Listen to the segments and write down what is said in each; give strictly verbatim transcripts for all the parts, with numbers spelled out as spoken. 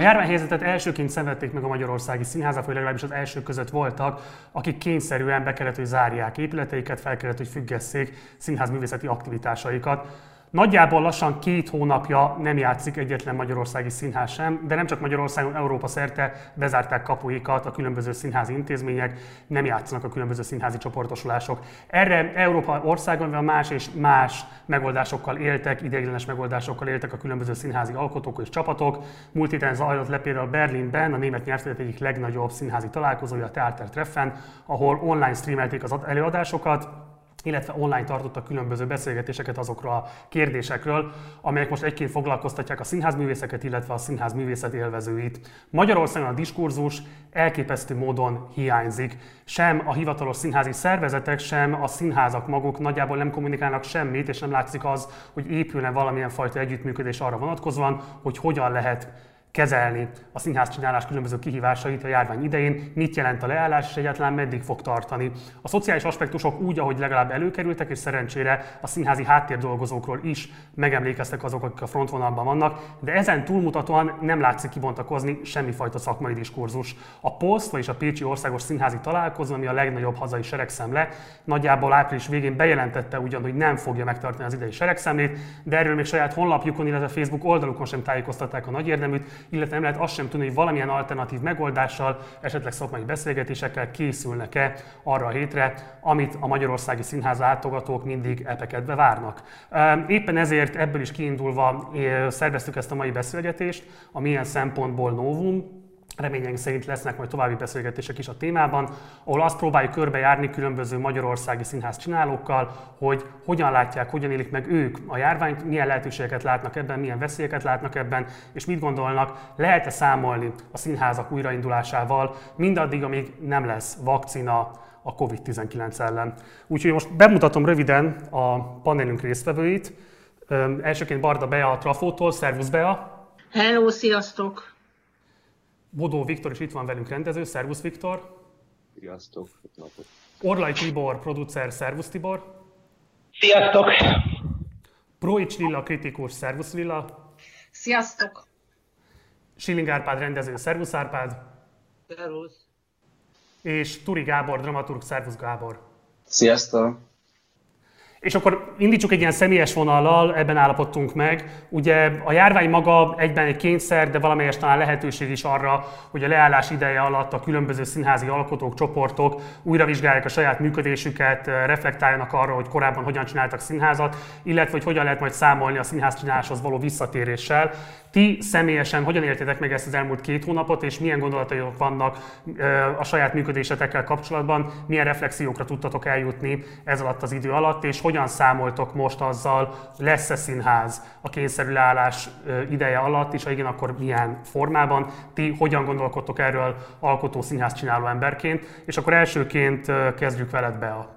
A járványhelyzetet elsőként szenvedték meg a magyarországi színházak, vagy legalábbis az elsők között voltak, akik kényszerűen be kellett, hogy zárják épületeiket, fel kellett, hogy függesszék színházművészeti aktivitásaikat. Nagyjából lassan két hónapja nem játszik egyetlen magyarországi színház sem, de nem csak Magyarországon, Európa szerte bezárták kapuikat a különböző színházi intézmények, nem játszanak a különböző színházi csoportosulások. Erre Európa országban más és más megoldásokkal éltek, ideiglenes megoldásokkal éltek a különböző színházi alkotók és csapatok. Múlt héten zajlott le például Berlinben a német nyelvterület egyik legnagyobb színházi találkozója, a Theatertreffen, ahol online streamelték az előadásokat, illetve online tartottak különböző beszélgetéseket azokról a kérdésekről, amelyek most egyként foglalkoztatják a színházművészeket, illetve a színházművészet élvezőit. Magyarországon a diskurzus elképesztő módon hiányzik. Sem a hivatalos színházi szervezetek, sem a színházak maguk nagyjából nem kommunikálnak semmit, és nem látszik az, hogy épülne valamilyen fajta együttműködés arra vonatkozóan, hogy hogyan lehet kezelni a színházcsinálás különböző kihívásait a járvány idején, mit jelent a leállás, és egyáltalán meddig fog tartani. A szociális aspektusok úgy, ahogy legalább előkerültek, és szerencsére a színházi háttérdolgozókról is megemlékeztek azok, akik a frontvonalban vannak, de ezen túlmutatóan nem látszik kibontakozni semmifajta szakmai diskurzus. A POSZT, vagyis a Pécsi Országos Színházi Találkozó, ami a legnagyobb hazai seregszemle, nagyjából április végén bejelentette ugyan, hogy nem fogja megtartani az idei seregszemlét, de erről még saját honlapjukon, illetve Facebook oldalukon sem tájékoztatták a nagy érdeműt, illetve nem lehet azt sem tudni, hogy valamilyen alternatív megoldással, esetleg szakmai beszélgetésekkel készülnek-e arra a hétre, amit a magyarországi színház látogatók mindig epekedve várnak. Éppen ezért ebből is kiindulva szerveztük ezt a mai beszélgetést, ami ilyen szempontból novum. Reményeink szerint lesznek majd további beszélgetések is a témában, ahol azt próbáljuk körbejárni különböző magyarországi színház csinálókkal, hogy hogyan látják, hogyan élik meg ők a járványt, milyen lehetőségeket látnak ebben, milyen veszélyeket látnak ebben, és mit gondolnak, lehet-e számolni a színházak újraindulásával, mindaddig, amíg nem lesz vakcina a kovid tizenkilenc ellen. Úgyhogy most bemutatom röviden a panelünk résztvevőit. Elsőként Barda Bea a Trafótól. Szervusz, Bea! Hello, sziasztok! Bodó Viktor is itt van velünk, rendező. Szervusz, Viktor! Sziasztok! Orlai Tibor, producer. Szervusz, Tibor! Sziasztok! Proics Lilla, kritikus. Szervusz, Lilla! Sziasztok! Schilling Árpád, rendező. Szervusz, Árpád! Szervusz! És Turi Gábor, dramaturg. Szervusz, Gábor! Sziasztok! És akkor indítsuk egy ilyen személyes vonallal, ebben állapodtunk meg. Ugye a járvány maga egyben egy kényszer, de valamelyes talán lehetőség is arra, hogy a leállás ideje alatt a különböző színházi alkotók, csoportok újra vizsgálják a saját működésüket, reflektáljanak arra, hogy korábban hogyan csináltak színházat, illetve hogy hogyan lehet majd számolni a színházcsináláshoz való visszatéréssel. Ti személyesen hogyan éltétek meg ezt az elmúlt két hónapot, és milyen gondolataik vannak a saját működésetekkel kapcsolatban, milyen reflexiókra tudtatok eljutni ez alatt az idő alatt, és hogyan számoltok most azzal, lesz-e színház a kényszerű leállás ideje alatt, és ha igen, akkor milyen formában? Ti hogyan gondolkodtok erről alkotó színház csináló emberként? És akkor elsőként kezdjük veled, Bea.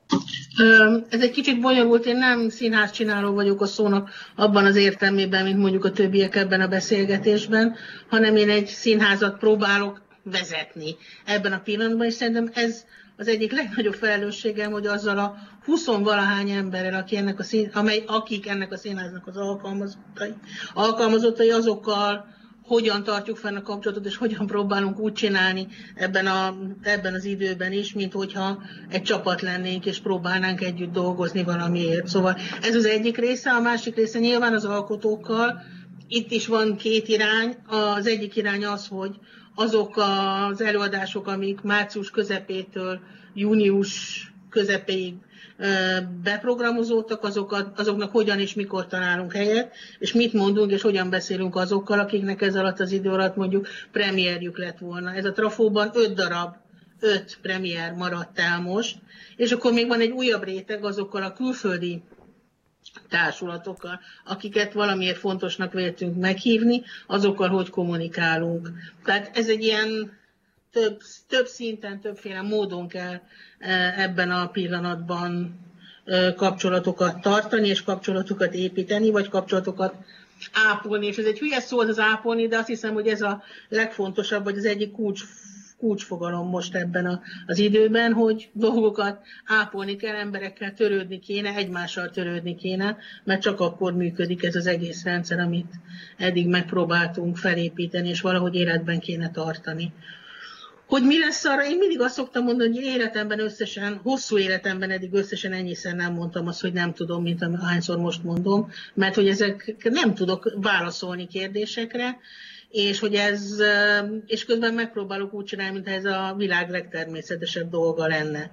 Ez egy kicsit bonyolult, én nem színházcsináló vagyok a szónak abban az értelmében, mint mondjuk a többiek ebben a beszélgetésben, hanem én egy színházat próbálok vezetni ebben a pillanatban, és szerintem ez az egyik legnagyobb felelősségem, hogy azzal a huszonvalahány emberrel, aki ennek a szín, amely, akik ennek a színháznak az alkalmazottai, alkalmazottai azokkal hogyan tartjuk fenn a kapcsolatot, és hogyan próbálunk úgy csinálni ebben, a, ebben az időben is, mint hogyha egy csapat lennénk, és próbálnánk együtt dolgozni valamiért. Szóval ez az egyik része, a másik része nyilván az alkotókkal. Itt is van két irány. Az egyik irány az, hogy azok az előadások, amik március közepétől június közepéig beprogramozódtak, azokat, azoknak hogyan és mikor találunk helyet, és mit mondunk, és hogyan beszélünk azokkal, akiknek ez alatt az idő alatt mondjuk premierjük lett volna. Ez a Trafóban öt darab, öt premier maradt el most, és akkor még van egy újabb réteg azokkal a külföldi társulatokkal, akiket valamiért fontosnak véltünk meghívni, azokkal hogy kommunikálunk. Tehát ez egy ilyen több, több szinten, többféle módon kell ebben a pillanatban kapcsolatokat tartani, és kapcsolatokat építeni, vagy kapcsolatokat ápolni. És ez egy hülye szó az ápolni, de azt hiszem, hogy ez a legfontosabb, vagy az egyik kulcs kulcsfogalom most ebben a, az időben, hogy dolgokat ápolni kell, emberekkel törődni kéne, egymással törődni kéne, mert csak akkor működik ez az egész rendszer, amit eddig megpróbáltunk felépíteni, és valahogy életben kéne tartani. Hogy mi lesz arra, én mindig azt szoktam mondani, hogy életemben összesen, hosszú életemben eddig összesen ennyiszer nem mondtam azt, hogy nem tudom, mint ahányszor most mondom, mert hogy ezek nem tudok válaszolni kérdésekre, és hogy ez, és közben megpróbálok úgy csinálni, mintha ez a világ legtermészetesebb dolga lenne.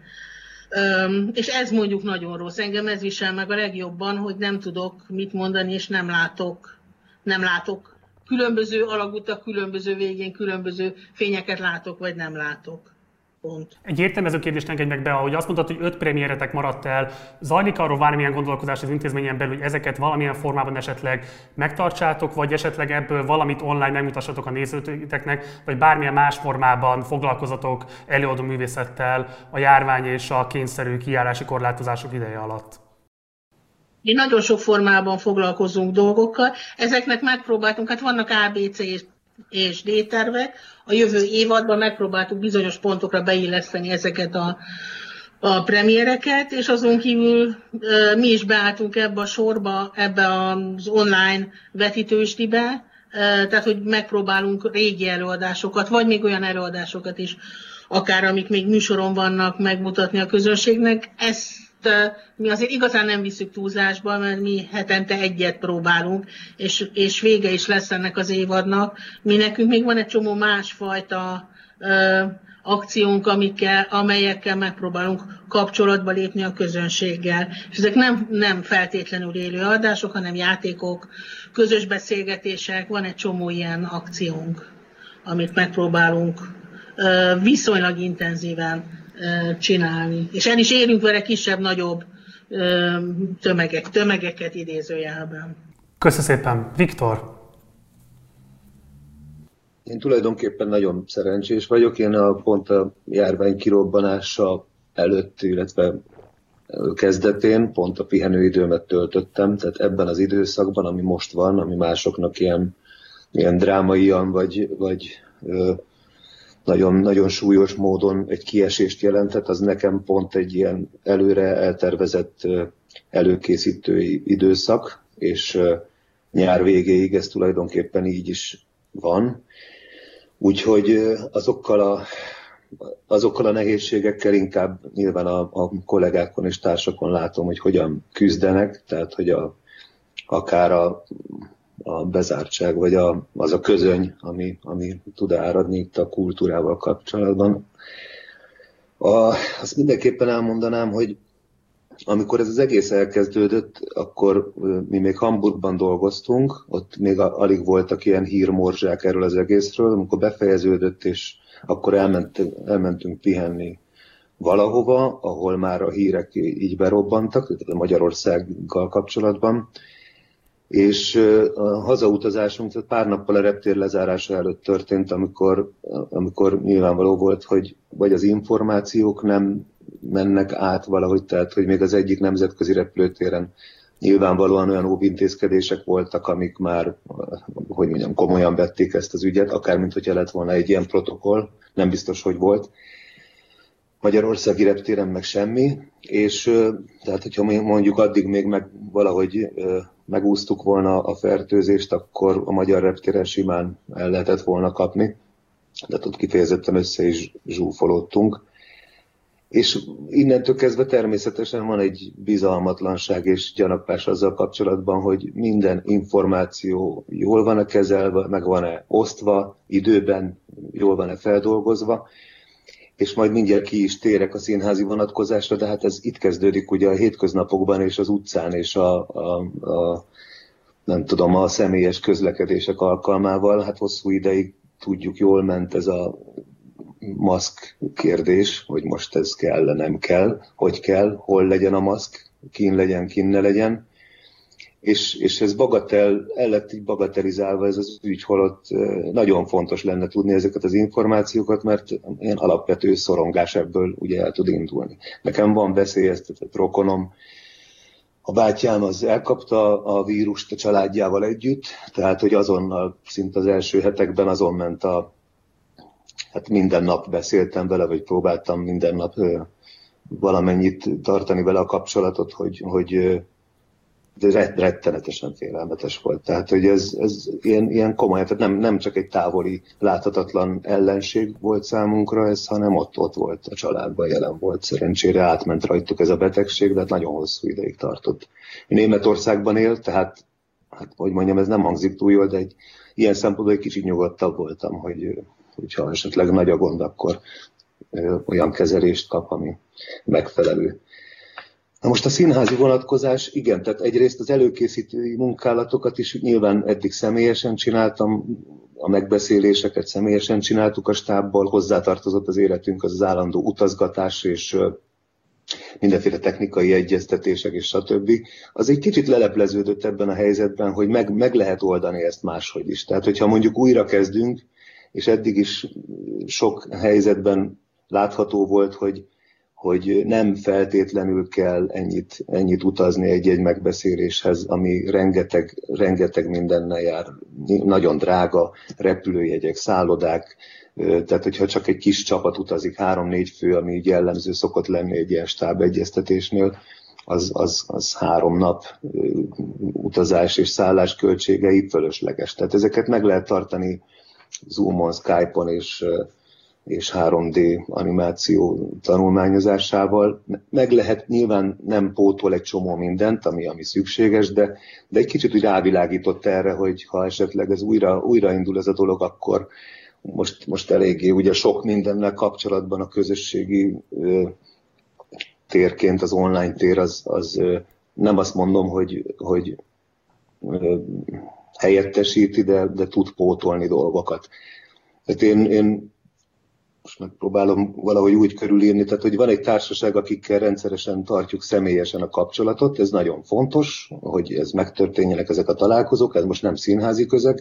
És ez mondjuk nagyon rossz. Engem ez visel meg a legjobban, hogy nem tudok mit mondani, és nem látok, nem látok különböző alagutak, különböző végén, különböző fényeket látok, vagy nem látok. Pont. Egy értelmező kérdést engedj meg be, ahogy azt mondtad, hogy öt premiéretek maradt el. Zajlik arról bármilyen gondolkozás az intézményen belül, hogy ezeket valamilyen formában esetleg megtartsátok, vagy esetleg ebből valamit online megmutassatok a nézőiteknek, vagy bármilyen más formában foglalkozatok előadó művészettel a járvány és a kényszerű kijárási korlátozások ideje alatt? Mi nagyon sok formában foglalkozunk dolgokkal. Ezeknek megpróbáltunk, hát vannak á bé cé és és D-tervek. A jövő évadban megpróbáltuk bizonyos pontokra beilleszteni ezeket a, a premiereket, és azon kívül e, mi is beálltunk ebbe a sorba, ebbe az online vetítősdibe, e, tehát hogy megpróbálunk régi előadásokat, vagy még olyan előadásokat is, akár amik még műsoron vannak, megmutatni a közönségnek. Ezt mi azért igazán nem visszük túlzásba, mert mi hetente egyet próbálunk, és, és vége is lesz ennek az évadnak. Mi nekünk még van egy csomó másfajta ö, akciónk, amikkel, amelyekkel megpróbálunk kapcsolatba lépni a közönséggel. És ezek nem, nem feltétlenül élő adások, hanem játékok, közös beszélgetések, van egy csomó ilyen akciónk, amit megpróbálunk ö, viszonylag intenzíven csinálni. És el is érünk vele kisebb-nagyobb tömegek, tömegeket idézőjelben. Köszönöm szépen. Viktor? Én tulajdonképpen nagyon szerencsés vagyok. Én a, pont a járvány kirobbanása előtt, illetve kezdetén pont a pihenőidőmet töltöttem, tehát ebben az időszakban, ami most van, ami másoknak ilyen, ilyen drámaian, vagy, vagy Nagyon, nagyon súlyos módon egy kiesést jelentett, az nekem pont egy ilyen előre eltervezett előkészítő időszak, és nyár végéig ez tulajdonképpen így is van. Úgyhogy azokkal a, azokkal a nehézségekkel inkább nyilván a, a kollégákon és társakon látom, hogy hogyan küzdenek, tehát hogy a, akár a a bezártság, vagy a, az a közöny, ami, ami tud áradni itt a kultúrával kapcsolatban. A, azt mindenképpen elmondanám, hogy amikor ez az egész elkezdődött, akkor mi még Hamburgban dolgoztunk, ott még alig voltak ilyen hírmorzsák erről az egészről, amikor befejeződött, és akkor elmentünk, elmentünk pihenni valahova, ahol már a hírek így berobbantak, Magyarországgal kapcsolatban, és a hazautazásunk tehát pár nappal a reptér lezárása előtt történt, amikor, amikor nyilvánvaló volt, hogy vagy az információk nem mennek át valahogy, tehát hogy még az egyik nemzetközi repülőtéren nyilvánvalóan olyan óvintézkedések voltak, amik már, hogy mondjam, komolyan vették ezt az ügyet, akár mint hogyha lett volna egy ilyen protokoll, nem biztos, hogy volt. Magyarországi reptéren meg semmi, és tehát hogyha mondjuk addig még meg valahogy megúsztuk volna a fertőzést, akkor a magyar reptéren simán el lehetett volna kapni. De ott kifejezetten össze is zsúfolódtunk. És innentől kezdve természetesen van egy bizalmatlanság és gyanakvás azzal kapcsolatban, hogy minden információ jól van-e kezelve, meg van-e osztva, időben jól van-e feldolgozva, és majd mindjárt ki is térek a színházi vonatkozásra, de hát ez itt kezdődik ugye a hétköznapokban és az utcán és a, a, a nem tudom, a személyes közlekedések alkalmával. Hát hosszú ideig tudjuk, jól ment ez a maszk kérdés, hogy most ez kell, nem kell, hogy kell, hol legyen a maszk, kin legyen, kin ne legyen. És, és ez bagatel, el lett így bagatelizálva ez az ügy, holott nagyon fontos lenne tudni ezeket az információkat, mert ilyen alapvető szorongás ebből ugye el tud indulni. Nekem van veszélyeztetett rokonom, a bátyám az elkapta a vírust a családjával együtt, tehát hogy azonnal, szinte az első hetekben azon ment a hát minden nap beszéltem vele, vagy próbáltam minden nap valamennyit tartani vele a kapcsolatot, hogy, hogy de rettenetesen félelmetes volt. Tehát, hogy ez, ez ilyen, ilyen komoly, tehát nem, nem csak egy távoli, láthatatlan ellenség volt számunkra ez, hanem ott, ott volt a családban, jelen volt. Szerencsére átment rajtuk ez a betegség, de hát nagyon hosszú ideig tartott. Németországban él, tehát, hát, hogy mondjam, ez nem hangzik túl jól, de egy ilyen szempontból egy kicsit nyugodtabb voltam, hogy hogyha esetleg nagy a gond, akkor olyan kezelést kap, ami megfelelő. Na most a színházi vonatkozás, igen, tehát egyrészt az előkészítői munkálatokat is nyilván eddig személyesen csináltam, a megbeszéléseket személyesen csináltuk a stábból, hozzátartozott az életünk az, az állandó utazgatás és mindenféle technikai egyeztetések és stb. Az egy kicsit lelepleződött ebben a helyzetben, hogy meg, meg lehet oldani ezt máshogy is. Tehát, hogyha mondjuk újra kezdünk, és eddig is sok helyzetben látható volt, hogy hogy nem feltétlenül kell ennyit, ennyit utazni egy-egy megbeszéléshez, ami rengeteg, rengeteg mindennel jár. Nagyon drága repülőjegyek, szállodák, tehát hogyha csak egy kis csapat utazik, három-négy fő, ami így jellemző szokott lenni egy ilyen stábegyeztetésnél, az, az, az három nap utazás és szállás költségei fölösleges. Tehát ezeket meg lehet tartani Zoomon, Skype-on és és három dé animáció tanulmányozásával. Meg lehet, nyilván nem pótol egy csomó mindent, ami, ami szükséges, de, de egy kicsit úgy rávilágított erre, hogy ha esetleg ez újra, újraindul ez a dolog, akkor most, most eléggé ugye sok mindennel kapcsolatban a közösségi ö, térként az online tér az, az ö, nem azt mondom, hogy, hogy ö, helyettesíti, de, de tud pótolni dolgokat. Tehát én, én most megpróbálom valahogy úgy körülírni, tehát hogy van egy társaság, akikkel rendszeresen tartjuk személyesen a kapcsolatot, ez nagyon fontos, hogy ez megtörténjenek ezek a találkozók, ez most nem színházi közeg,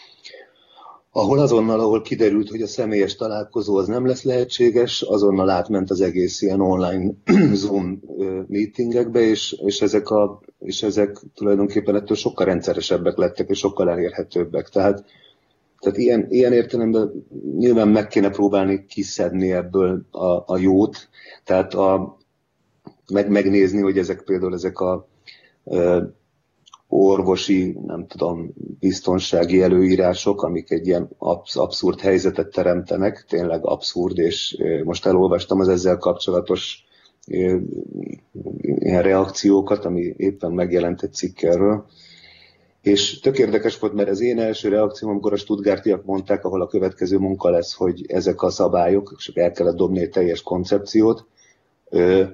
ahol azonnal, ahol kiderült, hogy a személyes találkozó az nem lesz lehetséges, azonnal átment az egész ilyen online Zoom meetingekbe, és, és, ezek a, és ezek tulajdonképpen ettől sokkal rendszeresebbek lettek, és sokkal elérhetőbbek. Tehát Tehát ilyen, ilyen értelemben nyilván meg kéne próbálni kiszedni ebből a, a jót, tehát a, meg, megnézni, hogy ezek például ezek a e, orvosi, nem tudom, biztonsági előírások, amik egy ilyen absz, abszurd helyzetet teremtenek, tényleg abszurd, és e, most elolvastam az ezzel kapcsolatos e, ilyen reakciókat, ami éppen megjelent egy cikk erről. És tök érdekes volt, mert az én első reakcióm, amikor a stuttgartiak mondták, ahol a következő munka lesz, hogy ezek a szabályok, és el kellett dobni egy teljes koncepciót, ö,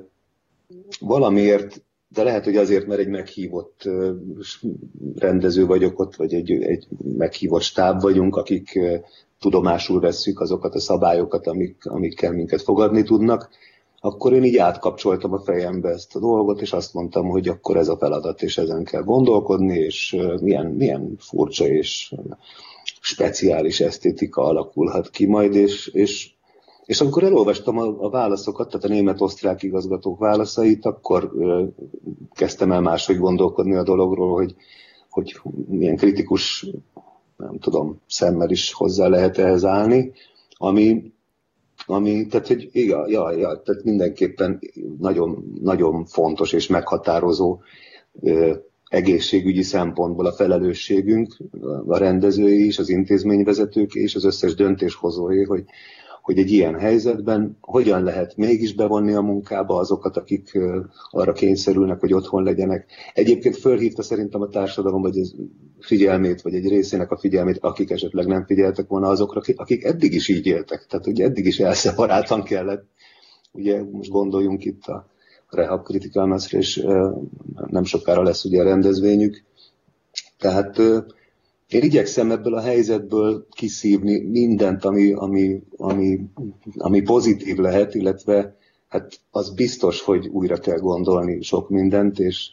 valamiért, de lehet, hogy azért, mert egy meghívott ö, rendező vagyok ott, vagy egy, egy meghívott stáb vagyunk, akik ö, tudomásul vesszük azokat a szabályokat, amik, amikkel minket fogadni tudnak, akkor én így átkapcsoltam a fejembe ezt a dolgot, és azt mondtam, hogy akkor ez a feladat, és ezen kell gondolkodni, és milyen, milyen furcsa és speciális esztétika alakulhat ki majd, és, és, és amikor elolvastam a, a válaszokat, tehát a német-osztrák igazgatók válaszait, akkor ö, kezdtem el máshogy gondolkodni a dologról, hogy, hogy milyen kritikus, nem tudom, szemmel is hozzá lehet ehhez állni, ami Ami, tehát, hogy ja, ja, ja, tehát mindenképpen nagyon, nagyon fontos és meghatározó ö, egészségügyi szempontból a felelősségünk, a rendezői is, az intézményvezetők és az összes döntéshozói, hogy, hogy egy ilyen helyzetben hogyan lehet mégis bevonni a munkába azokat, akik ö, arra kényszerülnek, hogy otthon legyenek. Egyébként fölhívta szerintem a társadalom, vagy az figyelmét, vagy egy részének a figyelmét, akik esetleg nem figyeltek volna azokra, akik eddig is így éltek. Tehát ugye eddig is elszeparáltan kellett. Ugye most gondoljunk itt a Rehab Critical Mass-re, és nem sokára lesz ugye a rendezvényük. Tehát én igyekszem ebből a helyzetből kiszívni mindent, ami, ami, ami, ami pozitív lehet, illetve hát az biztos, hogy újra kell gondolni sok mindent, és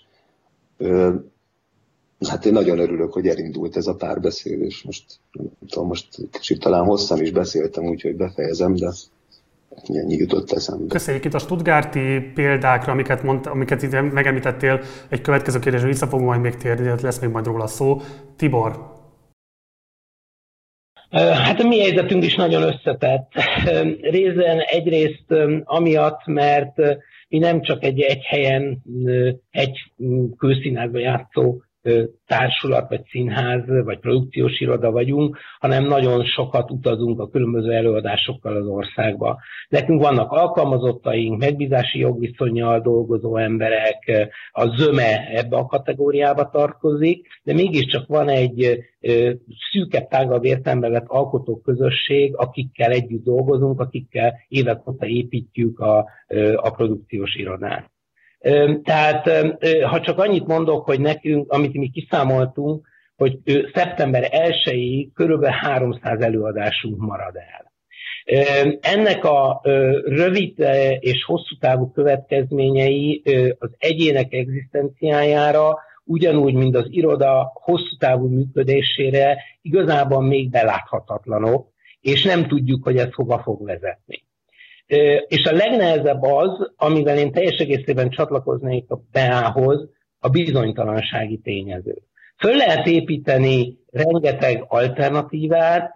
hát én nagyon örülök, hogy elindult ez a párbeszélés. Most, nem tudom, most kicsit talán hosszan is beszéltem, úgyhogy befejezem, de ennyi jutott eszembe. Köszönjük itt a stuttgarti példákra, amiket, mondta, amiket itt megemlítettél. Egy következő kérdésre vissza fogunk majd még térni, lesz még majd róla szó. Tibor. Hát a mi helyzetünk is nagyon összetett. Részben egyrészt amiatt, mert mi nem csak egy egy helyen, egy kőszínházban játszó társulat, vagy színház, vagy produkciós iroda vagyunk, hanem nagyon sokat utazunk a különböző előadásokkal az országba. Nekünk vannak alkalmazottaink, megbízási jogviszonnyal dolgozó emberek, a zöme ebbe a kategóriába tartozik, de mégiscsak van egy szűkebb, tágabb értelemben vett alkotóközösség, akikkel együtt dolgozunk, akikkel évek óta építjük a, a produkciós irodát. Tehát ha csak annyit mondok, hogy nekünk, amit mi kiszámoltunk, hogy szeptember elsejéig körülbelül háromszáz előadásunk marad el. Ennek a rövid és hosszú távú következményei az egyének egzisztenciájára, ugyanúgy, mint az iroda hosszú távú működésére igazából még beláthatatlanok, és nem tudjuk, hogy ez hova fog vezetni. És a legnehezebb az, amivel én teljes egészében csatlakoznék a bé á-hoz, a bizonytalansági tényező. Föl lehet építeni rengeteg alternatívát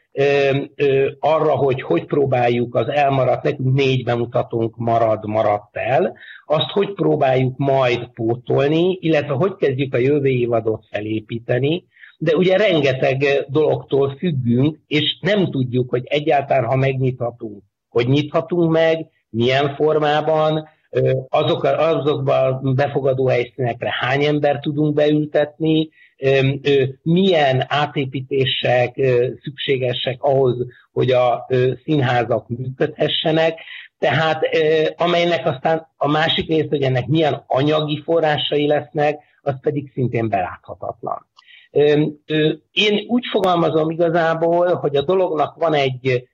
arra, hogy hogy próbáljuk az elmaradt, nekünk négy bemutatónk marad, maradt el, azt hogy próbáljuk majd pótolni, illetve hogy kezdjük a jövő évadot felépíteni, de ugye rengeteg dologtól függünk, és nem tudjuk, hogy egyáltalán, ha megnyithatunk, hogy nyithatunk meg, milyen formában, azok, azokban a befogadó helyszínekre hány ember tudunk beültetni, milyen átépítések szükségesek ahhoz, hogy a színházak működhessenek, tehát amelynek aztán a másik rész, hogy ennek milyen anyagi forrásai lesznek, az pedig szintén beláthatatlan. Én úgy fogalmazom igazából, hogy a dolognak van egy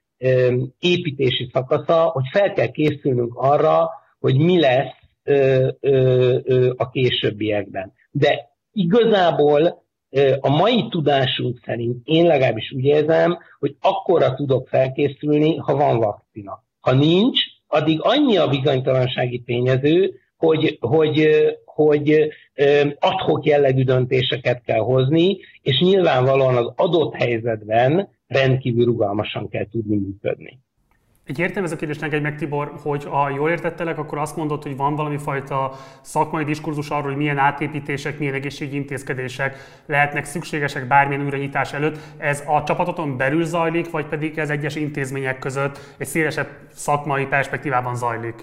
építési szakasza, hogy fel kell készülnünk arra, hogy mi lesz ö, ö, ö, a későbbiekben. De igazából ö, a mai tudásunk szerint én legalábbis úgy érzem, hogy akkorra tudok felkészülni, ha van vakcina. Ha nincs, addig annyi a bizonytalansági tényező, hogy, hogy, hogy ad hoc jellegű döntéseket kell hozni, és nyilvánvalóan az adott helyzetben rendkívül rugalmasan kell tudni működni. Egy értelmező kérdést engedj meg, Tibor, hogy ha jól értettelek, akkor azt mondod, hogy van valami fajta szakmai diskurzus arról, hogy milyen átépítések, milyen egészségügyi intézkedések lehetnek szükségesek bármilyen újranyitás előtt. Ez a csapatoton belül zajlik, vagy pedig ez egyes intézmények között egy szélesebb szakmai perspektívában zajlik?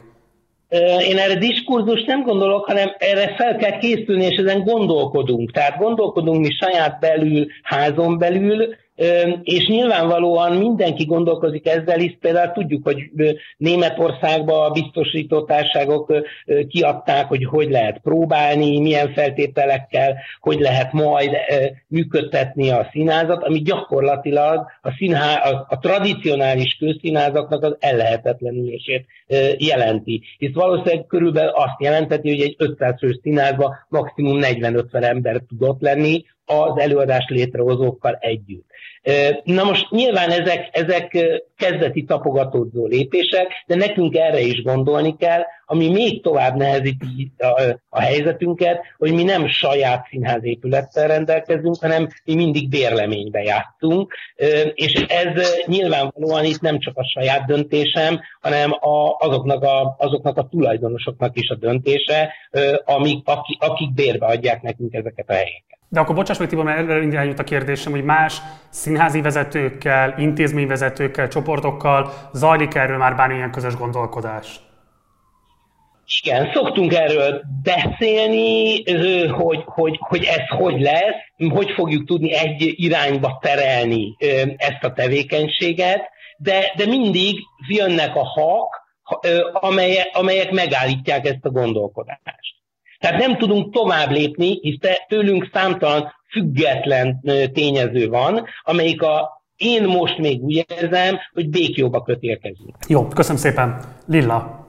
Én erre diskurzus nem gondolok, hanem erre fel kell készülni, és ezen gondolkodunk. Tehát gondolkodunk mi saját belül, házon belül, és nyilvánvalóan mindenki gondolkozik ezzel is, például tudjuk, hogy Németországban a biztosítótárságok kiadták, hogy hogy lehet próbálni, milyen feltételekkel, hogy lehet majd működtetni a színházat, ami gyakorlatilag a, színház, a, a tradicionális kőszínházaknak az ellehetetlenülését jelenti. Hisz valószínűleg körülbelül azt jelenteti, hogy egy ötszáz fős színházban maximum negyven-ötven ember tudott lenni az előadás létrehozókkal együtt. Na most nyilván ezek, ezek kezdeti tapogatódzó lépések, de nekünk erre is gondolni kell, ami még tovább nehezíti a, a helyzetünket, hogy mi nem saját színházépülettel rendelkezünk, hanem mi mindig bérleménybe játszunk, és ez nyilvánvalóan itt nem csak a saját döntésem, hanem a, azoknak, a, azoknak a tulajdonosoknak is a döntése, amik, akik, akik bérbe adják nekünk ezeket a helyeket. De akkor bocsáss meg, Tibor, mert erre irányult a kérdésem, hogy más színházi vezetőkkel, intézményvezetőkkel, csoportokkal zajlik erről már bármilyen közös gondolkodás? Igen, szoktunk erről beszélni, hogy, hogy, hogy ez hogy lesz, hogy fogjuk tudni egy irányba terelni ezt a tevékenységet, de, de mindig jönnek a hak, amelyek, amelyek megállítják ezt a gondolkodást. Tehát nem tudunk tovább lépni, hisz tőlünk számtalan független tényező van, amelyik a én most még úgy érzem, hogy békjóba kötélkezünk. Jó, köszönöm szépen. Lilla.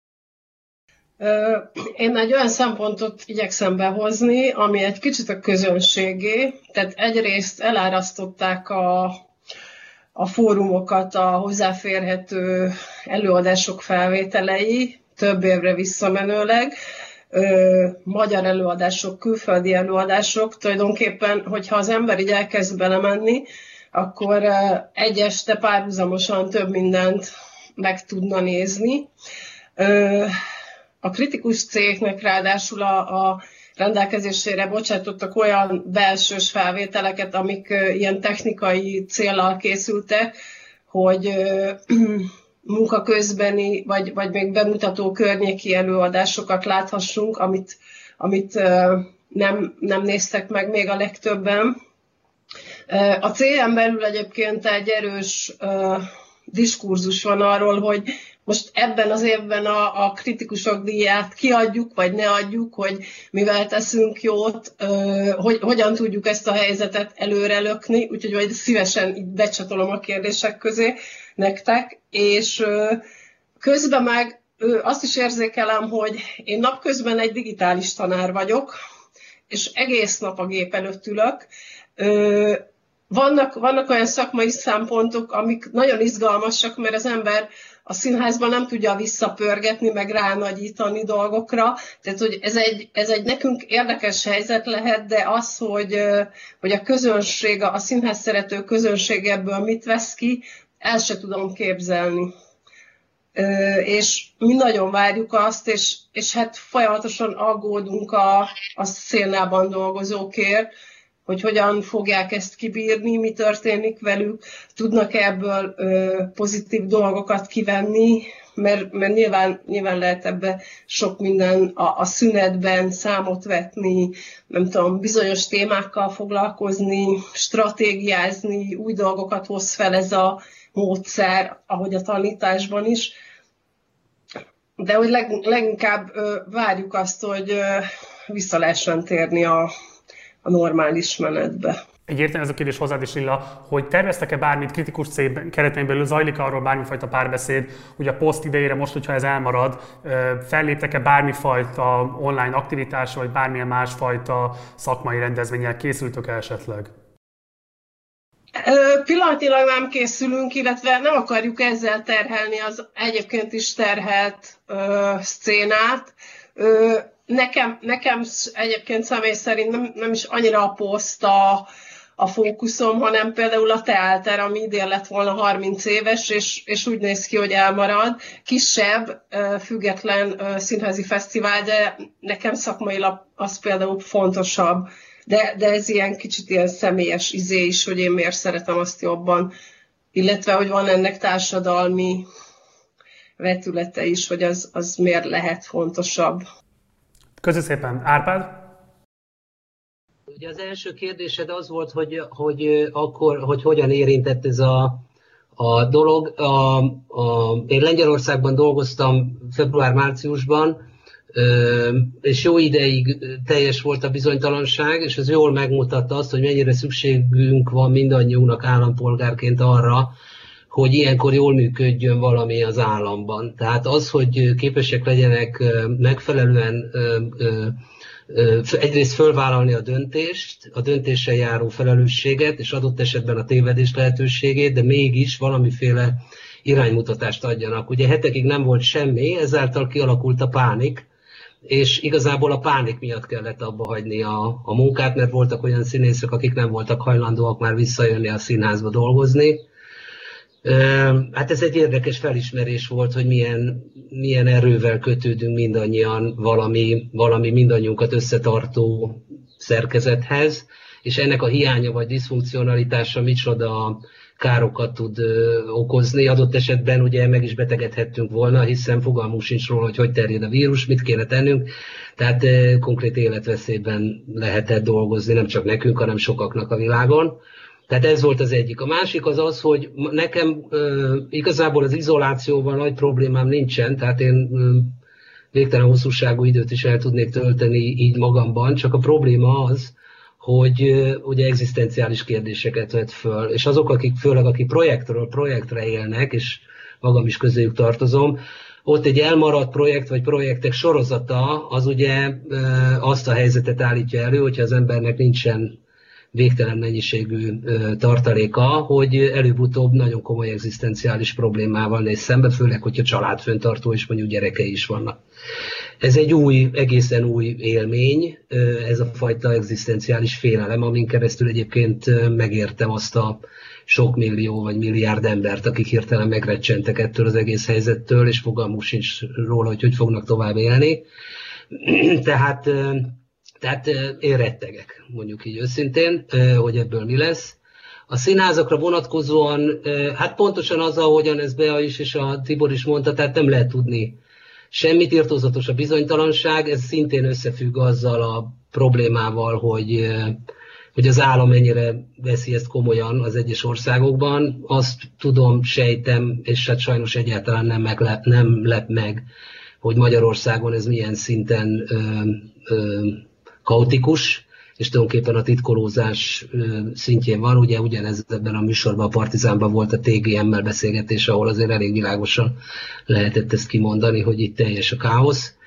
Én egy olyan szempontot igyekszem behozni, ami egy kicsit a közönségé. Tehát egyrészt elárasztották a, a fórumokat a hozzáférhető előadások felvételei, több évre visszamenőleg. Ö, magyar előadások, külföldi előadások, tulajdonképpen, hogyha az ember így elkezd belemenni, akkor egy este párhuzamosan több mindent meg tudna nézni. A kritikus cégeknek ráadásul a, a rendelkezésére bocsátottak olyan belsős felvételeket, amik ilyen technikai céllal készültek, hogy munka közbeni, vagy, vagy még bemutató környéki előadásokat láthassunk, amit, amit nem, nem néztek meg még a legtöbben. A cégen belül egyébként egy erős diskurzus van arról, hogy most ebben az évben a, a kritikusok díját kiadjuk, vagy ne adjuk, hogy mivel teszünk jót, hogy hogyan tudjuk ezt a helyzetet előre lökni, úgyhogy majd szívesen így becsatolom a kérdések közé nektek, és közben meg azt is érzékelem, hogy én napközben egy digitális tanár vagyok, és egész nap a gép előtt ülök. Vannak, vannak olyan szakmai szempontok, amik nagyon izgalmasak, mert az ember a színházban nem tudja visszapörgetni, meg ránagyítani dolgokra. Tehát, hogy ez egy, ez egy nekünk érdekes helyzet lehet, de az, hogy, hogy a közönség, a színház szerető közönség ebből mit vesz ki, el se tudom képzelni. És mi nagyon várjuk azt, és, és hát folyamatosan aggódunk a, a szénában dolgozókért, hogy hogyan fogják ezt kibírni, mi történik velük, tudnak ebből ö, pozitív dolgokat kivenni, mert, mert nyilván, nyilván lehet ebbe sok minden a, a szünetben számot vetni, nem tudom, bizonyos témákkal foglalkozni, stratégiázni, új dolgokat hoz fel ez a módszer, ahogy a tanításban is. De hogy leg, leginkább ö, várjuk azt, hogy ö, vissza lehessen térni a a normális menetbe. Egyértelműen ez a kérdés hozzád is, Lilla, hogy terveztek-e bármit kritikus cég keretein belül, zajlik arról bármifajta párbeszéd, ugye a poszt idejére most, hogyha ez elmarad, felléptek-e bármifajta online aktivitásra, vagy bármilyen másfajta szakmai rendezvényel készültök esetleg? Pillanatilag nem készülünk, illetve nem akarjuk ezzel terhelni az egyébként is terhelt ö, szcénát. Ö, Nekem, nekem egyébként személy szerint nem, nem is annyira a poszt a, a fókuszom, hanem például a teáter, ami idén lett volna harminc éves, és, és úgy néz ki, hogy elmarad. Kisebb, független színházi fesztivál, de nekem szakmailag az például fontosabb. De, de ez ilyen kicsit ilyen személyes izé is, hogy én miért szeretem azt jobban. Illetve, hogy van ennek társadalmi vetülete is, hogy az, az miért lehet fontosabb. Köszönöm szépen. Árpád? Ugye az első kérdésed az volt, hogy, hogy akkor, hogy hogyan érintett ez a, a dolog. A, a, én Lengyelországban dolgoztam február-márciusban, és jó ideig teljes volt a bizonytalanság, és ez jól megmutatta azt, hogy mennyire szükségünk van mindannyiunknak állampolgárként arra, hogy ilyenkor jól működjön valami az államban. Tehát az, hogy képesek legyenek megfelelően egyrészt fölvállalni a döntést, a döntéssel járó felelősséget, és adott esetben a tévedés lehetőségét, de mégis valamiféle iránymutatást adjanak. Ugye hetekig nem volt semmi, ezáltal kialakult a pánik, és igazából a pánik miatt kellett abba hagyni a, a munkát, mert voltak olyan színészek, akik nem voltak hajlandóak már visszajönni a színházba dolgozni. Hát ez egy érdekes felismerés volt, hogy milyen, milyen erővel kötődünk mindannyian valami, valami mindannyiunkat összetartó szerkezethez, és ennek a hiánya vagy diszfunkcionalitása micsoda károkat tud okozni. Adott esetben ugye meg is betegedhettünk volna, hiszen fogalmunk sincs róla, hogy hogy terjed a vírus, mit kéne tennünk. Tehát konkrét életveszélyben lehetett dolgozni, nem csak nekünk, hanem sokaknak a világon. Tehát ez volt az egyik. A másik az az, hogy nekem uh, igazából az izolációval nagy problémám nincsen, tehát én uh, végtelen hosszúságú időt is el tudnék tölteni így magamban, csak a probléma az, hogy uh, ugye egzisztenciális kérdéseket vet föl, és azok, akik főleg akik projektről projektre élnek, és magam is közéjük tartozom, ott egy elmaradt projekt vagy projektek sorozata az ugye uh, azt a helyzetet állítja elő, hogyha az embernek nincsen végtelen mennyiségű tartaléka, hogy előbb-utóbb nagyon komoly egzisztenciális problémával néz szembe, főleg, hogyha családfenntartó és mondjuk gyerekei is vannak. Ez egy új, egészen új élmény, ez a fajta egzisztenciális félelem, amin keresztül egyébként megértem azt a sok millió vagy milliárd embert, akik hirtelen megrecsentek ettől az egész helyzettől, és fogalmuk sincs róla, hogy hogy fognak tovább élni. Tehát, tehát én rettegek, mondjuk így őszintén, hogy ebből mi lesz. A színházakra vonatkozóan, hát pontosan az, ahogyan ez Bea is és a Tibor is mondta, tehát nem lehet tudni semmit, irtózatos a bizonytalanság, ez szintén összefügg azzal a problémával, hogy, hogy az állam mennyire veszi ezt komolyan az egyes országokban. Azt tudom, sejtem, és hát sajnos egyáltalán nem, meglep, nem lep meg, hogy Magyarországon ez milyen szinten ö, ö, kaotikus, és tulajdonképpen a titkolózás szintjén van. Ugye ugyanez ebben a műsorban, a Partizánban volt a té gé em-mel beszélgetés, ahol azért elég világosan lehetett ezt kimondani, hogy itt teljes a káosz.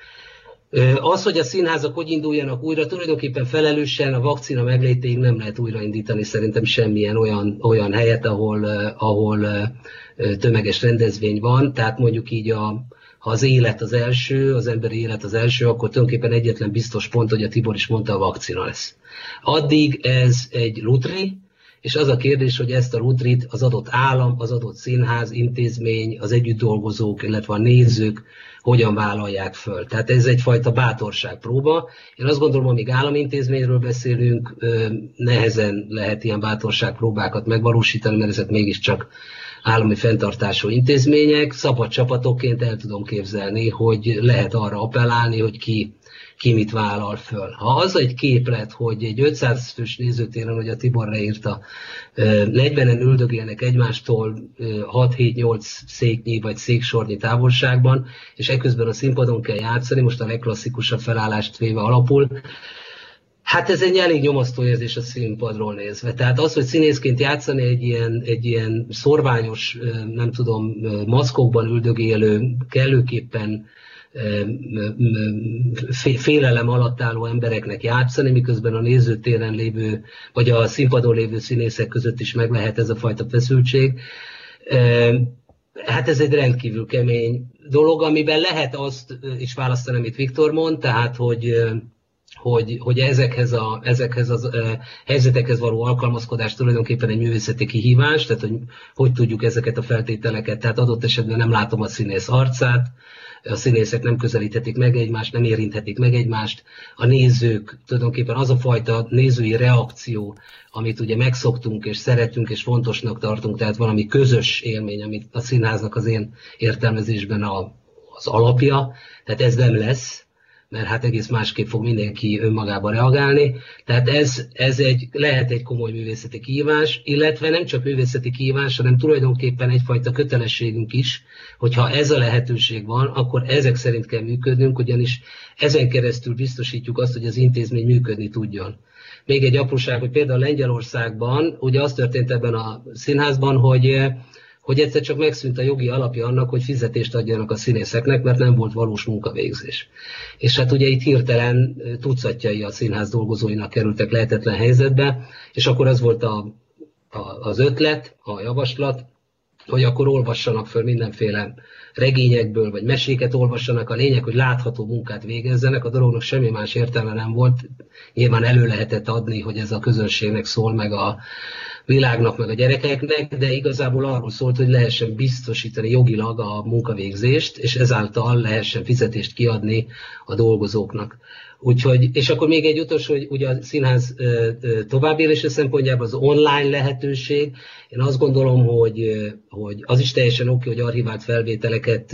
Az, hogy a színházak hogy induljanak újra, tulajdonképpen felelősen a vakcina meglétéig nem lehet újraindítani szerintem semmilyen olyan, olyan helyet, ahol, ahol tömeges rendezvény van, tehát mondjuk így a ha az élet az első, az emberi élet az első, akkor tulajdonképpen egyetlen biztos pont, hogy a Tibor is mondta, a vakcina lesz. Addig ez egy lutri, és az a kérdés, hogy ezt a lutrit az adott állam, az adott színház, intézmény, az együtt dolgozók, illetve a nézők hogyan vállalják föl. Tehát ez egyfajta bátorságpróba. Én azt gondolom, amíg államintézményről beszélünk, nehezen lehet ilyen bátorságpróbákat megvalósítani, mert ezek mégiscsak állami fenntartású intézmények. Szabad csapatokként el tudom képzelni, hogy lehet arra appellálni, hogy ki, ki mit vállal föl. Ha az egy képlet, hogy egy ötszáz fős nézőtéren, hogy a Tibor leírta, negyvenen üldögélnek egymástól hat-hét-nyolc széknyi vagy széksornyi távolságban, és ekközben a színpadon kell játszani, most a legklasszikusabb felállást véve alapul, hát ez egy elég nyomasztó érzés a színpadról nézve. Tehát az, hogy színészként játszani egy ilyen, egy ilyen szorványos, nem tudom, maszkokban üldögélő, kellőképpen félelem alatt álló embereknek játszani, miközben a nézőtéren lévő, vagy a színpadon lévő színészek között is meg lehet ez a fajta feszültség. Hát ez egy rendkívül kemény dolog, amiben lehet azt is választani, amit Viktor mond, tehát, hogy Hogy, hogy ezekhez a ezekhez az, e, helyzetekhez való alkalmazkodás tulajdonképpen egy művészeti kihívás, tehát hogy hogy tudjuk ezeket a feltételeket, tehát adott esetben nem látom a színész arcát, a színészek nem közelíthetik meg egymást, nem érinthetik meg egymást, a nézők tulajdonképpen az a fajta nézői reakció, amit ugye megszoktunk és szeretünk és fontosnak tartunk, tehát valami közös élmény, amit a színháznak az én értelmezésben a, az alapja, tehát ez nem lesz, mert hát egész másképp fog mindenki önmagában reagálni. Tehát ez, ez egy, lehet egy komoly művészeti kihívás, illetve nem csak művészeti kihívás, hanem tulajdonképpen egyfajta kötelességünk is, hogyha ez a lehetőség van, akkor ezek szerint kell működnünk, ugyanis ezen keresztül biztosítjuk azt, hogy az intézmény működni tudjon. Még egy apróság, hogy például Lengyelországban, ugye az történt ebben a színházban, hogy hogy egyszer csak megszűnt a jogi alapja annak, hogy fizetést adjanak a színészeknek, mert nem volt valós munkavégzés. És hát ugye itt hirtelen tucatjai a színház dolgozóinak kerültek lehetetlen helyzetbe, és akkor az volt a, a, az ötlet, a javaslat, hogy akkor olvassanak föl mindenféle regényekből, vagy meséket olvassanak, a lényeg, hogy látható munkát végezzenek, a dolognak semmi más értelme nem volt, nyilván elő lehetett adni, hogy ez a közönségnek szól, meg a világnak, meg a gyerekeknek, de igazából arról szólt, hogy lehessen biztosítani jogilag a munkavégzést, és ezáltal lehessen fizetést kiadni a dolgozóknak. Úgyhogy, és akkor még egy utolsó, hogy ugye a színház továbbélése szempontjából az online lehetőség. Én azt gondolom, hogy, hogy az is teljesen oké, hogy archivált felvételeket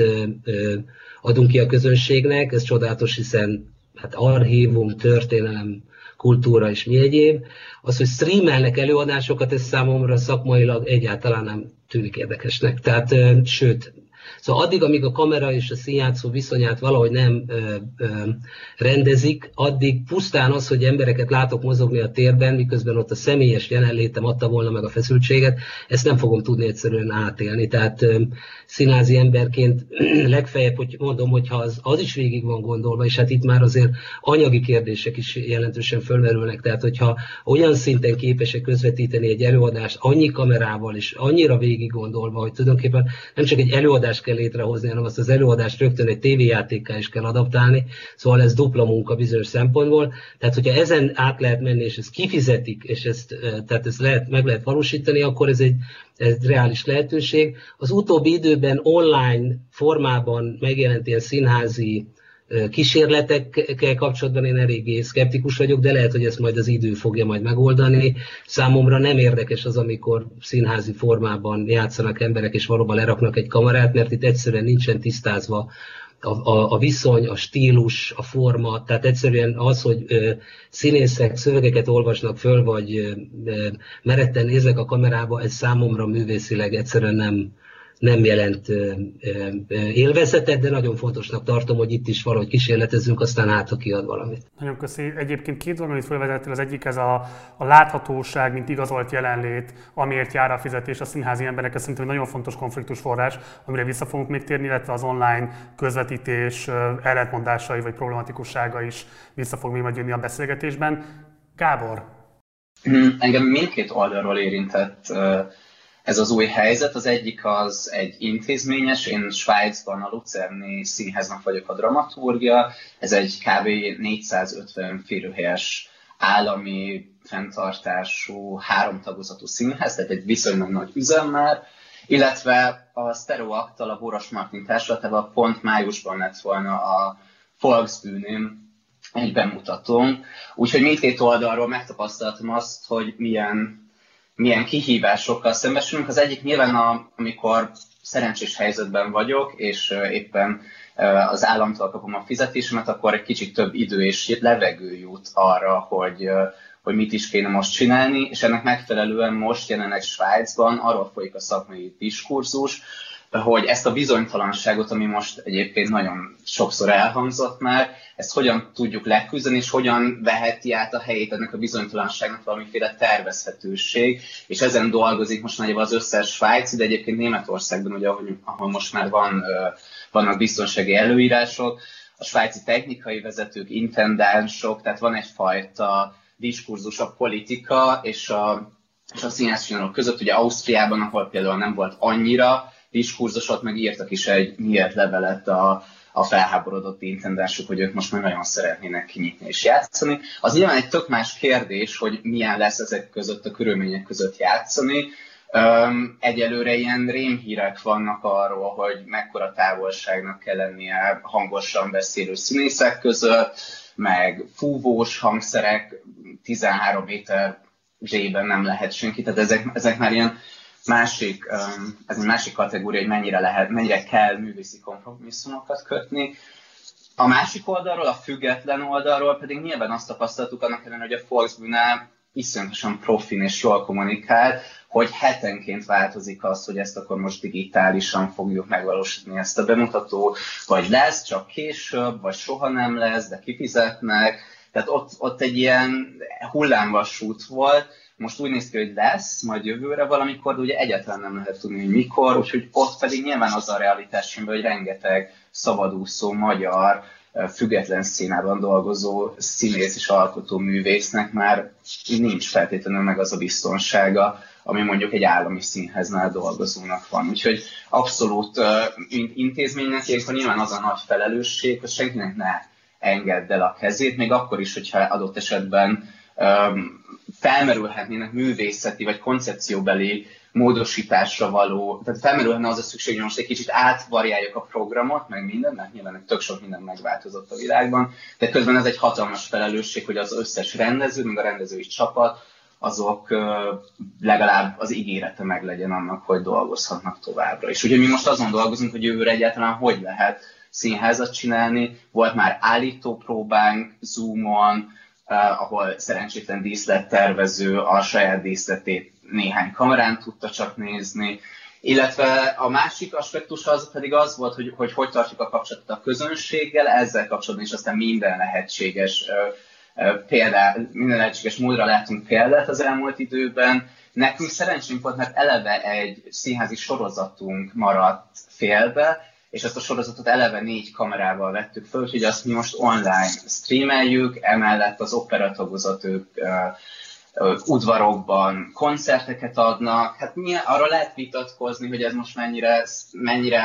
adunk ki a közönségnek. Ez csodálatos, hiszen hát archívum, történelem, kultúra és mi egyéb. Az, hogy streamelnek előadásokat, ez számomra szakmailag egyáltalán nem tűnik érdekesnek. Tehát, sőt, szóval addig, amíg a kamera és a színjátszó viszonyát valahogy nem ö, ö, rendezik, addig pusztán az, hogy embereket látok mozogni a térben, miközben ott a személyes jelenlétem adta volna meg a feszültséget, ezt nem fogom tudni egyszerűen átélni. Tehát ö, színházi emberként legfeljebb, hogy mondom, hogyha az, az is végig van gondolva, és hát itt már azért anyagi kérdések is jelentősen fölmerülnek, tehát hogyha olyan szinten képesek közvetíteni egy előadást annyi kamerával és annyira végig gondolva, hogy tulajdonképpen nem csak egy előadás előadást kell létrehozni, hanem azt az előadást rögtön egy tévéjátékká is kell adaptálni, szóval ez dupla munka bizonyos szempontból. Tehát, hogyha ezen át lehet menni, és ezt kifizetik, és ezt, tehát ezt lehet, meg lehet valósítani, akkor ez egy, ez reális lehetőség. Az utóbbi időben online formában megjelent ilyen színházi kísérletekkel kapcsolatban én eléggé szkeptikus vagyok, de lehet, hogy ezt majd az idő fogja majd megoldani. Számomra nem érdekes az, amikor színházi formában játszanak emberek, és valóban leraknak egy kamerát, mert itt egyszerűen nincsen tisztázva a, a, a viszony, a stílus, a forma, tehát egyszerűen az, hogy ö, színészek szövegeket olvasnak föl, vagy ö, ö, meretten néznek a kamerába, ez számomra művészileg egyszerűen nem, nem jelent ö, ö, élvezetet, de nagyon fontosnak tartom, hogy itt is valahogy kísérletezzünk, aztán hát, ha kiad valamit. Nagyon köszi. Egyébként két dolog, amit felvezettél, az egyik ez a, a láthatóság, mint igazolt jelenlét, amiért jár a fizetés a színházi embernek, ez szerintem egy nagyon fontos konfliktusforrás, amire vissza fogunk még térni, illetve az online közvetítés ellentmondásai vagy problematikussága is vissza fog még majd jönni a beszélgetésben. Gábor? Engem mindkét oldalról érintett ez az új helyzet. Az egyik az egy intézményes, én Svájcban a Lucerni Színháznak vagyok a dramaturgia, ez egy kb. négyszázötven férőhelyes állami fenntartású, háromtagozatú színház, tehát egy viszonylag nagy üzemmel, illetve a Stereoaktal, a Boros Martin társulatával pont májusban lett volna a Volksbühnen egy bemutatón, úgyhogy mindkét oldalról megtapasztaltam azt, hogy milyen milyen kihívásokkal szembesülünk. Az egyik nyilván, a, amikor szerencsés helyzetben vagyok, és éppen az államtól kapom a fizetésemet, akkor egy kicsit több idő és levegő jut arra, hogy, hogy mit is kéne most csinálni, és ennek megfelelően most jelenleg Svájcban arról folyik a szakmai diskurzus, hogy ezt a bizonytalanságot, ami most egyébként nagyon sokszor elhangzott már, ezt hogyan tudjuk leküzdeni, és hogyan veheti át a helyét ennek a bizonytalanságnak valamiféle tervezhetőség, és ezen dolgozik most nagyjából az összes svájci, de egyébként Németországban, ugye, ahol, ahol most már van, vannak biztonsági előírások, a svájci technikai vezetők, intendánsok, tehát van egyfajta diskurzus a politika és a, és a színházcsinálók között, ugye Ausztriában, ahol például nem volt annyira diskurzusot, meg írtak is egy nyílt levelet a, a felháborodott intendánsok, hogy ők most már nagyon szeretnének kinyitni és játszani. Az nyilván egy tök más kérdés, hogy milyen lesz ezek között, a körülmények között játszani. Um, egyelőre ilyen rémhírek vannak arról, hogy mekkora távolságnak kell lennie hangosan beszélő színészek között, meg fúvós hangszerek, tizenhárom méter zsében nem lehet senki, tehát ezek, ezek már ilyen másik, ez egy másik kategória, hogy mennyire lehet, mennyire kell művészi kompromisszumokat kötni. A másik oldalról, a független oldalról pedig nyilván azt tapasztaltuk annak ellenére, hogy a Volksbühne iszonyatosan profin és jól kommunikál, hogy hetenként változik az, hogy ezt akkor most digitálisan fogjuk megvalósítani ezt a bemutató, vagy lesz csak később, vagy soha nem lesz, de kifizetnek. Tehát ott, ott egy ilyen hullámvasút volt. Most úgy néz ki, hogy lesz, majd jövőre valamikor, de ugye egyáltalán nem lehet tudni, hogy mikor, úgyhogy ott pedig nyilván az a realitás, hogy rengeteg szabadúszó magyar, független színában dolgozó színész és alkotó művésznek már nincs feltétlenül meg az a biztonsága, ami mondjuk egy állami színháznál dolgozónak van. Úgyhogy abszolút intézménynek ilyenkor nyilván az a nagy felelősség, hogy senkinek ne engedd el a kezét, még akkor is, hogyha adott esetben um, felmerülhetnének művészeti vagy koncepcióbeli módosításra való, tehát felmerülhetne az a szükség, hogy most egy kicsit átvariáljuk a programot, meg minden, mert nyilván tök sok minden megváltozott a világban, de közben ez egy hatalmas felelősség, hogy az összes rendező, meg a rendezői csapat, azok uh, legalább az ígérete meg legyen annak, hogy dolgozhatnak továbbra is. Ugye mi most azon dolgozunk, hogy jövőre egyáltalán hogy lehet színházat csinálni, volt már állítópróbánk Zoomon, Uh, ahol szerencsétlen díszlettervező a saját díszletét néhány kamerán tudta csak nézni. Illetve a másik aspektus az pedig az volt, hogy hogy, hogy tartjuk a kapcsolatot a közönséggel, ezzel kapcsolatban is aztán minden lehetséges uh, uh, példát, minden lehetséges módra látunk példát az elmúlt időben. Nekünk szerencsénk volt, mert eleve egy színházi sorozatunk maradt félbe, és ezt a sorozatot eleve négy kamerával vettük föl, úgyhogy azt mi most online streameljük, emellett az operatagozatok uh, uh, udvarokban koncerteket adnak. Hát milyen, arra lehet vitatkozni, hogy ez most mennyire, mennyire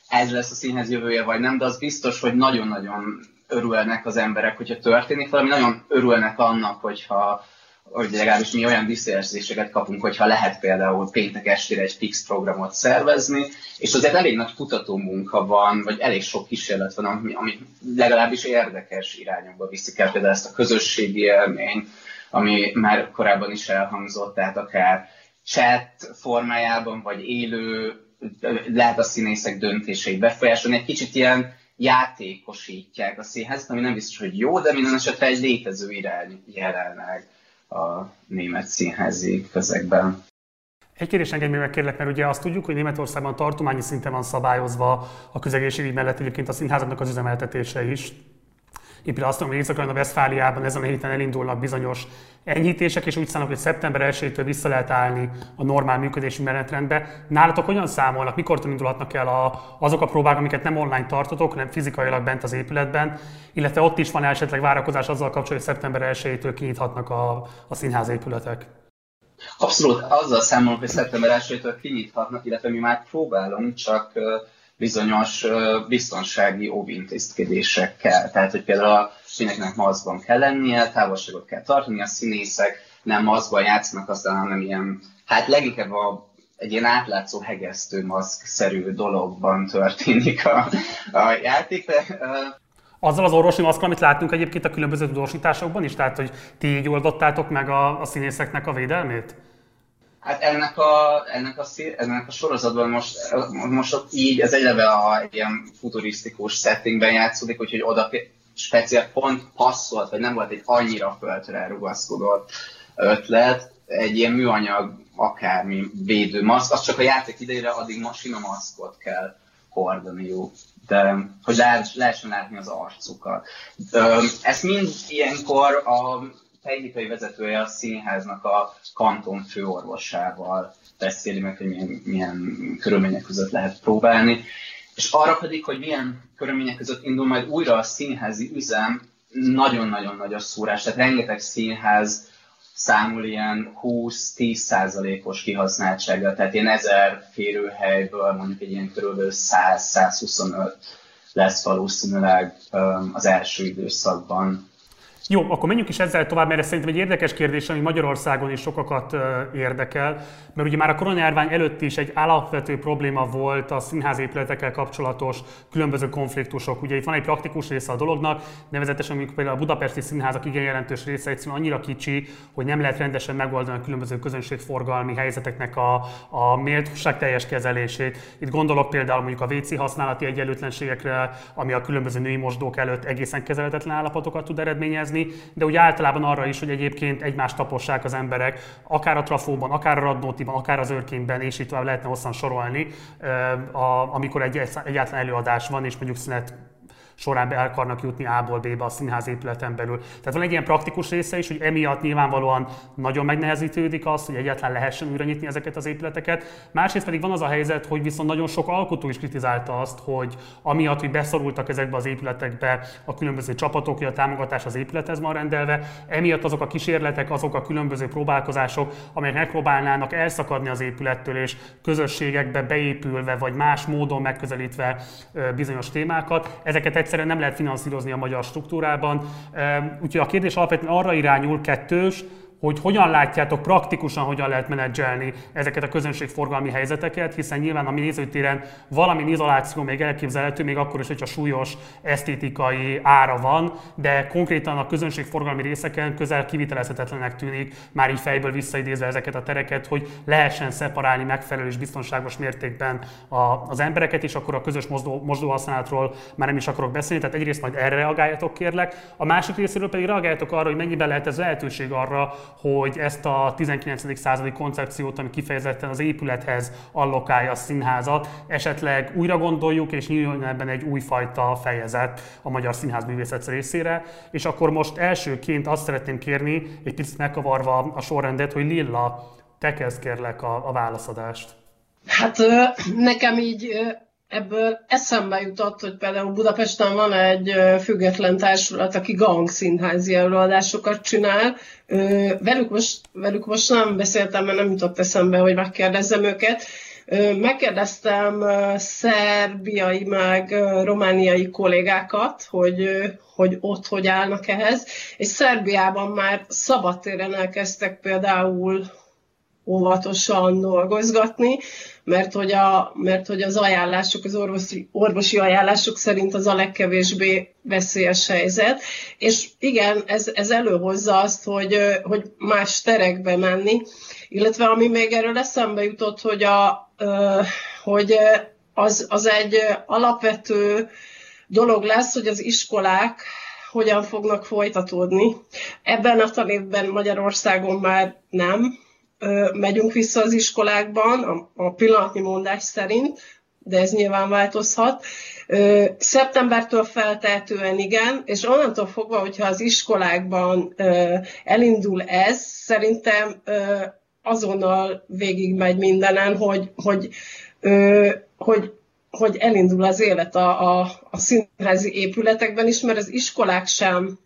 ez lesz a színház jövője, vagy nem, de az biztos, hogy nagyon-nagyon örülnek az emberek, hogyha történik valami, nagyon örülnek annak, hogyha hogy legalábbis mi olyan visszajelzéseket kapunk, hogyha lehet például péntek estére egy fix programot szervezni, és azért elég nagy kutatómunka van, vagy elég sok kísérlet van, ami, ami legalábbis érdekes irányokba viszik el, például ezt a közösségi élményt, ami már korábban is elhangzott, tehát akár chat formájában, vagy élő, lehet a színészek döntéseit befolyásolni, egy kicsit ilyen játékosítják a színházat, ami nem biztos, hogy jó, de minden esetre egy létező irány jelenleg a német színházi közegben. Egy kérdés engem még megkérlek, mert ugye azt tudjuk, hogy Németországban tartományi szinten van szabályozva a közegészségügy mellett egyébként a színházaknak az üzemeltetése is. Én például azt mondom, hogy Észak-Rajna-Vesztfáliában ezen a héten elindulnak bizonyos enyhítések, és úgy számolnak, hogy szeptember elsejétől vissza lehet állni a normál működési menetrendbe. Nálatok hogyan számolnak, mikortól indulhatnak el a, azok a próbák, amiket nem online tartotok, hanem fizikailag bent az épületben, illetve ott is van esetleg várakozás azzal kapcsolatban, hogy szeptember elsejétől kinyithatnak a, a színházépületek? Abszolút, azzal számolunk, hogy szeptember elsejétől kinyithatnak, illetve mi már próbálunk, csak bizonyos biztonsági óvintézkedésekkel. Tehát, hogy például a mindenkinek maszkban kell lennie, távolságot kell tartani, a színészek nem maszkban játszanak, aztán hanem ilyen, hát leginkább a, egy ilyen átlátszó, hegesztő maszkszerű dologban történik a, a játék. Azzal az orvosi maszkkal, amit láttunk egyébként a különböző tudósításokban is, tehát hogy ti így oldottátok meg a, a színészeknek a védelmét? Hát ennek a, ennek a, ennek a sorozatban most, most ott így, ez egyeleve a ilyen futurisztikus settingben játszódik, úgyhogy oda speciál pont passzolt, vagy nem volt egy annyira földre elrugaszkodott ötlet, egy ilyen műanyag akármi védőmaszk, az csak a játék idejére addig masina maszkot kell hordaniuk, de hogy lehessen látni az arcukat. Ezt mind ilyenkor a technikai vezetője a színháznak a kanton főorvosával beszéli meg, hogy milyen, milyen körülmények között lehet próbálni. És arra pedig, hogy milyen körülmények között indul majd újra a színházi üzem, nagyon-nagyon nagy a szórás. Tehát rengeteg színház számol ilyen húsz-tíz százalékos kihasználtsággal, tehát ilyen ezer férőhelyből mondjuk egy ilyen körülbelül száz-százhuszonöt lesz valószínűleg az első időszakban. Jó, akkor menjünk is ezzel tovább, mert ez szerintem egy érdekes kérdés, ami Magyarországon is sokakat érdekel, mert ugye már a koronajárvány előtt is egy alapvető probléma volt a színházépületekkel kapcsolatos különböző konfliktusok. Ugye itt van egy praktikus része a dolognak, nevezetesen mondjuk például a budapesti színházak igen jelentős része egyszerűen annyira kicsi, hogy nem lehet rendesen megoldani a különböző közönségforgalmi helyzeteknek a, a méltóságteljes kezelését. Itt gondolok például mondjuk a vé cé használati egyenlőtlenségekre, ami a különböző női mosdók előtt egészen kezelhetetlen állapotokat tud eredményezni, de úgy általában arra is, hogy egyébként egymást tapossák az emberek, akár a Trafóban, akár a Radnótiban, akár az Őrkényben, és itt tovább lehetne hosszan sorolni, amikor egy egyáltalán előadás van, és mondjuk szünet során be el akarnak jutni A-ból B-be a színház épületen belül. Tehát van egy ilyen praktikus része is, hogy emiatt nyilvánvalóan nagyon megnehezítődik az, hogy egyáltalán lehessen újra nyitni ezeket az épületeket. Másrészt pedig van az a helyzet, hogy viszont nagyon sok alkotó is kritizálta azt, hogy amiatt, hogy beszorultak ezekbe az épületekbe a különböző csapatok, hogy a támogatás az épülethez van rendelve, emiatt azok a kísérletek, azok a különböző próbálkozások, amelyek megpróbálnának elszakadni az épülettől és közösségekbe beépülve vagy más módon megközelítve bizonyos témákat, ezeket egyszerűen nem lehet finanszírozni a magyar struktúrában. Úgyhogy a kérdés alapvetően arra irányul, kettős, hogy hogyan látjátok praktikusan, hogyan lehet menedzselni ezeket a közönségforgalmi helyzeteket, hiszen nyilván a nézőtéren valamilyen izoláció még elképzelhető, még akkor is, hogyha súlyos esztétikai ára van, de konkrétan a közönségforgalmi részeken közel kivitelezhetetlenek tűnik, már így fejből visszaidézve ezeket a tereket, hogy lehessen szeparálni megfelelő és biztonságos mértékben az embereket, és akkor a közös mosdóhasználatról már nem is akarok beszélni, tehát egyrészt majd erre reagáljatok, kérlek. A másik részéről pedig reagáljatok arra, hogy mennyiben lehet ez lehetőség arra, hogy ezt a tizenkilencedik századi koncepciót, ami kifejezetten az épülethez allokálja a színházat, esetleg újra gondoljuk, és nyíljon ebben egy újfajta fejezet a magyar színházművészet részére. És akkor most elsőként azt szeretném kérni, egy picit megkavarva a sorrendet, hogy Lilla, te kezd kérlek a, a válaszadást. Hát nekem így ebből eszembe jutott, hogy például Budapesten van egy független társulat, aki gangszínházi előadásokat csinál. Velük most, velük most nem beszéltem, mert nem jutott eszembe, hogy megkérdezzem őket, Megkérdeztem szerbiai meg romániai kollégákat, hogy, hogy ott hogy állnak ehhez, és Szerbiában már szabadtéren elkezdtek például óvatosan dolgozgatni, mert hogy, a, mert hogy az ajánlások, az orvosi, orvosi ajánlások szerint az a legkevésbé veszélyes helyzet. És igen, ez, ez előhozza azt, hogy, hogy más terekbe menni, illetve ami még erről eszembe jutott, hogy, a, hogy az, az egy alapvető dolog lesz, hogy az iskolák hogyan fognak folytatódni. Ebben a tanévben Magyarországon már nem megyünk vissza az iskolákban, a, a pillanatnyi mondás szerint, de ez nyilván változhat. Szeptembertől feltehetően igen, és onnantól fogva, hogyha az iskolákban elindul ez, szerintem azonnal végigmegy mindenen, hogy, hogy, hogy, hogy elindul az élet a, a, a színházi épületekben is, mert az iskolák sem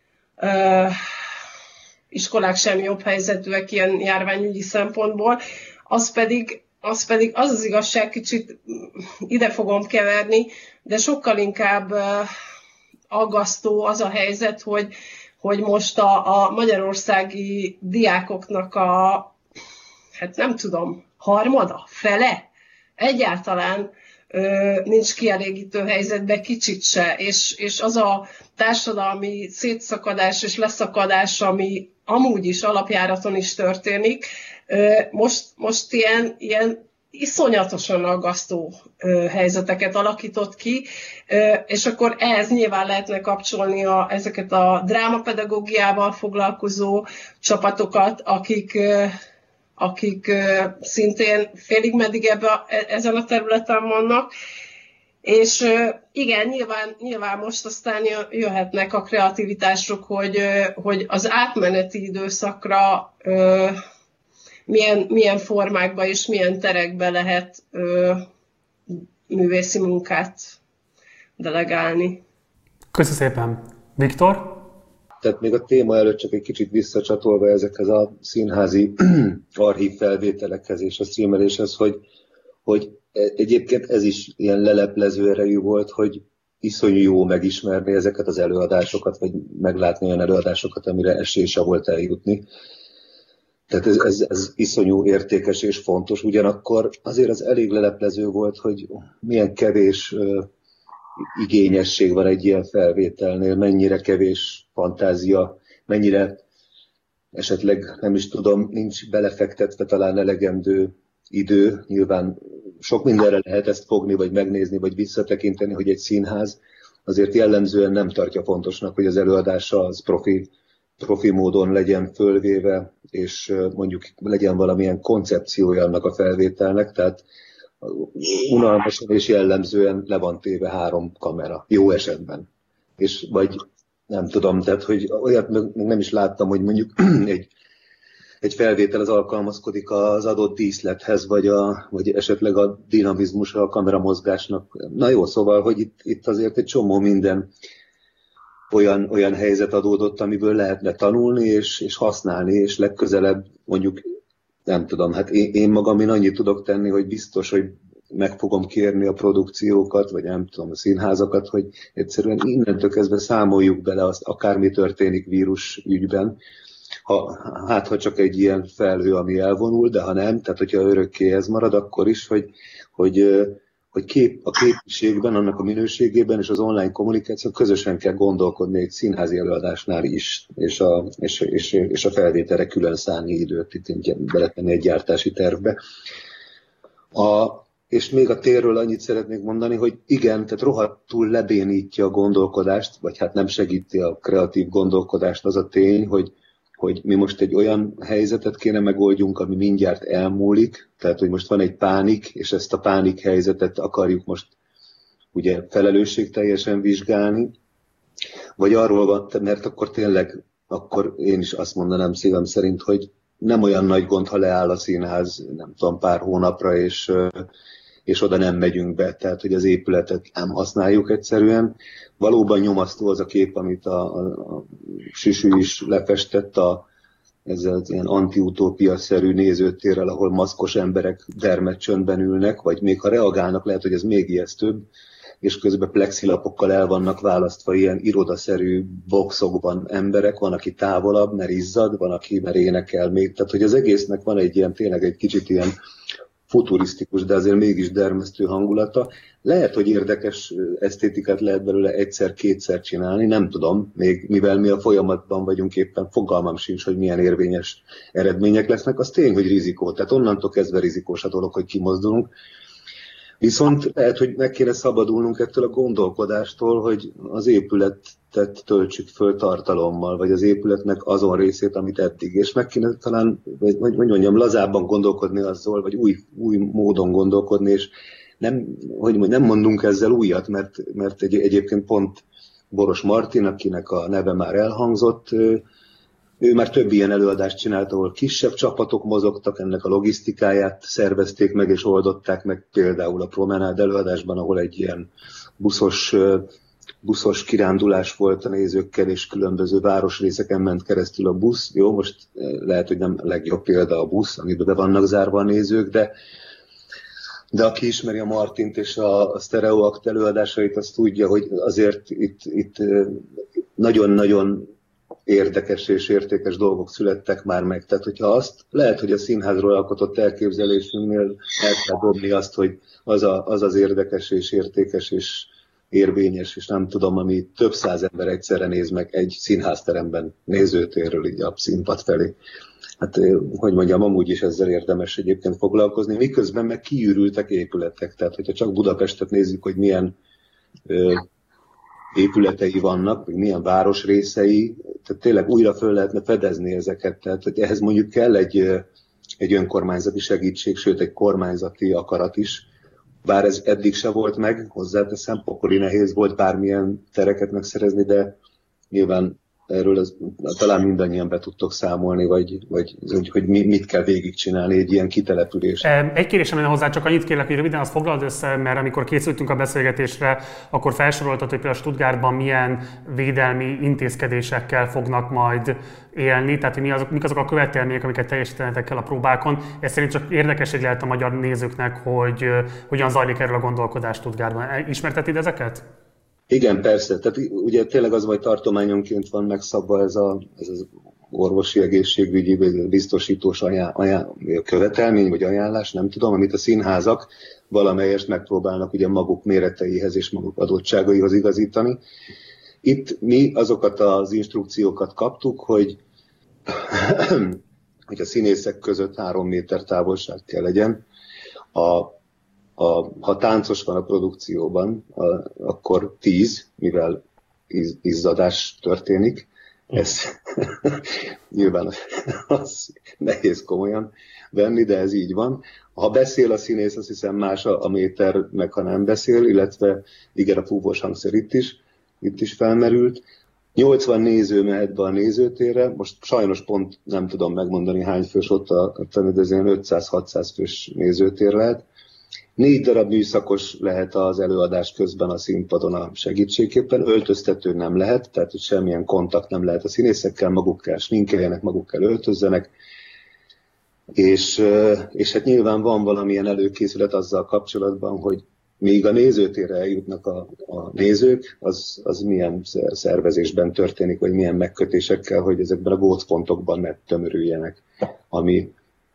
iskolák sem jobb helyzetűek ilyen járványügyi szempontból, az pedig, az pedig az az igazság, kicsit ide fogom keverni, de sokkal inkább aggasztó az a helyzet, hogy, hogy most a, a magyarországi diákoknak a, hát nem tudom, harmada, fele egyáltalán ö, nincs kielégítő helyzetben kicsit se, és, és az a társadalmi szétszakadás és leszakadás, ami amúgy is alapjáraton is történik, most, most ilyen, ilyen iszonyatosan aggasztó helyzeteket alakított ki, és akkor ehhez nyilván lehetne kapcsolni a, ezeket a drámapedagógiával foglalkozó csapatokat, akik, akik szintén félig meddig ebbe, ezen a területen vannak. És igen, nyilván, nyilván most aztán jöhetnek a kreativitások, hogy, hogy az átmeneti időszakra milyen, milyen formákba és milyen terekbe lehet művészi munkát delegálni. Köszönöm szépen. Viktor? Tehát még a téma előtt csak egy kicsit visszacsatolva ezekhez a színházi archív felvételekhez és a streameléshez, hogy, hogy egyébként ez is ilyen leleplező erejű volt, hogy iszonyú jó megismerni ezeket az előadásokat, vagy meglátni olyan előadásokat, amire esése volt eljutni. Tehát ez, ez, ez iszonyú értékes és fontos. Ugyanakkor azért az elég leleplező volt, hogy milyen kevés uh, igényesség van egy ilyen felvételnél, mennyire kevés fantázia, mennyire esetleg, nem is tudom, nincs belefektetve talán elegendő idő. Nyilván sok mindenre lehet ezt fogni, vagy megnézni, vagy visszatekinteni, hogy egy színház azért jellemzően nem tartja fontosnak, hogy az előadása az profi, profi módon legyen fölvéve, és mondjuk legyen valamilyen koncepciója annak a felvételnek, tehát unalmasan és jellemzően le van téve három kamera, jó esetben. És vagy nem tudom, tehát hogy olyat még nem is láttam, hogy mondjuk egy egy felvétel az alkalmazkodik az adott díszlethez, vagy, a, vagy esetleg a dinamizmusra, a kameramozgásnak. Na jó, szóval, hogy itt, itt azért egy csomó minden olyan, olyan helyzet adódott, amiből lehetne tanulni és, és használni, és legközelebb mondjuk, nem tudom, hát én, én magam én annyit tudok tenni, hogy biztos, hogy meg fogom kérni a produkciókat, vagy nem tudom, a színházakat, hogy egyszerűen innentől kezdve számoljuk bele azt, akármi történik vírus ügyben, Ha, hát, ha csak egy ilyen felhő, ami elvonul, de ha nem, tehát hogyha örökké ez marad, akkor is, hogy, hogy, hogy kép, a képviségben, annak a minőségében és az online kommunikáció közösen kell gondolkodni egy színházi előadásnál is, és a, és, és, és a felvételre külön szánni időt, itt beletenni egy gyártási tervbe. A, és még a térről annyit szeretnék mondani, hogy igen, tehát rohadtul lebénítja a gondolkodást, vagy hát nem segíti a kreatív gondolkodást az a tény, hogy hogy mi most egy olyan helyzetet kéne megoldjunk, ami mindjárt elmúlik, tehát hogy most van egy pánik, és ezt a pánik helyzetet akarjuk most ugye felelősségteljesen vizsgálni, vagy arról van, mert akkor tényleg, akkor én is azt mondanám szívem szerint, hogy nem olyan nagy gond, ha leáll a színház, nem tudom, pár hónapra, és, és oda nem megyünk be, tehát hogy az épületet nem használjuk egyszerűen. Valóban nyomasztó az a kép, amit a, a, a Süsű is lefestett a, ezzel az ilyen antiutópia-szerű nézőtérrel, ahol maszkos emberek dermed csöndben ülnek, vagy még ha reagálnak, lehet, hogy ez még ijesztőbb, és közben plexilapokkal el vannak választva ilyen irodaszerű boxokban emberek, van, aki távolabb, mert izzad, van, aki mert énekel még. Tehát, hogy az egésznek van egy ilyen, tényleg egy kicsit ilyen futurisztikus, de azért mégis dermesztő hangulata. Lehet, hogy érdekes esztétikát lehet belőle egyszer-kétszer csinálni, nem tudom, még mivel mi a folyamatban vagyunk éppen, fogalmam sincs, hogy milyen érvényes eredmények lesznek, az tény, hogy rizikó. Tehát onnantól kezdve rizikós a dolog, hogy kimozdulunk. Viszont lehet, hogy meg kéne szabadulnunk ettől a gondolkodástól, hogy az épületet töltsük föl tartalommal, vagy az épületnek azon részét, amit eddig. És meg kéne talán, vagy, vagy mondjam, lazábban gondolkodni azzal, vagy új, új módon gondolkodni, és nem, hogy mondjam, nem mondunk ezzel újat, mert, mert egy, egyébként pont Boros Martin, akinek a neve már elhangzott, ő már több ilyen előadást csinált, ahol kisebb csapatok mozogtak, ennek a logisztikáját szervezték meg és oldották meg, például a Promenád előadásban, ahol egy ilyen buszos, buszos kirándulás volt a nézőkkel, és különböző városrészeken ment keresztül a busz. Jó, most lehet, hogy nem a legjobb példa a busz, amiben be vannak zárva a nézők, de, de aki ismeri a Martint és a, a Sztereoakt előadásait, az tudja, hogy azért itt, itt nagyon-nagyon érdekes és értékes dolgok születtek már meg. Tehát, hogyha azt, lehet, hogy a színházról alkotott elképzelésünknél el kell dobni azt, hogy az, a, az az érdekes és értékes és érvényes, és nem tudom, ami több száz ember egyszerre néz meg egy színházteremben nézőtérről, így a színpad felé. Hát, hogy mondjam, amúgy is ezzel érdemes egyébként foglalkozni, miközben meg kiürültek épületek. Tehát, hogyha csak Budapestet nézzük, hogy milyen ö, épületei vannak, vagy milyen városrészei, tehát tényleg újra föl lehetne fedezni ezeket. Tehát, hogy ehhez mondjuk kell egy, egy önkormányzati segítség, sőt egy kormányzati akarat is. Bár ez eddig se volt meg, hozzáteszem, pokoli nehéz volt bármilyen tereket megszerezni, de nyilván erről az, talán mindannyian be tudtok számolni, vagy, vagy hogy, hogy mit kell végigcsinálni egy ilyen kitelepülés. Egy kérdésem lenne hozzá, csak annyit kérlek, hogy röviden azt foglald össze, mert amikor készültünk a beszélgetésre, akkor felsoroltad, hogy például Stuttgartban milyen védelmi intézkedésekkel fognak majd élni, tehát hogy mi azok, mik azok a követelmények, amiket teljesítenetek kell a próbákon. Ez szerint csak érdekesség lehet a magyar nézőknek, hogy hogyan zajlik erről a gondolkodás Stuttgartban. Ismerteted ezeket? Igen, persze. Tehát ugye tényleg az, hogy tartományonként van megszabva ez, a, ez az orvosi egészségügyi biztosítós ajánl, ajánl, követelmény vagy ajánlás, nem tudom, amit a színházak valamelyest megpróbálnak ugye maguk méreteihez és maguk adottságaihoz igazítani. Itt mi azokat az instrukciókat kaptuk, hogy, hogy a színészek között három méter távolság kell legyen. A A, ha táncos van a produkcióban, a, akkor tíz, mivel iz, izzadás történik. Ez nyilván az nehéz komolyan venni, de ez így van. Ha beszél a színész, azt hiszem más a, a méter, meg ha nem beszél, illetve igen, a fúvós hangszer itt is, itt is felmerült. nyolcvan néző mehet be a nézőtérre, most sajnos pont nem tudom megmondani hány fős ott, a, de ez ilyen ötszáz-hatszáz fős nézőtér lehet. Négy darab műszakos lehet az előadás közben a színpadon a segítségképpen, öltöztető nem lehet, tehát hogy semmilyen kontakt nem lehet a színészekkel, maguk kell sminkeljenek, maguk kell öltözzenek, és, és hát nyilván van valamilyen előkészület azzal kapcsolatban, hogy míg a nézőtérre eljutnak a, a nézők, az, az milyen szervezésben történik, vagy milyen megkötésekkel, hogy ezekben a gócpontokban ne tömörüljenek, ami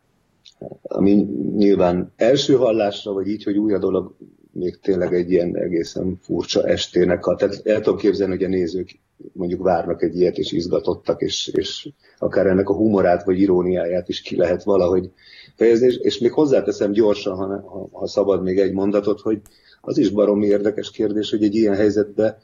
ami nyilván első hallásra, vagy így, hogy új a dolog, még tényleg egy ilyen egészen furcsa estének. A, tehát el tudom képzelni, hogy a nézők mondjuk várnak egy ilyet, és izgatottak, és, és akár ennek a humorát, vagy iróniáját is ki lehet valahogy fejezni. És, és még hozzáteszem gyorsan, ha, ha, ha szabad még egy mondatot, hogy az is baromi érdekes kérdés, hogy egy ilyen helyzetben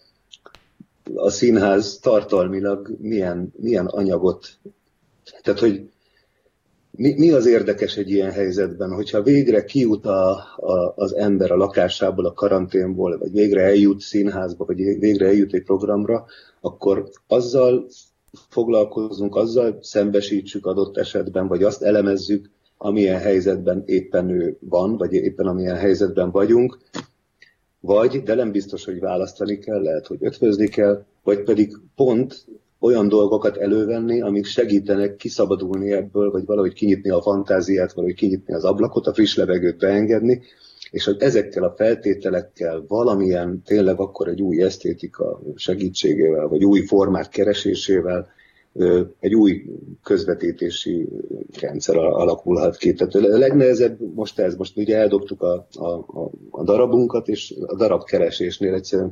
a színház tartalmilag milyen, milyen anyagot, tehát hogy Mi, mi az érdekes egy ilyen helyzetben, hogyha végre kijut a, a, az ember a lakásából, a karanténból, vagy végre eljut színházba, vagy végre eljut egy programra, akkor azzal foglalkozunk, azzal szembesítsük adott esetben, vagy azt elemezzük, amilyen helyzetben éppen ő van, vagy éppen amilyen helyzetben vagyunk, vagy, de nem biztos, hogy választani kell, lehet, hogy ötvözni kell, vagy pedig pont olyan dolgokat elővenni, amik segítenek kiszabadulni ebből, vagy valahogy kinyitni a fantáziát, valahogy kinyitni az ablakot, a friss levegőt beengedni, és hogy ezekkel a feltételekkel valamilyen tényleg akkor egy új esztétika segítségével, vagy új formák keresésével egy új közvetítési rendszer alakulhat ki. Tehát a legnehezebb most ez, most ugye eldobtuk a, a, a darabunkat, és a darabkeresésnél egyszerűen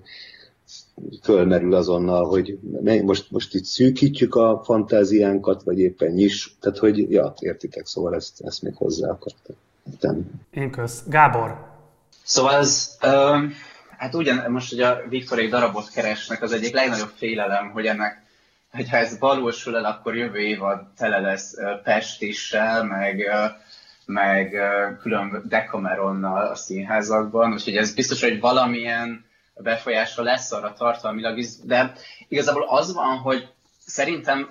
fölmerül azonnal, hogy most, most itt szűkítjük a fantáziánkat, vagy éppen nyis. Tehát, hogy ja, értitek, szóval ezt, ezt még hozzá akartam. Én kösz. Gábor? Szóval ez, uh, hát ugyan most, hogy a Viktorék darabot keresnek, az egyik legnagyobb félelem, hogy ennek, hogyha ez valósul el, akkor jövő évad tele lesz uh, Pestissel, meg, uh, meg uh, külön Decameronnal a színházakban, úgyhogy ez biztos, hogy valamilyen befolyásra lesz arra tartalmilag is, de igazából az van, hogy szerintem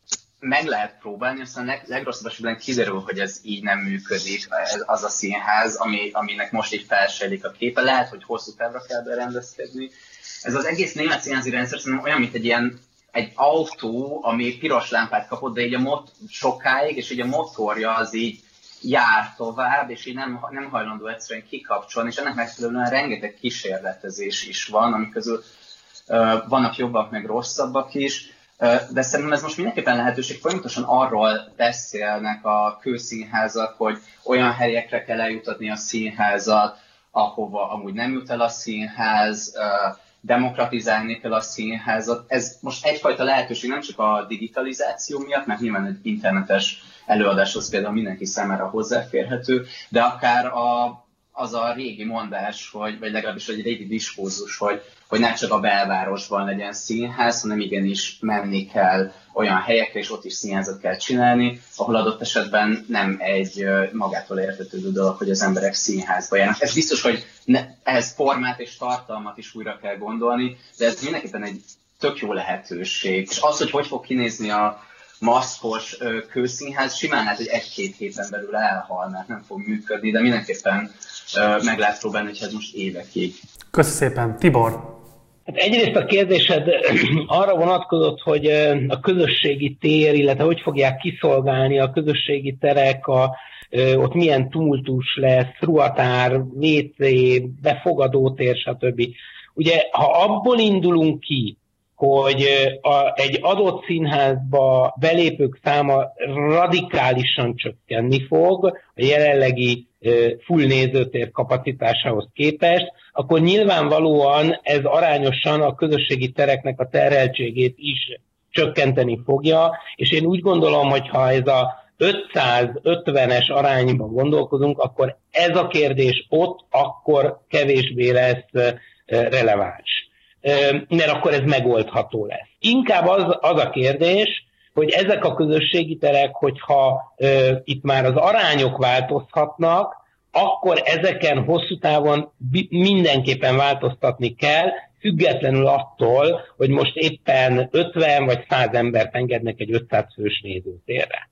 meg lehet próbálni, aztán leg, legrosszabb esetben kiderül, hogy ez így nem működik, ez, az a színház, ami, aminek most így felsejlik a képe. Lehet, hogy hosszú távra kell berendezkedni. Ez az egész német színházi rendszer szerintem olyan, mint egy ilyen egy autó, ami piros lámpát kapott, de így a mot- sokáig, és így a motorja az így jár tovább, és így nem, nem hajlandó egyszerűen kikapcsolni, és ennek megfelelően rengeteg kísérletezés is van, amik közül uh, vannak jobbak, meg rosszabbak is. De szerintem ez most mindenképpen lehetőség, folyamatosan arról beszélnek a kőszínházak, hogy olyan helyekre kell eljutatni a színházat, ahova amúgy nem jut el a színház, demokratizálni kell a színházat. Ez most egyfajta lehetőség nem csak a digitalizáció miatt, mert nyilván egy internetes előadáshoz például mindenki számára hozzáférhető, de akár a, az a régi mondás, hogy, vagy legalábbis egy régi diskurzus, hogy, hogy nem csak a belvárosban legyen színház, hanem igenis menni kell olyan helyekre, és ott is színházat kell csinálni, ahol adott esetben nem egy magától értetődő dolog, hogy az emberek színházba járnak. Ez biztos, hogy ne, ehhez formát és tartalmat is újra kell gondolni, de ez mindenképpen egy tök jó lehetőség. És az, hogy hogy fog kinézni a maszkos kőszínház, simán lehet, hogy egy-két héten belül elhal, mert nem fog működni, de mindenképpen meg lehet próbálni, hogy ez most évekig. Köszönöm szépen. Tibor? Hát egyrészt a kérdésed arra vonatkozott, hogy a közösségi tér, illetve hogy fogják kiszolgálni a közösségi terek, a, ott milyen tumultus lesz, ruhatár, vé cé, befogadótér, stb. Ugye, ha abból indulunk ki, hogy a, egy adott színházba belépők száma radikálisan csökkenni fog a jelenlegi full nézőtér kapacitásához képest, akkor nyilvánvalóan ez arányosan a közösségi tereknek a terheltségét is csökkenteni fogja, és én úgy gondolom, hogy ha ez a ötszázötvenes arányban gondolkozunk, akkor ez a kérdés ott akkor kevésbé lesz releváns, mert akkor ez megoldható lesz. Inkább az, az a kérdés, hogy ezek a közösségi terek, hogyha ö, itt már az arányok változhatnak, akkor ezeken hosszú távon mindenképpen változtatni kell, függetlenül attól, hogy most éppen ötven vagy száz embert engednek egy ötszáz fős nézőtérre.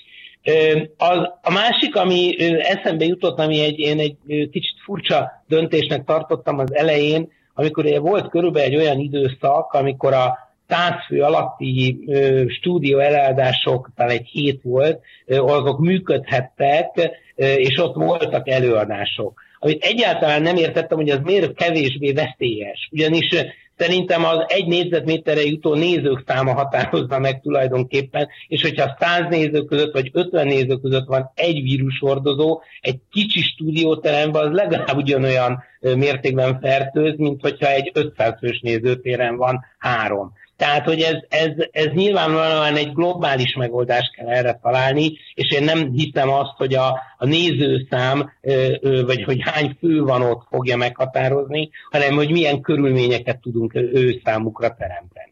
Az, a másik, ami eszembe jutott, ami egy, én egy kicsit furcsa döntésnek tartottam az elején, amikor volt körülbelül egy olyan időszak, amikor a száz fő alatti ö, stúdió előadások, talán egy hét volt, ö, azok működhettek, ö, és ott voltak előadások. Amit egyáltalán nem értettem, hogy az miért kevésbé veszélyes. Ugyanis szerintem az egy négyzetméterre jutó nézők száma határozza meg tulajdonképpen, és hogyha száz néző között vagy ötven néző között van egy vírushordozó, egy kicsi stúdióteremben az legalább ugyanolyan mértékben fertőz, mint hogyha egy ötszáz fős nézőtéren van három. Tehát, hogy ez, ez, ez nyilvánvalóan egy globális megoldást kell erre találni, és én nem hiszem azt, hogy a, a nézőszám, vagy hogy hány fő van ott fogja meghatározni, hanem hogy milyen körülményeket tudunk ő számukra teremteni.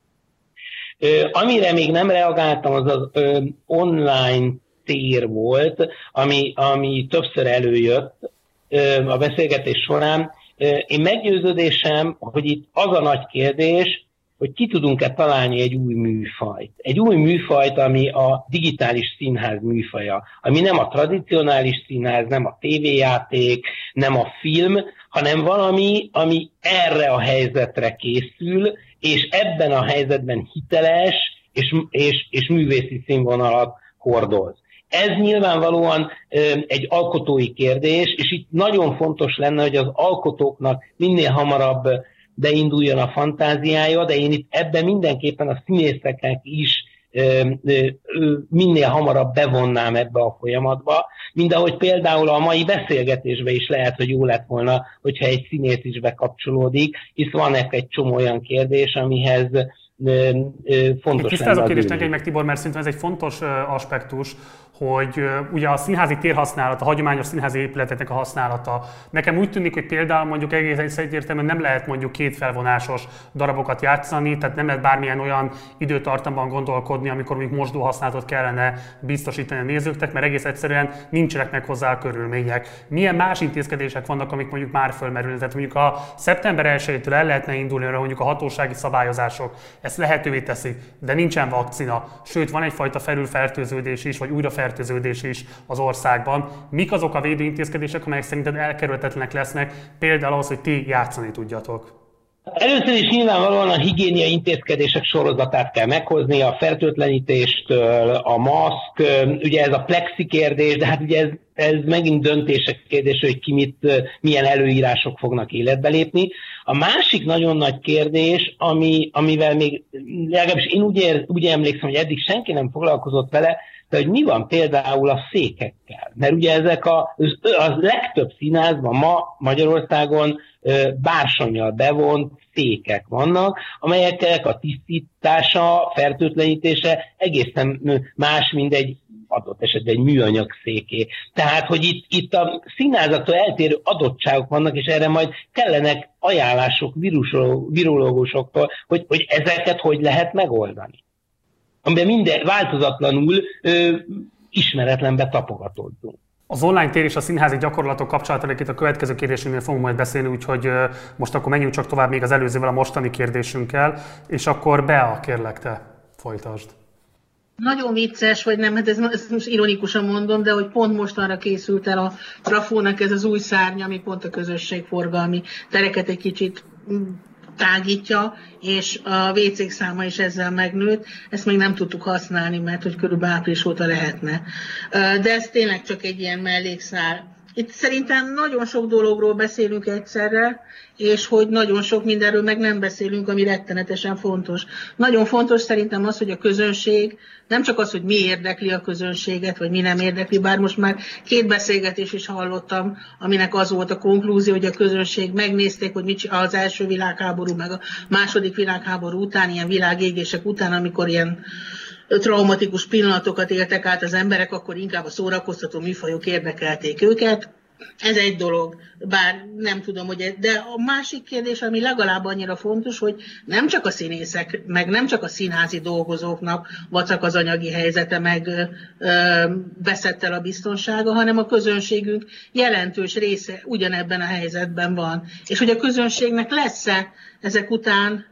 Amire még nem reagáltam, az az online tér volt, ami, ami többször előjött a beszélgetés során. Én meggyőződésem, hogy itt az a nagy kérdés, hogy ki tudunk-e találni egy új műfajt. Egy új műfajt, ami a digitális színház műfaja, ami nem a tradicionális színház, nem a tévéjáték, nem a film, hanem valami, ami erre a helyzetre készül, és ebben a helyzetben hiteles és, és, és művészi színvonalat hordoz. Ez nyilvánvalóan egy alkotói kérdés, és itt nagyon fontos lenne, hogy az alkotóknak minél hamarabb beinduljon a fantáziája, de én itt ebben mindenképpen a színészeknek is minél hamarabb bevonnám ebbe a folyamatba, mint ahogy például a mai beszélgetésbe is lehet, hogy jó lett volna, hogyha egy színész is bekapcsolódik, hisz van egy csomó olyan kérdés, amihez fontos. Tisztázó kérdést engedj meg, Tibor, mert szerintem ez egy fontos aspektus, hogy ugye a színházi térhasználat, a hagyományos színházi épületeknek a használata. Nekem úgy tűnik, hogy például mondjuk egész egyértelműen nem lehet mondjuk két felvonásos darabokat játszani, tehát nem lehet bármilyen olyan időtartamban gondolkodni, amikor mondjuk mosdóhasználatot kellene biztosítani a nézőknek, mert egész egyszerűen nincsenek meg hozzá a körülmények. Milyen más intézkedések vannak, amik mondjuk már fölmerülnek? Tehát mondjuk a szeptember elsejétől el lehetne indulni, hogy mondjuk a hatósági szabályozások ezt lehetővé teszik, de nincsen vakcina, sőt van egyfajta felülfertőződés is, vagy újrafertőződés is az országban. Mik azok a védőintézkedések, amelyek szerinted elkerülhetetlenek lesznek, például az, hogy ti játszani tudjatok? Először is nyilvánvalóan a higiéniai intézkedések sorozatát kell meghozni, a fertőtlenítéstől, a maszk, ugye ez a plexi kérdés, de hát ugye ez, ez megint döntések kérdése, hogy ki mit, milyen előírások fognak életbe lépni. A másik nagyon nagy kérdés, ami, amivel még legalábbis én úgy, ér, úgy emlékszem, hogy eddig senki nem foglalkozott vele, de hogy mi van például a székekkel. Mert ugye ezek a, a legtöbb színházban ma Magyarországon bársonnyal bevont székek vannak, amelyeknek a tisztítása, fertőtlenítése egészen más, mint egy adott esetben egy műanyag széké. Tehát, hogy itt, itt a színházaktól eltérő adottságok vannak, és erre majd kellenek ajánlások virológusoktól, hogy, hogy ezeket hogy lehet megoldani. Amiben minden változatlanul ö, ismeretlenbe tapogatódzunk. Az online tér és a színházi gyakorlatok kapcsolatáról itt a következő kérdésünknél fogunk majd beszélni, úgyhogy most akkor menjünk csak tovább még az előzővel, a mostani kérdésünkkel, és akkor Bea, kérlek, te folytasd. Nagyon vicces, vagy nem, hát ez, ezt most ironikusan mondom, de hogy pont mostanra készült el a Trafónak ez az új szárnya, ami pont a közösségforgalmi tereket egy kicsit tágítja, és a vé cék száma is ezzel megnőtt. Ezt még nem tudtuk használni, mert hogy körülbelül április óta lehetne. De ez tényleg csak egy ilyen mellékszál. Itt szerintem nagyon sok dologról beszélünk egyszerre, és hogy nagyon sok mindenről meg nem beszélünk, ami rettenetesen fontos. Nagyon fontos szerintem az, hogy a közönség, nem csak az, hogy mi érdekli a közönséget, vagy mi nem érdekli, bár most már két beszélgetés is hallottam, aminek az volt a konklúzió, hogy a közönség megnézték, hogy mit az első világháború, meg a második világháború után, ilyen világégések után, amikor ilyen traumatikus pillanatokat éltek át az emberek, akkor inkább a szórakoztató műfajok érdekelték őket. Ez egy dolog, bár nem tudom, hogy ez, de a másik kérdés, ami legalább annyira fontos, hogy nem csak a színészek, meg nem csak a színházi dolgozóknak vacak az anyagi helyzete, meg ö, veszett el a biztonsága, hanem a közönségünk jelentős része ugyanebben a helyzetben van. És hogy a közönségnek lesz-e ezek után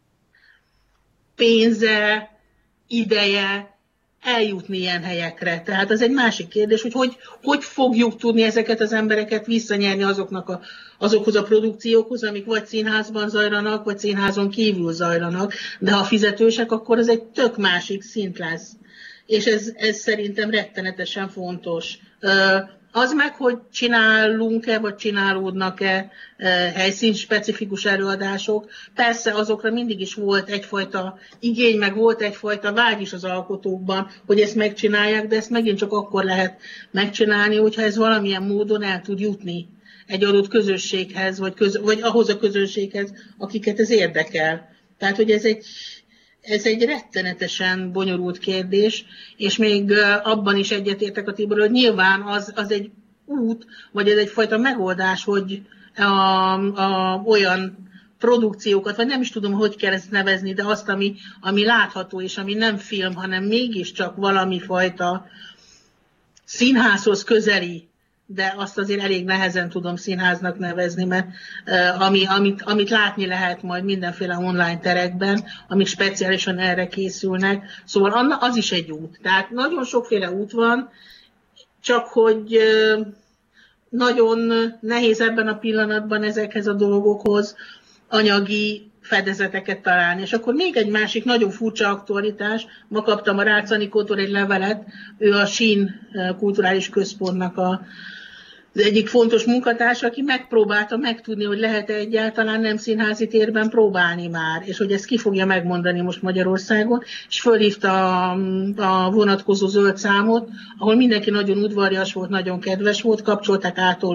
pénze, ideje eljutni ilyen helyekre. Tehát az egy másik kérdés, hogy hogy, hogy fogjuk tudni ezeket az embereket visszanyerni azoknak a, azokhoz a produkciókhoz, amik vagy színházban zajlanak, vagy színházon kívül zajlanak, de ha fizetősek, akkor az egy tök másik szint lesz. És ez, ez szerintem rettenetesen fontos. Az meg, hogy csinálunk-e, vagy csinálódnak-e helyszínspecifikus előadások. Persze azokra mindig is volt egyfajta igény, meg volt egyfajta vágy is az alkotókban, hogy ezt megcsinálják, de ezt megint csak akkor lehet megcsinálni, hogyha ez valamilyen módon el tud jutni egy adott közösséghez, vagy, köz, vagy ahhoz a közönséghez, akiket ez érdekel. Tehát, hogy ez egy... Ez egy rettenetesen bonyolult kérdés, és még abban is egyetértek a Tibor, hogy nyilván az, az egy út, vagy ez egyfajta megoldás, hogy a, a, olyan produkciókat, vagy nem is tudom, hogy kell ezt nevezni, de azt, ami, ami látható, és ami nem film, hanem mégiscsak valami fajta színházhoz közeli, de azt azért elég nehezen tudom színháznak nevezni, mert uh, ami, amit, amit látni lehet majd mindenféle online terekben, amik speciálisan erre készülnek. Szóval az is egy út. Tehát nagyon sokféle út van, csak hogy uh, nagyon nehéz ebben a pillanatban ezekhez a dolgokhoz anyagi fedezeteket találni. És akkor még egy másik nagyon furcsa aktualitás, ma kaptam a Rácz Anikótól egy levelet, ő a Sín Kulturális Központnak a az egyik fontos munkatársa, aki megpróbálta megtudni, hogy lehet-e egyáltalán nem színházi térben próbálni már, és hogy ezt ki fogja megmondani most Magyarországon, és fölhívta a, a vonatkozó zöld számot, ahol mindenki nagyon udvarias volt, nagyon kedves volt, kapcsolták A-tól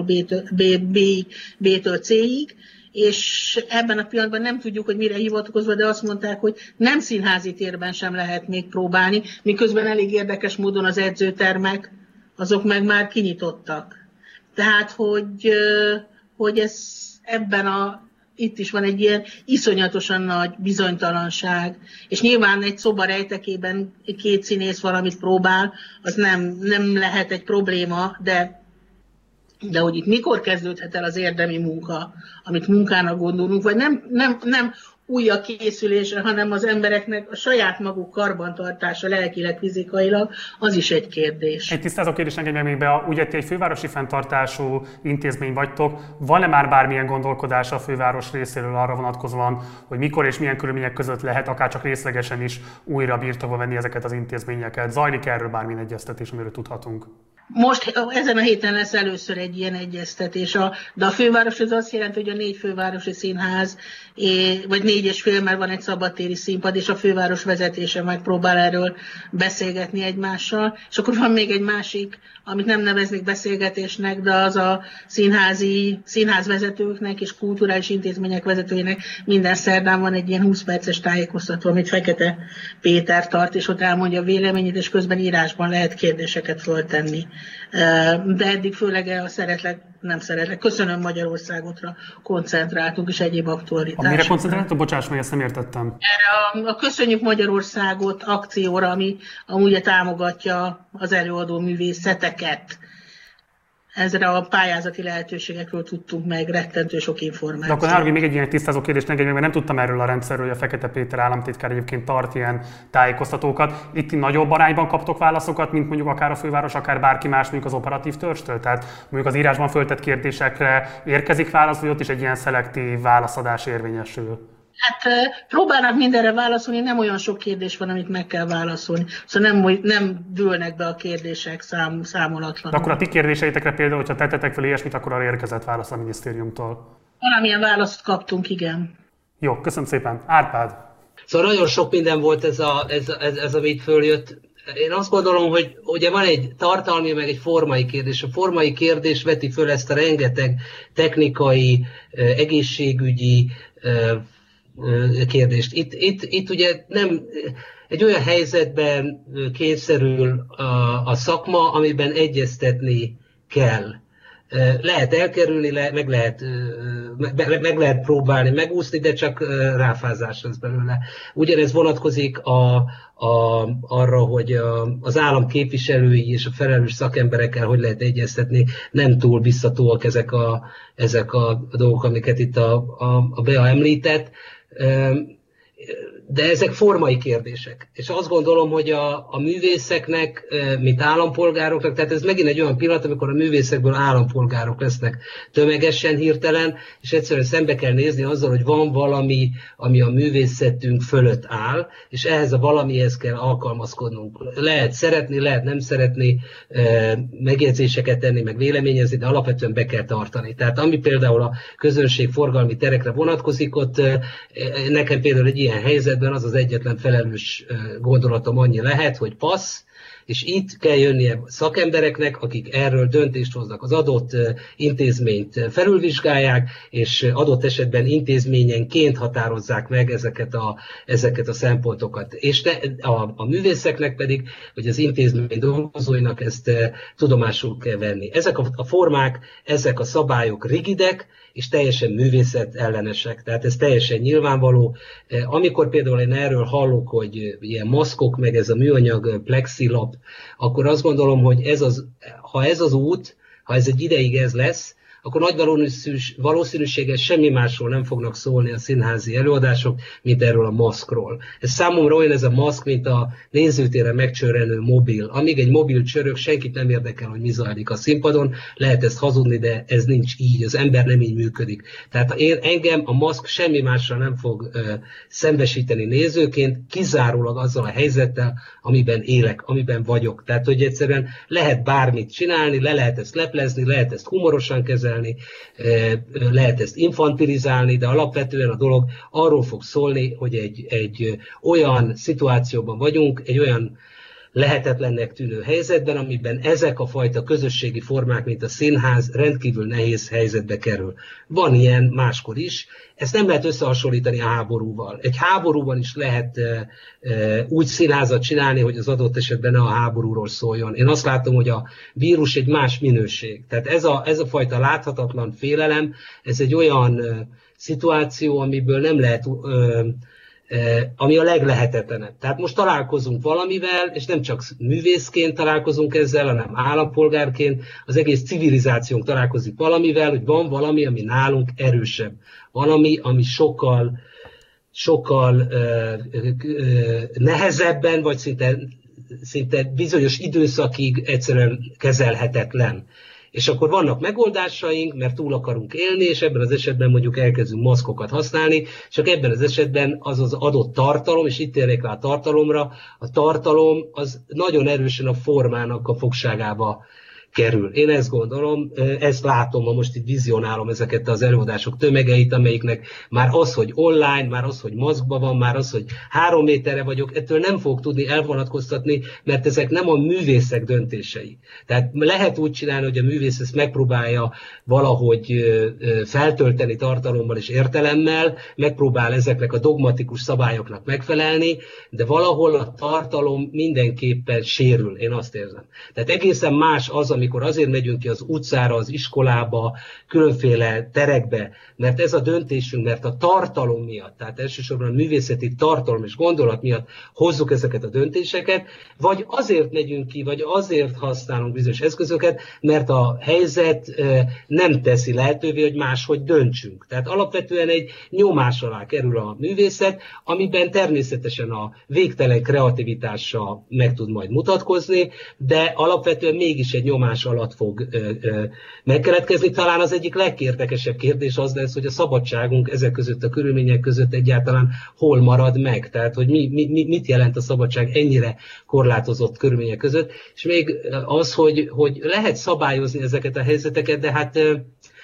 B-től C-ig, és ebben a pillanatban nem tudjuk, hogy mire hivatkozva, de azt mondták, hogy nem színházi térben sem lehet még próbálni, miközben elég érdekes módon az edzőtermek, azok meg már kinyitottak. Tehát, hogy, hogy ez ebben a, itt is van egy ilyen iszonyatosan nagy bizonytalanság, és nyilván egy szoba rejtekében két színész valamit próbál, az nem, nem lehet egy probléma, de, de hogy itt mikor kezdődhet el az érdemi munka, amit munkának gondolunk, vagy nem, nem, nem újra készülésre, hanem az embereknek a saját maguk karbantartása lelkileg, fizikailag, az is egy kérdés. Egy tisztázó kérdés engedj meg még be, ugye ti egy fővárosi fenntartású intézmény vagytok, van-e már bármilyen gondolkodása a főváros részéről arra vonatkozóan, hogy mikor és milyen körülmények között lehet akár csak részlegesen is újra birtokba venni ezeket az intézményeket? Zajlik erről bármilyen egyeztetés, amiről tudhatunk? Most ezen a héten lesz először egy ilyen egyeztetés, a, de a főváros az azt jelenti, hogy a négy fővárosi színház, vagy négy és fél, mert van egy szabadtéri színpad, és a főváros vezetése megpróbál erről beszélgetni egymással. És akkor van még egy másik, amit nem neveznék beszélgetésnek, de az a színházi, színházvezetőknek és kulturális intézmények vezetőinek minden szerdán van egy ilyen húsz perces tájékoztató, amit Fekete Péter tart, és ott elmondja a véleményét, és közben írásban lehet kérdéseket föltenni. De eddig főleg a szeretlek, nem szeretlek. Köszönöm Magyarországotra koncentráltunk, és egyéb aktualitásokra. Amire koncentráltunk? Bocsáss meg, ezt nem értettem. Erre a, a Köszönjük Magyarországot akcióra, ami amúgy támogatja az előadó művészeteket. Ezre a pályázati lehetőségekről tudtunk meg rettentő sok információt. De akkor nálunk még egy ilyen tisztázó kérdést engedj meg, mert nem tudtam erről a rendszerről, hogy a Fekete Péter államtitkár egyébként tart ilyen tájékoztatókat. Itt nagyobb arányban kaptok válaszokat, mint mondjuk akár a főváros, akár bárki más, mondjuk az operatív törstől? Tehát mondjuk az írásban föltett kérdésekre érkezik válasz, vagy ott is egy ilyen szelektív válaszadás érvényesül? Hát próbálnak mindenre válaszolni, nem olyan sok kérdés van, amit meg kell válaszolni. Szóval nem, nem dőlnek be a kérdések szám, számolatlanul. De akkor a ti kérdéseitekre például, hogyha tettetek fel ilyesmit, akkor arra érkezett válasz a minisztériumtól? Valamilyen választ kaptunk, igen. Jó, köszönöm szépen. Árpád! Szóval nagyon sok minden volt ez, a, ez, ez, ez amit följött. Én azt gondolom, hogy ugye van egy tartalmi, meg egy formai kérdés. A formai kérdés veti föl ezt a rengeteg technikai, egészségügyi kérdést. Itt, itt, itt ugye nem egy olyan helyzetben kényszerül a, a szakma, amiben egyeztetni kell. Lehet elkerülni, le, meg, lehet, meg, meg lehet próbálni megúszni, de csak ráfázás lesz belőle. Ugyanez vonatkozik a, a, arra, hogy a, az állam képviselői és a felelős szakemberekkel hogy lehet egyeztetni. Nem túl biztatóak ezek a, ezek a dolgok, amiket itt a, a, a Bea említett. De ezek formai kérdések. És azt gondolom, hogy a, a művészeknek, mint állampolgároknak, tehát ez megint egy olyan pillanat, amikor a művészekből állampolgárok lesznek tömegesen hirtelen, és egyszerűen szembe kell nézni azzal, hogy van valami, ami a művészetünk fölött áll, és ehhez a valamihez kell alkalmazkodnunk. Lehet szeretni, lehet nem szeretni, megjegyzéseket tenni, meg véleményezni, de alapvetően be kell tartani. Tehát ami például a közönségforgalmi terekre vonatkozik, ott nekem például egy ilyen helyzetben az az egyetlen felelős gondolatom annyi lehet, hogy passz, és itt kell jönnie szakembereknek, akik erről döntést hoznak. Az adott intézményt felülvizsgálják, és adott esetben intézményenként határozzák meg ezeket a, ezeket a szempontokat. És te, a, a művészeknek pedig, vagy az intézmény dolgozóinak ezt tudomásul kell venni. Ezek a, a formák, ezek a szabályok rigidek, és teljesen művészet ellenesek. Tehát ez teljesen nyilvánvaló. Amikor például én erről hallok, hogy ilyen maszkok, meg ez a műanyag plexilap, akkor azt gondolom, hogy ez az, ha ez az út, ha ez egy ideig ez lesz, akkor nagy valószínűséggel semmi másról nem fognak szólni a színházi előadások, mint erről a maszkról. Ez számomra olyan ez a maszk, mint a nézőtéren megcsörrenő mobil. Amíg egy mobil csörög, senkit nem érdekel, hogy mi zajlik a színpadon, lehet ezt hazudni, de ez nincs így, az ember nem így működik. Tehát én, engem a maszk semmi másra nem fog ö, szembesíteni nézőként, kizárólag azzal a helyzettel, amiben élek, amiben vagyok. Tehát, hogy egyszerűen lehet bármit csinálni, le lehet ezt leplezni, lehet ezt humorosan kezelni, lehet ezt infantilizálni, de alapvetően a dolog arról fog szólni, hogy egy, egy olyan szituációban vagyunk, egy olyan lehetetlennek tűnő helyzetben, amiben ezek a fajta közösségi formák, mint a színház, rendkívül nehéz helyzetbe kerül. Van ilyen máskor is. Ezt nem lehet összehasonlítani a háborúval. Egy háborúban is lehet e, e, úgy színházat csinálni, hogy az adott esetben ne a háborúról szóljon. Én azt látom, hogy a vírus egy más minőség. Tehát ez a, ez a fajta láthatatlan félelem, ez egy olyan e, szituáció, amiből nem lehet... E, ami a leglehetetlenebb. Tehát most találkozunk valamivel, és nem csak művészként találkozunk ezzel, hanem állampolgárként, az egész civilizációnk találkozik valamivel, hogy van valami, ami nálunk erősebb. Valami, ami sokkal, sokkal uh, uh, nehezebben, vagy szinte, szinte bizonyos időszakig egyszerűen kezelhetetlen. És akkor vannak megoldásaink, mert túl akarunk élni, és ebben az esetben mondjuk elkezdünk maszkokat használni, csak ebben az esetben az az adott tartalom, és itt térnék rá a tartalomra, a tartalom az nagyon erősen a formának a fogságába kerül. Én ezt gondolom, ezt látom, ha most itt vizionálom ezeket az előadások tömegeit, amelyiknek már az, hogy online, már az, hogy maszkban van, már az, hogy három méterre vagyok, ettől nem fogok tudni elvonatkoztatni, mert ezek nem a művészek döntései. Tehát lehet úgy csinálni, hogy a művész ezt megpróbálja valahogy feltölteni tartalommal és értelemmel, megpróbál ezeknek a dogmatikus szabályoknak megfelelni, de valahol a tartalom mindenképpen sérül, én azt érzem. Tehát egészen más az, amikor azért megyünk ki az utcára, az iskolába, különféle terekbe, mert ez a döntésünk, mert a tartalom miatt, tehát elsősorban a művészeti tartalom és gondolat miatt hozzuk ezeket a döntéseket, vagy azért megyünk ki, vagy azért használunk bizonyos eszközöket, mert a helyzet nem teszi lehetővé, hogy máshogy döntsünk. Tehát alapvetően egy nyomás alá kerül a művészet, amiben természetesen a végtelen kreativitása meg tud majd mutatkozni, de alapvetően mégis egy nyomás alatt fog ö, ö, megkeletkezni. Talán az egyik legérdekesebb kérdés az lesz, hogy a szabadságunk ezek között a körülmények között egyáltalán hol marad meg. Tehát, hogy mi, mi, mit jelent a szabadság ennyire korlátozott körülmények között. És még az, hogy, hogy lehet szabályozni ezeket a helyzeteket, de hát ö,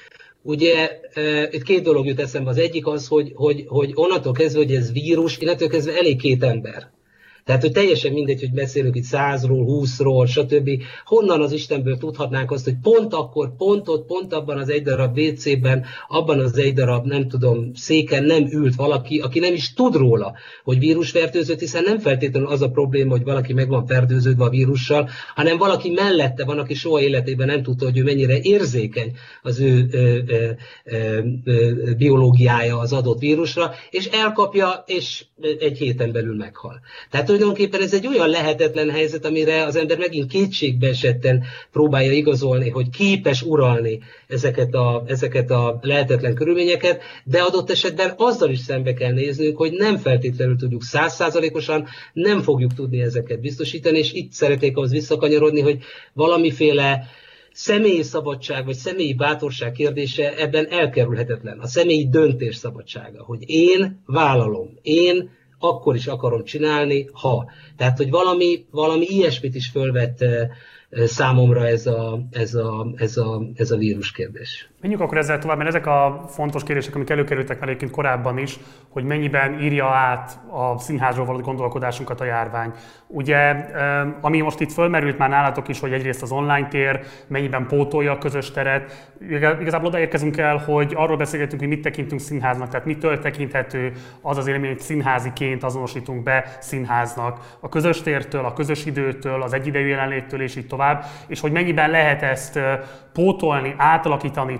ugye itt két dolog jut eszembe. Az egyik az, hogy, hogy, hogy onnantól kezdve, hogy ez vírus, innentől kezdve elég két ember. Tehát, hogy teljesen mindegy, hogy beszélünk itt százról, húszról, stb. Honnan az Istenből tudhatnánk azt, hogy pont akkor, pont ott, pont abban az egy darab vé cében, abban az egy darab, nem tudom, széken nem ült valaki, aki nem is tud róla, hogy vírusfertőzött, hiszen nem feltétlenül az a probléma, hogy valaki meg van fertőződve a vírussal, hanem valaki mellette van, aki soha életében nem tudta, hogy ő mennyire érzékeny az ő ö, ö, ö, ö, biológiája az adott vírusra, és elkapja, és egy héten belül meghal. Tehát tulajdonképpen ez egy olyan lehetetlen helyzet, amire az ember megint kétségbe esetten próbálja igazolni, hogy képes uralni ezeket a, ezeket a lehetetlen körülményeket, de adott esetben azzal is szembe kell néznünk, hogy nem feltétlenül tudjuk százszázalékosan, nem fogjuk tudni ezeket biztosítani, és itt szeretnék ahhoz visszakanyarodni, hogy valamiféle személyi szabadság vagy személyi bátorság kérdése ebben elkerülhetetlen. A személyi döntés szabadsága, hogy én vállalom, én akkor is akarom csinálni, ha. Tehát, hogy valami, valami ilyesmit is fölvett számomra ez a, ez a, ez a, ez a vírus kérdés. Menjünk akkor ezzel tovább, mert ezek a fontos kérdések, amik előkerültek már egyébként korábban is, hogy mennyiben írja át a színházról való gondolkodásunkat a járvány. Ugye, ami most itt fölmerült már nálatok is, hogy egyrészt az online tér mennyiben pótolja a közös teret. Igazából odaérkezünk el, hogy arról beszélgetünk, hogy mit tekintünk színháznak, tehát mitől tekinthető az az élmény, hogy színháziként azonosítunk be színháznak. A közös tértől, a közös időtől, az egyidejű jelenléttől és így tovább, és hogy mennyiben lehet ezt pótolni, átalakítani,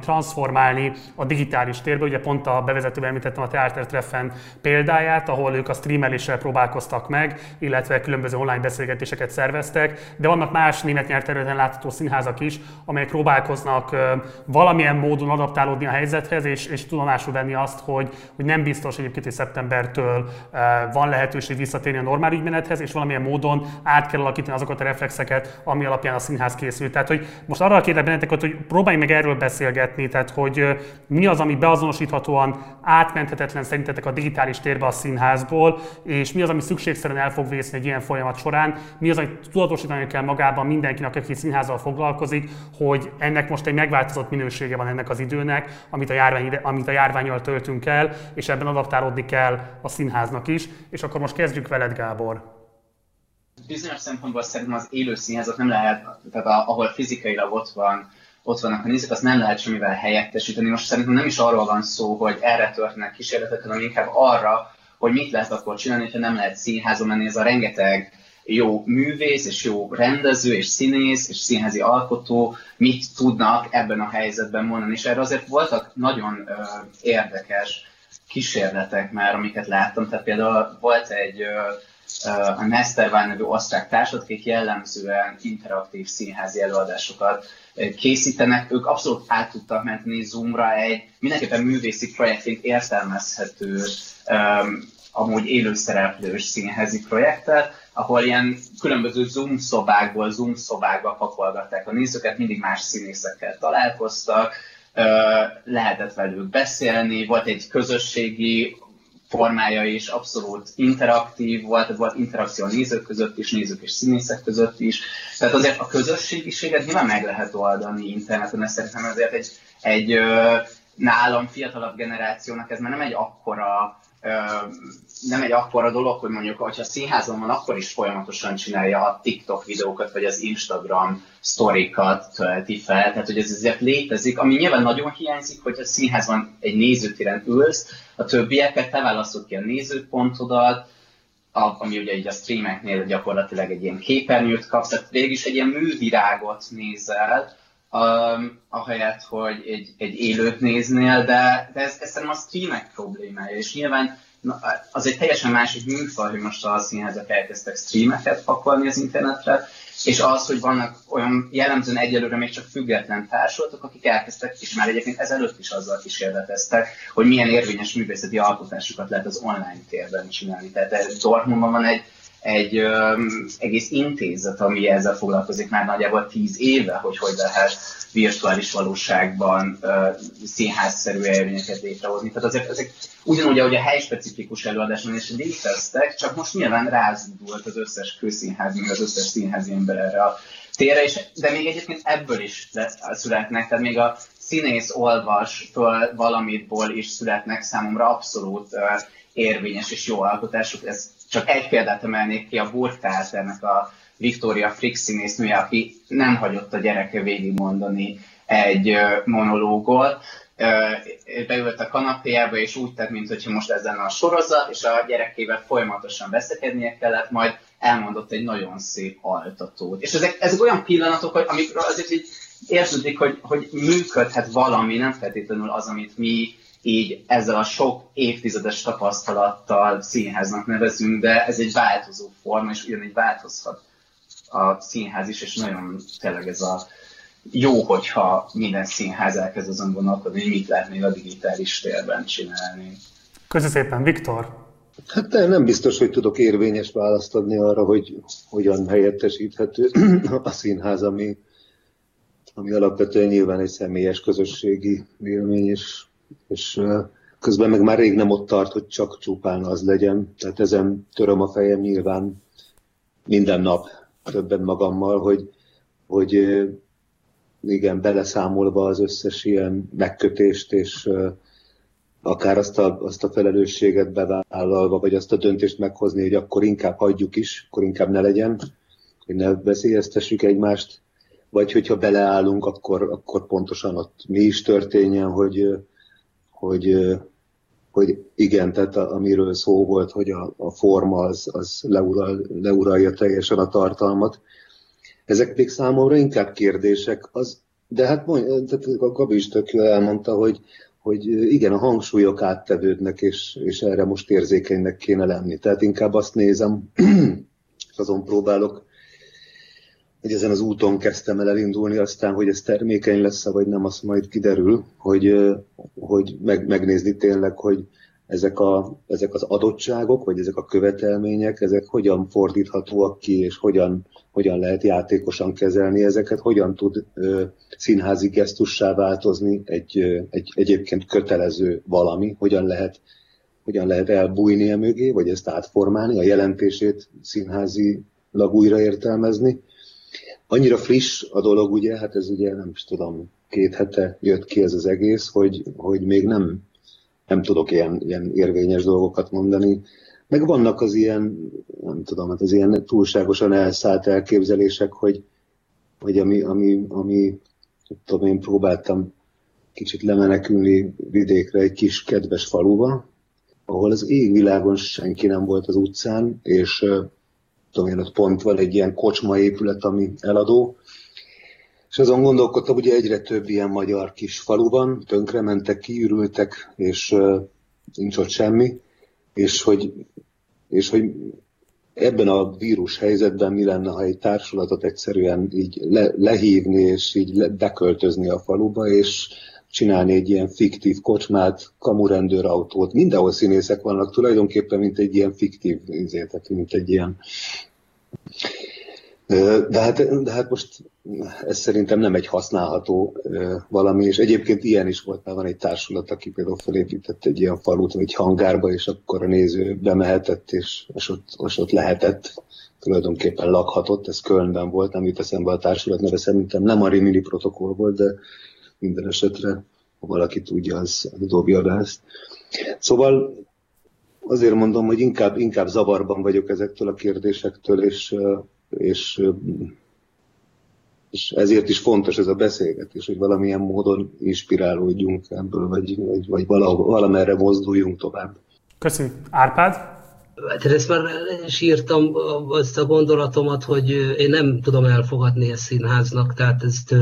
transformálni a digitális térbe. Ugye pont a bevezetőben említettem a Theatertreffen példáját, ahol ők a streameléssel próbálkoztak meg, illetve különböző online beszélgetéseket szerveztek, de vannak más német nyelvterületen látható színházak is, amelyek próbálkoznak valamilyen módon adaptálódni a helyzethez, és, és tudomásul venni azt, hogy, hogy nem biztos egyébként, hogy szeptembertől van lehetőség visszatérni a normál ügymenethez, és valamilyen módon át kell alakítani azokat a reflexeket, ami alapján a színház készült. Tehát, hogy most arra kérlek benneteket, hogy próbáljunk meg erről beszélgetni, tehát, hogy mi az, ami beazonosíthatóan átmenthetetlen szerintetek a digitális térbe a színházból, és mi az, ami szükségszerűen el fog vészni egy ilyen folyamat során, mi az, amit tudatosítani kell magában mindenkinek, aki színházzal foglalkozik, hogy ennek most egy megváltozott minősége van ennek az időnek, amit a, járvány, amit a járvánnyal töltünk el, és ebben adaptálódni kell a színháznak is. És akkor most kezdjük veled, Gábor. Bizonyos szempontból szerintem az élő színházat nem lehet, tehát ahol fizikailag ott van, ott vannak a nézők, azt nem lehet semmivel helyettesíteni. Most szerintem nem is arról van szó, hogy erre történnek kísérletek, hanem inkább arra, hogy mit lehet akkor csinálni, hogyha nem lehet színházon menni. Ez a rengeteg jó művész, és jó rendező, és színész, és színházi alkotó mit tudnak ebben a helyzetben mondani. És erre azért voltak nagyon ö, érdekes kísérletek már, amiket láttam. Tehát például volt egy ö, a Nesterván nevű osztrák társad, akik jellemzően interaktív színházi előadásokat készítenek. Ők abszolút át tudtak menni Zoomra egy mindenképpen művészi projektként értelmezhető, um, amúgy élőszereplős színházi projektet, ahol ilyen különböző Zoom szobákból Zoom szobákba pakolgatták a nézőket, mindig más színészekkel találkoztak, uh, lehetett velük beszélni, volt egy közösségi formája is abszolút interaktív volt, tehát volt interakció a nézők között is, nézők és színészek között is. Tehát azért a közösségiséget nyilván meg lehet oldani interneten, ezt szerintem azért egy, egy nálam fiatalabb generációnak ez már nem egy akkora, nem egy akkora dolog, hogy mondjuk, hogyha színházon van, akkor is folyamatosan csinálja a TikTok videókat, vagy az Instagram sztorikat tölti fel. Tehát, hogy ez azért létezik, ami nyilván nagyon hiányzik, hogy a színházban egy nézőtéren ülsz, a többieket, te választod ki a nézőpontodat, a, ami ugye így a streameknél gyakorlatilag egy ilyen képernyőt kapsz, tehát végig is egy ilyen művirágot nézel, Um, ahelyett, hogy egy, egy élőt néznél, de, de ez, ez szerintem a streamek problémája, és nyilván na, az egy teljesen másik műfaj, hogy most a színházak elkezdtek streameket pakolni az internetre, és az, hogy vannak olyan jellemzően egyelőre még csak független társulatok, akik elkezdtek, és már egyébként ezelőtt is azzal kísérleteztek, hogy milyen érvényes művészeti alkotásokat lehet az online térben csinálni. Tehát Dortmundban van egy egy um, egész intézet, ami ezzel foglalkozik már nagyjából tíz éve, hogy hogy lehet virtuális valóságban uh, színházszerű élményeket létrehozni. Tehát azért ezek ugyanúgy, ahogy a helyspecifikus előadáson is léteztek, csak most nyilván rázódult az összes kőszínház, meg az összes színházi ember erre a térre, és, de még egyébként ebből is születnek, tehát még a színész olvas föl valamitból is születnek számomra abszolút uh, érvényes és jó alkotások. Ez csak egy példát emelnék ki, a Burgtheaternek a Victoria Frick színésznője, aki nem hagyott a gyereke végigmondani egy monológot. Beült a kanapéjába, és úgy tett, mintha most ez lenne a sorozat, és a gyerekével folyamatosan veszekednie kellett, majd elmondott egy nagyon szép altatót. És ezek, ezek olyan pillanatok, hogy amikről azért így érződik, hogy, hogy működhet valami, nem feltétlenül az, amit mi így ezzel a sok évtizedes tapasztalattal színháznak nevezünk, de ez egy változó forma, és ugyanígy változhat a színház is, és nagyon tényleg ez a jó, hogyha minden színház elkezd azon gondolkodni, hogy mit lehet még a digitális térben csinálni. Köszönöm szépen, Viktor! Hát nem biztos, hogy tudok érvényes választ adni arra, hogy hogyan helyettesíthető a színház, ami, ami alapvetően nyilván egy személyes közösségi élmény, és és közben meg már rég nem ott tart, hogy csak csupán az legyen. Tehát ezen töröm a fejem nyilván minden nap többen magammal, hogy, hogy igen, beleszámolva az összes ilyen megkötést, és akár azt a, azt a felelősséget bevállalva, vagy azt a döntést meghozni, hogy akkor inkább hagyjuk is, akkor inkább ne legyen, hogy ne veszélyeztessük egymást, vagy hogyha beleállunk, akkor, akkor pontosan ott mi is történjen, hogy Hogy, hogy igen, tehát amiről szó volt, hogy a, a forma az, az leural, leuralja teljesen a tartalmat. Ezek még számomra inkább kérdések. Az, de hát tehát a Gabi is tök jól elmondta, hogy, hogy igen, a hangsúlyok áttevődnek, és, és erre most érzékenynek kéne lenni. Tehát inkább azt nézem, azon próbálok, hogy ezen az úton kezdtem el elindulni, aztán, hogy ez termékeny lesz, vagy nem, az majd kiderül, hogy, hogy meg, megnézni tényleg, hogy ezek, a, ezek az adottságok, vagy ezek a követelmények, ezek hogyan fordíthatóak ki, és hogyan, hogyan lehet játékosan kezelni ezeket, hogyan tud ö, színházi gesztussá változni egy, ö, egy egyébként kötelező valami, hogyan lehet, hogyan lehet elbújni e mögé, vagy ezt átformálni, a jelentését színházilag újra értelmezni. Annyira friss a dolog, ugye, hát ez ugye nem is tudom, két hete jött ki ez az egész, hogy, hogy még nem, nem tudok ilyen, ilyen érvényes dolgokat mondani. Meg vannak az ilyen, nem tudom, hát az ilyen túlságosan elszállt elképzelések, hogy, hogy ami, ami, ami tudom, én próbáltam kicsit lemenekülni vidékre egy kis kedves faluba, ahol az égvilágon senki nem volt az utcán, és tudom én, ott pont van egy ilyen kocsmaépület, ami eladó, és azon gondolkodtam, ugye egyre több ilyen magyar kis faluban, tönkrementek, kiürültek, és uh, nincs ott semmi, és hogy, és hogy ebben a vírus helyzetben mi lenne, ha egy társulatot egyszerűen így le, lehívni, és így le, beköltözni a faluba, és csinálni egy ilyen fiktív kocsmát, kamurendőrautót, mindenhol színészek vannak, tulajdonképpen mint egy ilyen fiktív, tehát mint egy ilyen... De hát, de hát most ez szerintem nem egy használható valami, és egyébként ilyen is volt, már van egy társulat, aki például felépített egy ilyen falut, vagy egy hangárba, és akkor a néző bemehetett, és, és, ott, és ott lehetett, tulajdonképpen lakhatott, ez Kölnben volt, nem jut eszembe a társulat, mert szerintem nem a Rimini protokoll volt, de minden esetre, ha valaki tudja, az dobja be ezt. Szóval azért mondom, hogy inkább, inkább zavarban vagyok ezektől a kérdésektől, és, és, és ezért is fontos ez a beszélgetés, hogy valamilyen módon inspirálódjunk ebből, vagy, vagy, vagy valamerre mozduljunk tovább. Köszönjük. Árpád? Hát ezt már is írtam azt a gondolatomat, hogy én nem tudom elfogadni ezt színháznak, tehát ezt...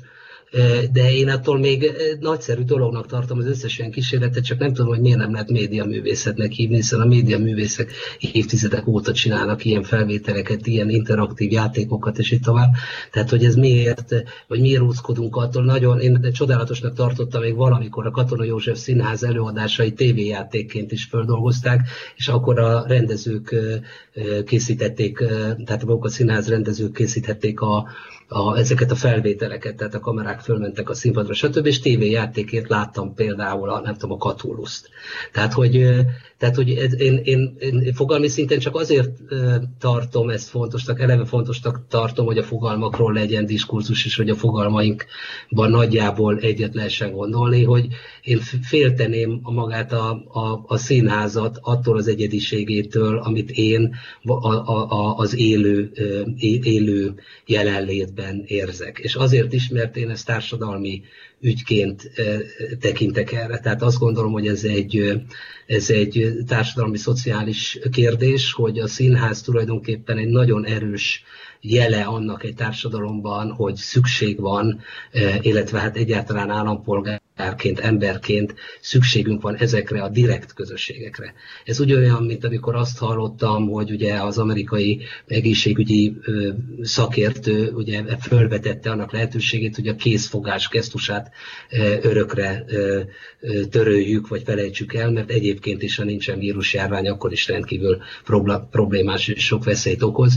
de én attól még nagyszerű dolognak tartom az összes ilyen kísérletet, csak nem tudom, hogy miért nem lehet médiaművészetnek hívni, hiszen a médiaművészek évtizedek óta csinálnak ilyen felvételeket, ilyen interaktív játékokat, és így tovább. Tehát, hogy ez miért, vagy miért úszkodunk attól. Nagyon, én csodálatosnak tartottam még valamikor a Katona József Színház előadásai tévéjátékként is földolgozták, és akkor a rendezők készítették, tehát maguk a színház rendezők készítették a A, ezeket a felvételeket, tehát a kamerák fölmentek a színpadra, stb. És tévéjátékért láttam például a, nem tudom, a Catuluszt. Tehát, hogy, tehát, hogy én, én, én fogalmi szinten csak azért tartom ezt fontosnak, eleve fontosnak tartom, hogy a fogalmakról legyen diskurzus, és hogy a fogalmainkban nagyjából egyet lehessen gondolni, hogy én félteném a magát a, a, a színházat attól az egyediségétől, amit én a, a, a, az élő, élő jelenlétben érzek. És azért is, mert én ezt társadalmi ügyként tekintek erre. Tehát azt gondolom, hogy ez egy, ez egy társadalmi, szociális kérdés, hogy a színház tulajdonképpen egy nagyon erős jele annak egy társadalomban, hogy szükség van, illetve hát egyáltalán állampolgárként, emberként szükségünk van ezekre a direkt közösségekre. Ez ugyanolyan, mint amikor azt hallottam, hogy ugye az amerikai egészségügyi szakértő ugye fölvetette annak lehetőségét, hogy a kézfogás gesztusát örökre töröljük, vagy felejtsük el, mert egyébként is, ha nincsen vírusjárvány, akkor is rendkívül problémás és sok veszélyt okoz.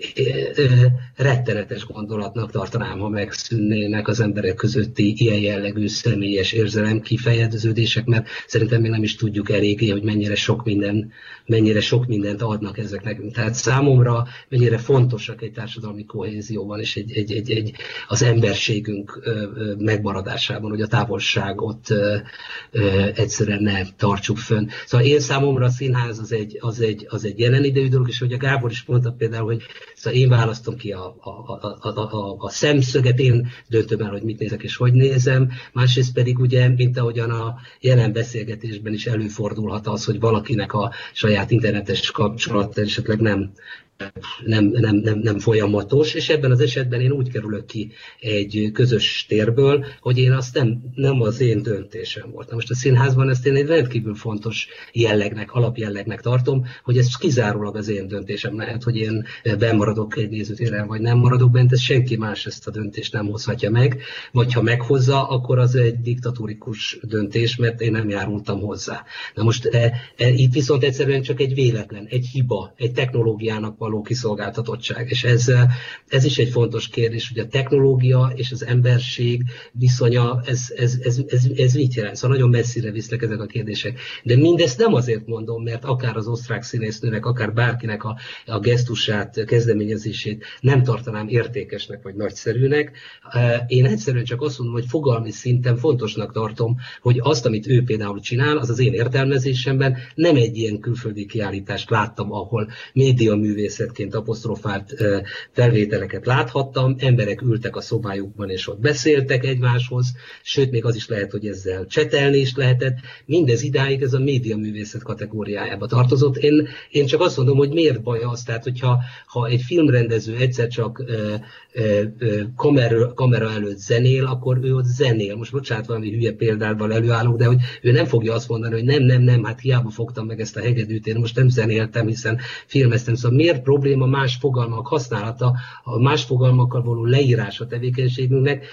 Rettenetes gondolatnak tartanám, ha megszűnnének az emberek közötti ilyen jellegű személyes érzelem kifejeződések, mert szerintem még nem is tudjuk eléggé, hogy mennyire sok minden, mennyire sok mindent adnak ezeknek. Tehát számomra mennyire fontosak egy társadalmi kohézióban és egy, egy, egy, egy, az emberségünk megmaradásában, hogy a távolságot egyszerűen ne tartsuk fönn. Szóval én számomra a színház az egy, az egy, az egy jelen idejű dolog, és hogy a Gábor is mondta például, hogy szóval én választom ki a, a, a, a, a, a szemszöget, én döntöm el, hogy mit nézek és hogy nézem, másrészt pedig ugye, mint ahogyan a jelen beszélgetésben is előfordulhat az, hogy valakinek a saját internetes kapcsolat esetleg nem nem, nem, nem, nem folyamatos, és ebben az esetben én úgy kerülök ki egy közös térből, hogy én azt nem, nem az én döntésem volt. Na most a színházban ezt én egy rendkívül fontos jellegnek, alapjellegnek tartom, hogy ez kizárólag az én döntésem lehet, hogy én bemaradok egy nézőtéren, vagy nem maradok bent, ez senki más ezt a döntést nem hozhatja meg, vagy ha meghozza, akkor az egy diktatórikus döntés, mert én nem járultam hozzá. Na most e, e, itt viszont egyszerűen csak egy véletlen, egy hiba, egy technológiának való kiszolgáltatottság. És ez, ez is egy fontos kérdés, hogy a technológia és az emberség viszonya, ez, ez, ez, ez, ez mit jelent? Szóval nagyon messzire visznek ezek a kérdések. De mindezt nem azért mondom, mert akár az osztrák színésznőnek, akár bárkinek a, a gesztusát, kezdeményezését nem tartanám értékesnek vagy nagyszerűnek. Én egyszerűen csak azt mondom, hogy fogalmi szinten fontosnak tartom, hogy azt, amit ő például csinál, az az én értelmezésemben nem egy ilyen külföldi kiállítást láttam, ahol médiaművészetként apostrofált felvételeket láthattam, emberek ültek a szobájukban és ott beszéltek egymáshoz, sőt még az is lehet, hogy ezzel csetelni is lehetett. Mindez idáig ez a médiaművészet kategóriájába tartozott. Én, én csak azt mondom, hogy miért baj az, tehát hogyha ha egy filmrendező egyszer csak ö, ö, ö, kamera, kamera előtt zenél, akkor ő ott zenél. Most bocsánat, valami hülye példával előállok, de hogy ő nem fogja azt mondani, hogy nem, nem, nem, hát hiába fogtam meg ezt a hegedűt, én most nem zenéltem, hiszen filmeztem. Szóval miért probléma más fogalmak használata, a más fogalmakkal való leírása tevékenységünknek?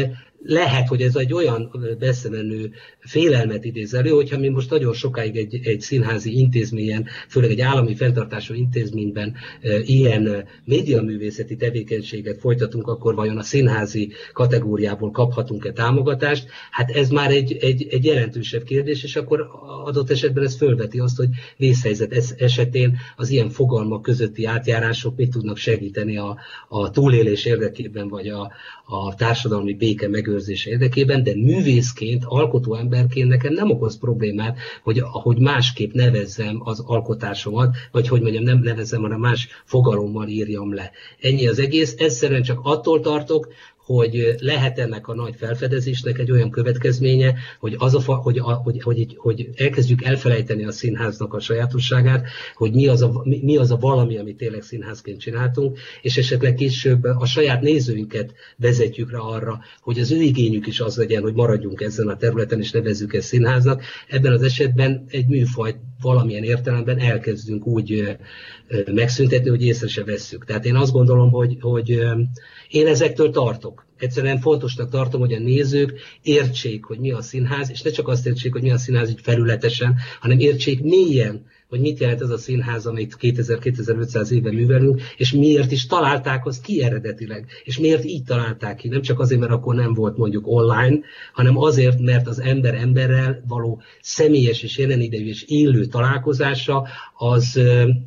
Lehet, hogy ez egy olyan beszémenő félelmet idéz elő, hogyha mi most nagyon sokáig egy, egy színházi intézményen, főleg egy állami fenntartású intézményben e, ilyen médiaművészeti tevékenységet folytatunk, akkor vajon a színházi kategóriából kaphatunk-e támogatást? Hát ez már egy, egy, egy jelentősebb kérdés, és akkor adott esetben ez fölveti azt, hogy vészhelyzet esetén az ilyen fogalmak közötti átjárások mit tudnak segíteni a, a túlélés érdekében, vagy a, a társadalmi béke megőrzése érdekében, de művészként, alkotó emberként nekem nem okoz problémát, hogy, hogy másképp nevezzem az alkotásomat, vagy hogy mondjam, nem nevezzem, hanem más fogalommal írjam le. Ennyi az egész. Egyszerűen csak attól tartok, hogy lehet ennek a nagy felfedezésnek egy olyan következménye, hogy, az a, hogy, a, hogy, hogy, hogy elkezdjük elfelejteni a színháznak a sajátosságát, hogy mi az a, mi az a valami, amit tényleg színházként csináltunk, és esetleg később a saját nézőinket vezetjük rá arra, hogy az ő igényük is az legyen, hogy maradjunk ezen a területen, és nevezzük ezt színháznak. Ebben az esetben egy műfajt valamilyen értelemben elkezdünk úgy megszüntetni, hogy észre se vesszük. Tehát én azt gondolom, hogy, hogy én ezektől tartok. Egyszerűen fontosnak tartom, hogy a nézők értsék, hogy mi a színház, és ne csak azt értsék, hogy mi a színház így felületesen, hanem értsék mélyen, hogy mit jelent ez a színház, amit kétezer-kétezer-ötszáz éve művelünk, és miért is találták azt ki eredetileg, és miért így találták ki. Nem csak azért, mert akkor nem volt mondjuk online, hanem azért, mert az ember emberrel való személyes és jelen idejű és élő találkozása az...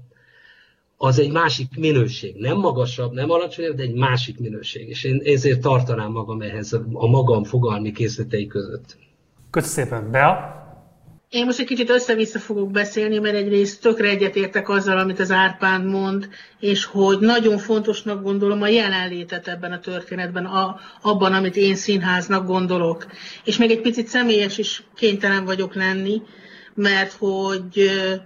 az egy másik minőség. Nem magasabb, nem alacsonyabb, de egy másik minőség. És én ezért tartanám magam ehhez a magam fogalmi készletei között. Köszönöm szépen. Bea? Én most egy kicsit össze-vissza fogok beszélni, mert egyrészt tökre egyetértek azzal, amit az Árpád mond, és hogy nagyon fontosnak gondolom a jelenlétet ebben a történetben, a, abban, amit én színháznak gondolok. És még egy picit személyes is kénytelen vagyok lenni, mert hogy...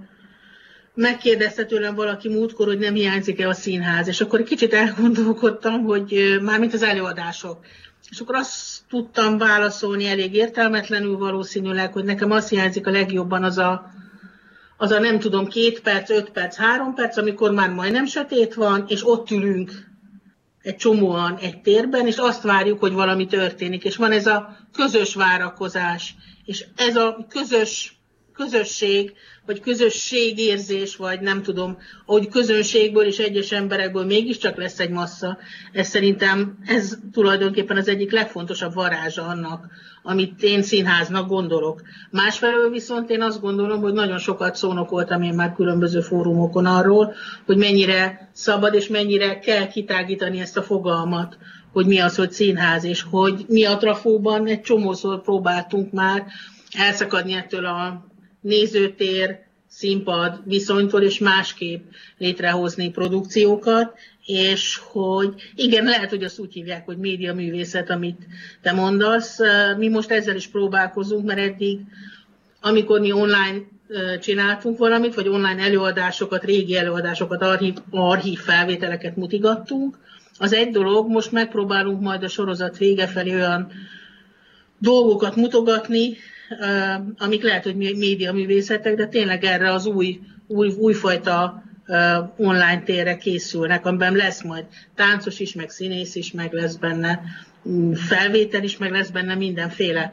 megkérdezte tőlem valaki múltkor, hogy nem hiányzik-e a színház, és akkor egy kicsit elgondolkodtam, hogy mármint az előadások. És akkor azt tudtam válaszolni elég értelmetlenül valószínűleg, hogy nekem azt hiányzik a legjobban az a, az a nem tudom, két perc, öt perc, három perc, amikor már majdnem sötét van, és ott ülünk egy csomóan egy térben, és azt várjuk, hogy valami történik. És van ez a közös várakozás, és ez a közös közösség, vagy közösségérzés, vagy nem tudom, ahogy közönségből és egyes emberekből mégiscsak lesz egy massza. Ez szerintem ez tulajdonképpen az egyik legfontosabb varázsa annak, amit én színháznak gondolok. Másfelől viszont én azt gondolom, hogy nagyon sokat szónokoltam én már különböző fórumokon arról, hogy mennyire szabad és mennyire kell kitágítani ezt a fogalmat, hogy mi az, hogy színház, és hogy mi a Trafóban egy csomószor próbáltunk már elszakadni ettől a nézőtér, színpad viszonytól, és másképp létrehozni produkciókat, és hogy igen, lehet, hogy azt úgy hívják, hogy médiaművészet, amit te mondasz. Mi most ezzel is próbálkozunk, mert eddig, amikor mi online csináltunk valamit, vagy online előadásokat, régi előadásokat, archív, archív felvételeket mutigattunk. Az egy dolog, most megpróbálunk majd a sorozat vége felé olyan dolgokat mutogatni, amik lehet, hogy médiaművészetek, de tényleg erre az új, új, újfajta online térre készülnek, amiben lesz majd táncos is, meg színész is, meg lesz benne felvétel is, meg lesz benne mindenféle.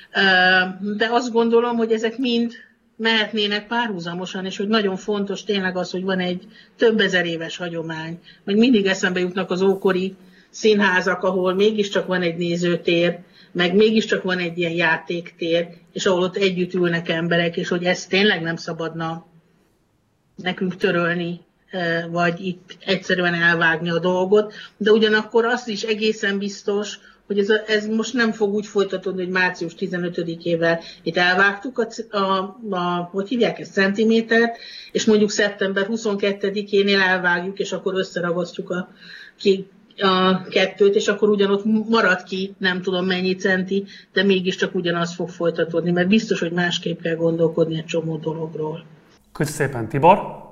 De azt gondolom, hogy ezek mind mehetnének párhuzamosan, és hogy nagyon fontos tényleg az, hogy van egy több ezer éves hagyomány. Meg mindig eszembe jutnak az ókori színházak, ahol mégiscsak van egy nézőtér, meg mégiscsak van egy ilyen játéktér, és ahol ott együtt ülnek emberek, és hogy ezt tényleg nem szabadna nekünk törölni, vagy itt egyszerűen elvágni a dolgot, de ugyanakkor az is egészen biztos, hogy ez, a, ez most nem fog úgy folytatódni, hogy március tizenötödikével itt elvágtuk a, a, a hogy hívják ezt, centimétert, és mondjuk szeptember huszonkettedikénél elvágjuk, és akkor összeragasztjuk a, ki, a kettőt, és akkor ugyanott marad ki, nem tudom mennyi centi, de mégiscsak ugyanaz fog folytatódni, mert biztos, hogy másképp kell gondolkodni egy csomó dologról. Köszönöm szépen, Tibor!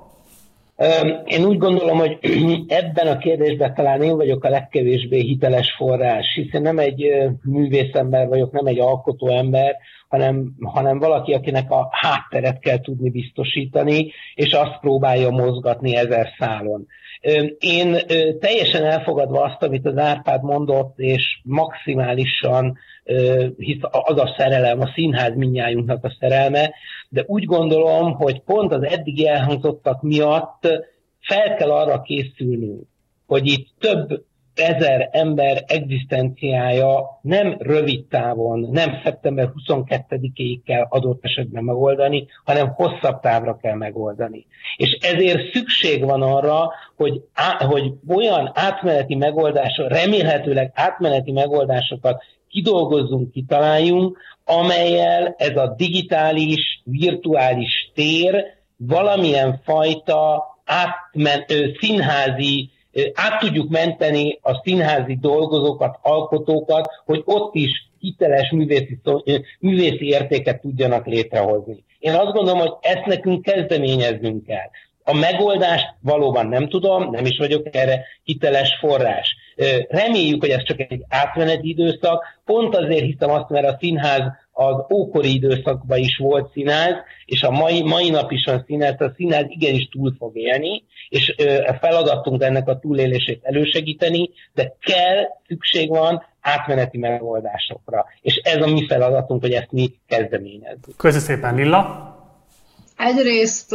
Én úgy gondolom, hogy ebben a kérdésben talán én vagyok a legkevésbé hiteles forrás, hiszen nem egy művészember vagyok, nem egy alkotó ember, hanem, hanem valaki, akinek a hátteret kell tudni biztosítani, és azt próbálja mozgatni ezer szálon. Én teljesen elfogadva azt, amit az Árpád mondott, és maximálisan, hisz az a szerelem, a színház mindnyájunknak a szerelme, de úgy gondolom, hogy pont az eddigi elhangzottak miatt fel kell arra készülnünk, hogy itt több ezer ember egzisztenciája nem rövid távon, nem szeptember huszonkettedikéig kell adott esetben megoldani, hanem hosszabb távra kell megoldani. És ezért szükség van arra, hogy, á, hogy olyan átmeneti megoldások, remélhetőleg átmeneti megoldásokat kidolgozzunk, kitaláljunk, amellyel ez a digitális, virtuális tér valamilyen fajta átmen, színházi, át tudjuk menteni a színházi dolgozókat, alkotókat, hogy ott is hiteles művészi, művészi értéket tudjanak létrehozni. Én azt gondolom, hogy ezt nekünk kezdeményeznünk kell. A megoldást valóban nem tudom, nem is vagyok erre hiteles forrás. Reméljük, hogy ez csak egy átmeneti időszak, pont azért hiszem azt, mert a színház az ókori időszakban is volt színház, és a mai, mai nap is van színház, a színház igenis túl fog élni, és a feladatunk ennek a túlélését elősegíteni, de kell, szükség van átmeneti megoldásokra. És ez a mi feladatunk, hogy ezt mi kezdeményezzük. Köszönöm szépen, Lilla! Egyrészt...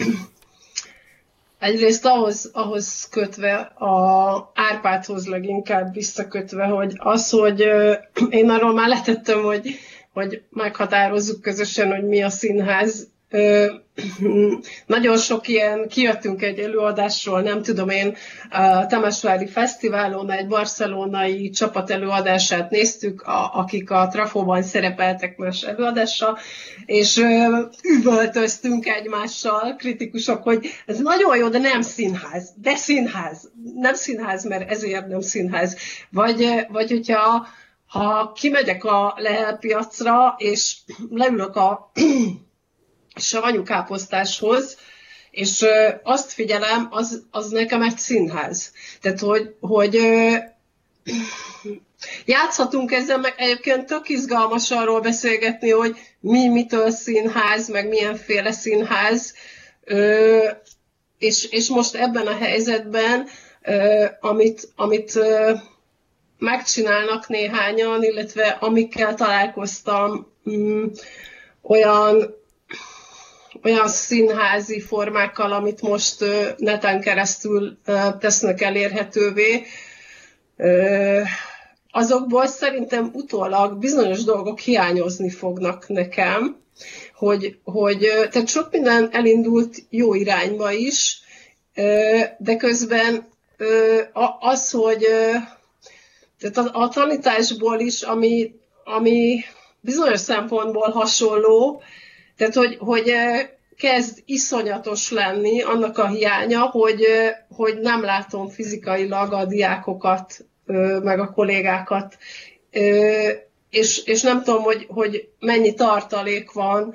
Egyrészt ahhoz, ahhoz kötve, a Árpádhoz leginkább visszakötve, hogy az, hogy én arról már letettem, hogy, hogy meghatározzuk közösen, hogy mi a színház. Nagyon sok ilyen, kijöttünk egy előadásról, nem tudom én, a Temesvári Fesztiválon egy barcelonai csapat előadását néztük, a, akik a Trafóban szerepeltek más előadással, és üvöltöztünk egymással, kritikusok, hogy ez nagyon jó, de nem színház, de színház, nem színház, mert ezért nem színház. Vagy, vagy hogyha ha kimegyek a Lehel piacra, és leülök a savanyúkáposztáshoz, és ö, azt figyelem, az, az nekem egy színház. Tehát, hogy, hogy ö, játszhatunk ezzel, meg egyébként tök izgalmas arról beszélgetni, hogy mi mitől színház, meg milyenféle színház, ö, és, és most ebben a helyzetben, ö, amit, amit ö, megcsinálnak néhányan, illetve amikkel találkoztam, mm, olyan olyan színházi formákkal, amit most uh, neten keresztül uh, tesznek elérhetővé. Uh, azokból szerintem utólag bizonyos dolgok hiányozni fognak nekem, hogy, hogy uh, tehát sok minden elindult jó irányba is, uh, de közben uh, az, hogy uh, tehát a, a tanításból is, ami, ami bizonyos szempontból hasonló, tehát, hogy, hogy kezd iszonyatos lenni annak a hiánya, hogy, hogy nem látom fizikailag a diákokat, meg a kollégákat, és, és nem tudom, hogy, hogy mennyi tartalék van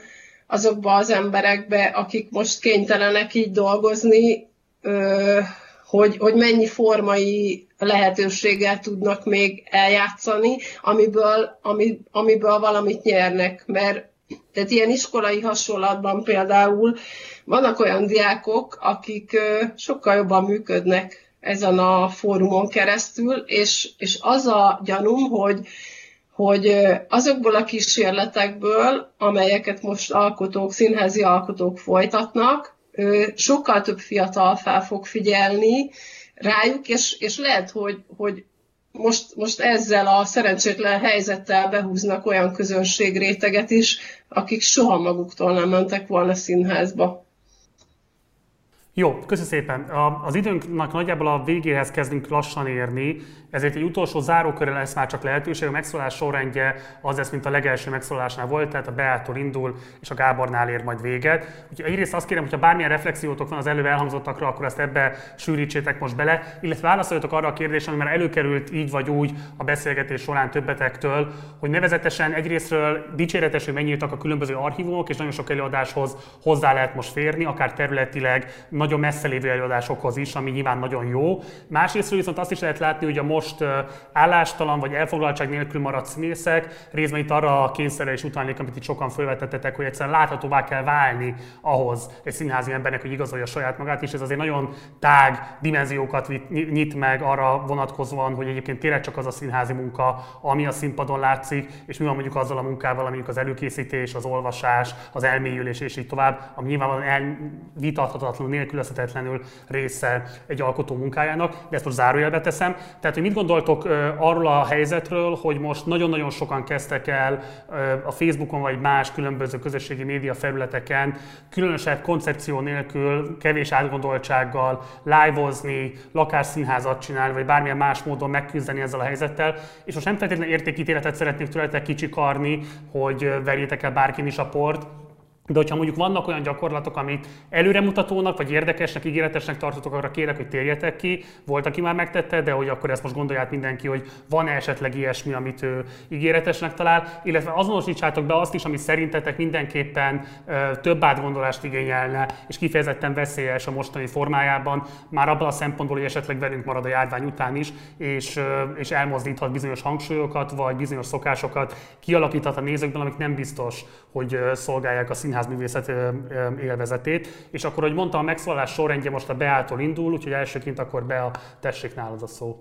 azokba az emberekbe, akik most kénytelenek így dolgozni, hogy, hogy mennyi formai lehetőséggel tudnak még eljátszani, amiből, ami, amiből valamit nyernek. Mert tehát ilyen iskolai hasonlatban például vannak olyan diákok, akik sokkal jobban működnek ezen a fórumon keresztül, és, és az a gyanúm, hogy hogy azokból a kísérletekből, amelyeket most alkotók, színházi alkotók folytatnak, sokkal több fiatal fel fog figyelni rájuk, és, és lehet, hogy, hogy most, most ezzel a szerencsétlen helyzettel behúznak olyan közönségréteget is, akik soha maguktól nem mentek volna színházba. Jó, köszönöm szépen. Az időnknek nagyjából a végéhez kezdünk lassan érni, ezért egy utolsó zárókörre lesz már csak lehetőség. A megszólalás sorrendje az lesz, mint a legelső megszólalásnál volt, tehát a Beától indul, és a Gábornál ér majd véget. Úgyhogy egyrészt azt kérem, hogyha bármilyen reflexiótok van az előbb elhangzottakra, akkor ezt ebbe sűrítsétek most bele, illetve válaszoljatok arra a kérdésre, ami már előkerült így vagy úgy a beszélgetés során többetektől, hogy nevezetesen egyrésztről dicséretes, hogy megnyíltak a különböző archívumok, és nagyon sok előadáshoz hozzá lehet most férni, akár területileg nagyon messze lévő előadásokhoz is, ami nyilván nagyon jó. Másrésztről viszont azt is lehet látni, hogy a most állástalan vagy elfoglaltság nélkül maradt színészek részben itt arra a kényszerre is utalnék, amit itt sokan felvetettetek, hogy egyszerűen láthatóvá kell válni ahhoz egy színházi embernek, hogy igazolja saját magát, és ez azért nagyon tág dimenziókat nyit meg arra vonatkozóan, hogy egyébként tényleg csak az a színházi munka, ami a színpadon látszik, és mi van mondjuk azzal a munkával, amik az előkészítés, az olvasás, az elmélyülés és így tovább, ami nyilvánvalóan elvitathatatlanul, nélkülözhetetlenül része egy alkotó munkájának, de ezt most zárójelbe teszem. Tehát, hogy mit gondoltok arról a helyzetről, hogy most nagyon-nagyon sokan kezdtek el a Facebookon vagy más különböző közösségi média felületeken különösebb koncepció nélkül, kevés átgondoltsággal live-ozni, lakásszínházat csinálni, vagy bármilyen más módon megküzdeni ezzel a helyzettel. És most nem feltétlenül értékítéletet szeretnék tőletek kicsikarni, hogy verjétek el bárkin is a port, de hogyha mondjuk vannak olyan gyakorlatok, amit előremutatónak, vagy érdekesnek, ígéretesnek tartotok, arra kérek, hogy térjetek ki. Volt, aki már megtette, de hogy akkor ezt most gondolját mindenki, hogy van-e esetleg ilyesmi, amit ő ígéretesnek talál, illetve azonosítsátok be azt is, ami szerintetek mindenképpen ö, több átgondolást igényelne, és kifejezetten veszélyes a mostani formájában, már abban a szempontból, hogy esetleg velünk marad a járvány után is, és, ö, és elmozdíthat bizonyos hangsúlyokat, vagy bizonyos szokásokat, kialakíthat a nézőkben, amik nem biztos, hogy ö, szolgálják a színházművészet élvezetét. És akkor, hogy mondtam, a megszólalás sorrendje most a Beától indul, úgyhogy elsőként akkor Bea, tessék nálad a szó.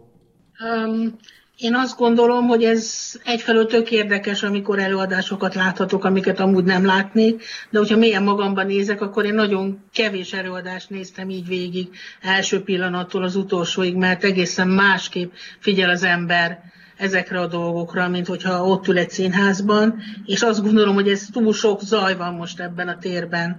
Um, én azt gondolom, hogy ez egyfelől tök érdekes, amikor előadásokat láthatok, amiket amúgy nem látnék, de hogyha mélyen magamban nézek, akkor én nagyon kevés előadást néztem így végig, első pillanattól az utolsóig, mert egészen másképp figyel az ember ezekre a dolgokra, mint hogyha ott ül egy színházban, és azt gondolom, hogy ez túl sok zaj van most ebben a térben,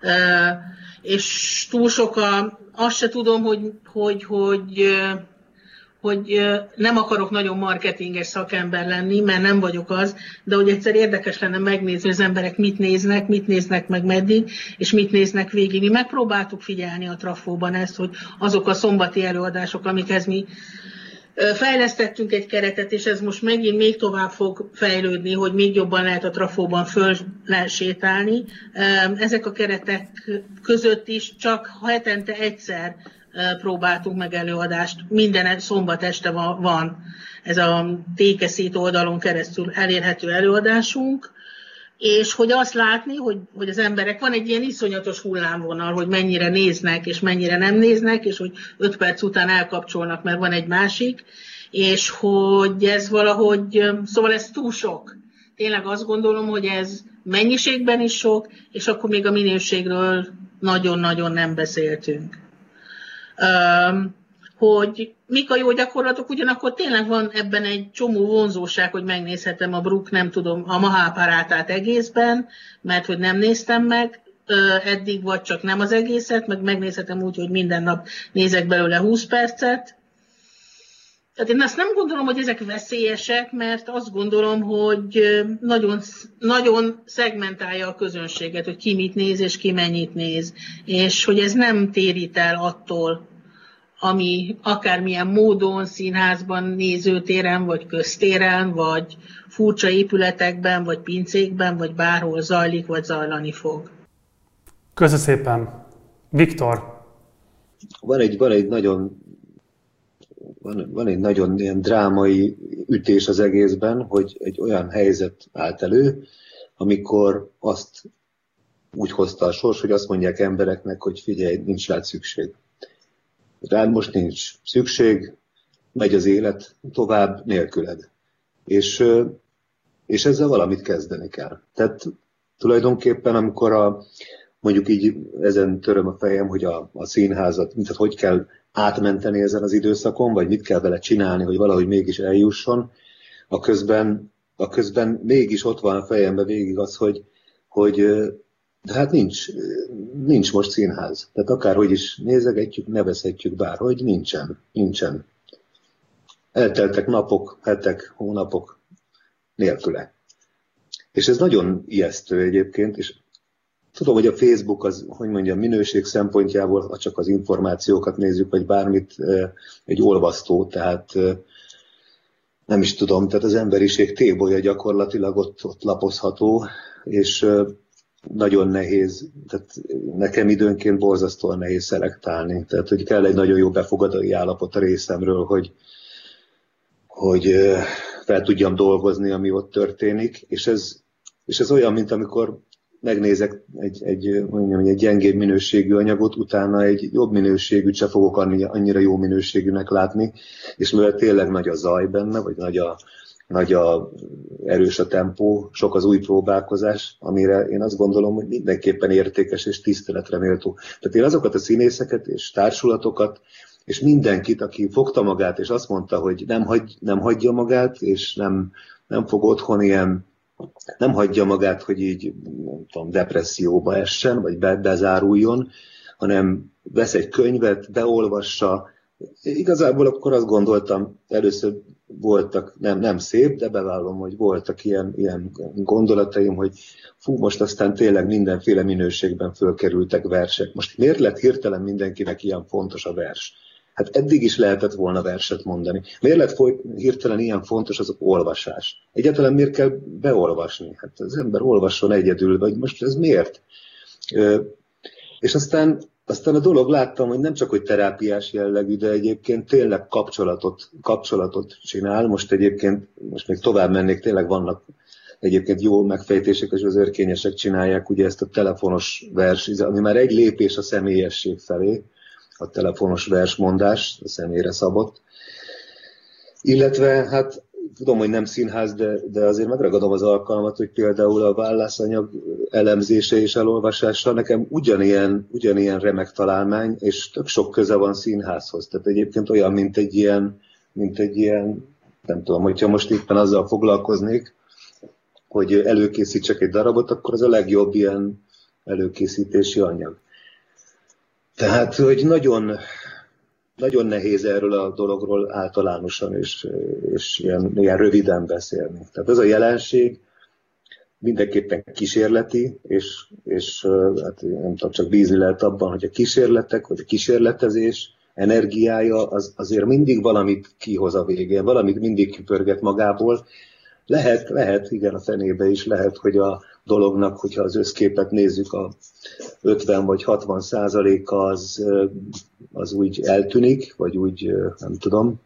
és túl sok a, azt se tudom, hogy, hogy, hogy, hogy nem akarok nagyon marketinges szakember lenni, mert nem vagyok az, de hogy egyszer érdekes lenne megnézni, hogy az emberek mit néznek, mit néznek meg meddig, és mit néznek végig. Mi megpróbáltuk figyelni a Trafóban ezt, hogy azok a szombati előadások, amikhez mi fejlesztettünk egy keretet, és ez most megint még tovább fog fejlődni, hogy még jobban lehet a Trafóban föl sétálni. Ezek a keretek között is csak hetente egyszer próbáltunk meg előadást. Minden szombat este van ez a Tékeszét oldalon keresztül elérhető előadásunk, és hogy azt látni, hogy, hogy az emberek, van egy ilyen iszonyatos hullámvonal, hogy mennyire néznek, és mennyire nem néznek, és hogy öt perc után elkapcsolnak, mert van egy másik, és hogy ez valahogy, szóval ez túl sok. Tényleg azt gondolom, hogy ez mennyiségben is sok, és akkor még a minőségről nagyon-nagyon nem beszéltünk. Um, hogy mik a jó gyakorlatok, ugyanakkor tényleg van ebben egy csomó vonzóság, hogy megnézhetem a Brook, nem tudom, a Maháparátát egészben, mert hogy nem néztem meg eddig, vagy csak nem az egészet, meg megnézhetem úgy, hogy minden nap nézek belőle húsz percet. Tehát én azt nem gondolom, hogy ezek veszélyesek, mert azt gondolom, hogy nagyon, nagyon szegmentálja a közönséget, hogy ki mit néz és ki mennyit néz, és hogy ez nem térít el attól, ami akármilyen módon színházban, nézőtéren, vagy köztéren, vagy furcsa épületekben, vagy pincékben, vagy bárhol zajlik, vagy zajlani fog. Köszönöm szépen. Viktor. Van egy, van egy nagyon van, van egy nagyon ilyen drámai ütés az egészben, hogy egy olyan helyzet állt elő, amikor azt úgy hozta a sors, hogy azt mondják embereknek, hogy figyelj, nincs rád szükség. Rád most nincs szükség, megy az élet tovább nélküled. És, és ezzel valamit kezdeni kell. Tehát tulajdonképpen, amikor a, mondjuk így ezen töröm a fejem, hogy a, a színházat, tehát hogy kell átmenteni ezen az időszakon, vagy mit kell vele csinálni, hogy valahogy mégis eljusson, a közben, a közben mégis ott van a fejemben végig az, hogy, hogy de hát nincs, nincs most színház. Tehát akárhogy is nézegetjük, nevezhetjük bárhogy, nincsen, nincsen. Elteltek napok, hetek, hónapok nélküle. És ez nagyon ijesztő egyébként, és tudom, hogy a Facebook az, hogy mondjam, minőség szempontjából, ha csak az információkat nézzük, vagy bármit, egy olvasztó, tehát nem is tudom, tehát az emberiség tébolya gyakorlatilag ott, ott lapozható, és nagyon nehéz, tehát nekem időnként borzasztóan nehéz szelektálni. Tehát, hogy kell egy nagyon jó befogadói állapot a részemről, hogy, hogy fel tudjam dolgozni, ami ott történik. És ez, és ez olyan, mint amikor megnézek egy, egy, mondjam, egy gyengébb minőségű anyagot, utána egy jobb minőségűt se fogok annyira jó minőségűnek látni, és mivel tényleg nagy a zaj benne, vagy nagy a nagy a, erős a tempó, sok az új próbálkozás, amire én azt gondolom, hogy mindenképpen értékes és tiszteletre méltó. Tehát én azokat a színészeket és társulatokat, és mindenkit, aki fogta magát, és azt mondta, hogy nem, hagy, nem hagyja magát, és nem, nem fog otthon ilyen, nem hagyja magát, hogy így nem tudom, depresszióba essen, vagy be, bezáruljon, hanem vesz egy könyvet, beolvassa. Igazából akkor azt gondoltam, először voltak, nem, nem szép, de bevallom, hogy voltak ilyen, ilyen gondolataim, hogy fú, most aztán tényleg mindenféle minőségben fölkerültek versek. Most miért lett hirtelen mindenkinek ilyen fontos a vers? Hát eddig is lehetett volna verset mondani. Miért lett foly, hirtelen ilyen fontos az olvasás? Egyáltalán miért kell beolvasni? Hát az ember olvasson egyedül, vagy most ez miért? Ö, és aztán Aztán a dolog láttam, hogy nem csak hogy terápiás jellegű, de egyébként tényleg kapcsolatot, kapcsolatot csinál. Most egyébként, most még tovább mennék, tényleg vannak egyébként jó megfejtések, és az örkényesek csinálják ugye ezt a telefonos vers, ami már egy lépés a személyesség felé, a telefonos versmondás, a személyre szabott. Illetve hát tudom, hogy nem színház, de, de azért megragadom az alkalmat, hogy például a válaszanyag elemzése és elolvasása nekem ugyanilyen, ugyanilyen remek találmány, és tök sok köze van színházhoz. Tehát egyébként olyan, mint egy ilyen, mint egy ilyen, nem tudom, hogyha most éppen azzal foglalkoznék, hogy előkészítsek egy darabot, akkor az a legjobb ilyen előkészítési anyag. Tehát, hogy nagyon... Nagyon nehéz erről a dologról általánosan és, és ilyen, ilyen röviden beszélni. Tehát ez a jelenség mindenképpen kísérleti, és, és hát nem tudom, csak bízni lehet abban, hogy a kísérletek, vagy a kísérletezés energiája az, azért mindig valamit kihoz a végén, valamit mindig kipörget magából. Lehet, lehet, igen, a fenébe is lehet, hogy a dolognak, hogyha az összképet nézzük, a ötven vagy hatvan százaléka az, az úgy eltűnik, vagy úgy, nem tudom.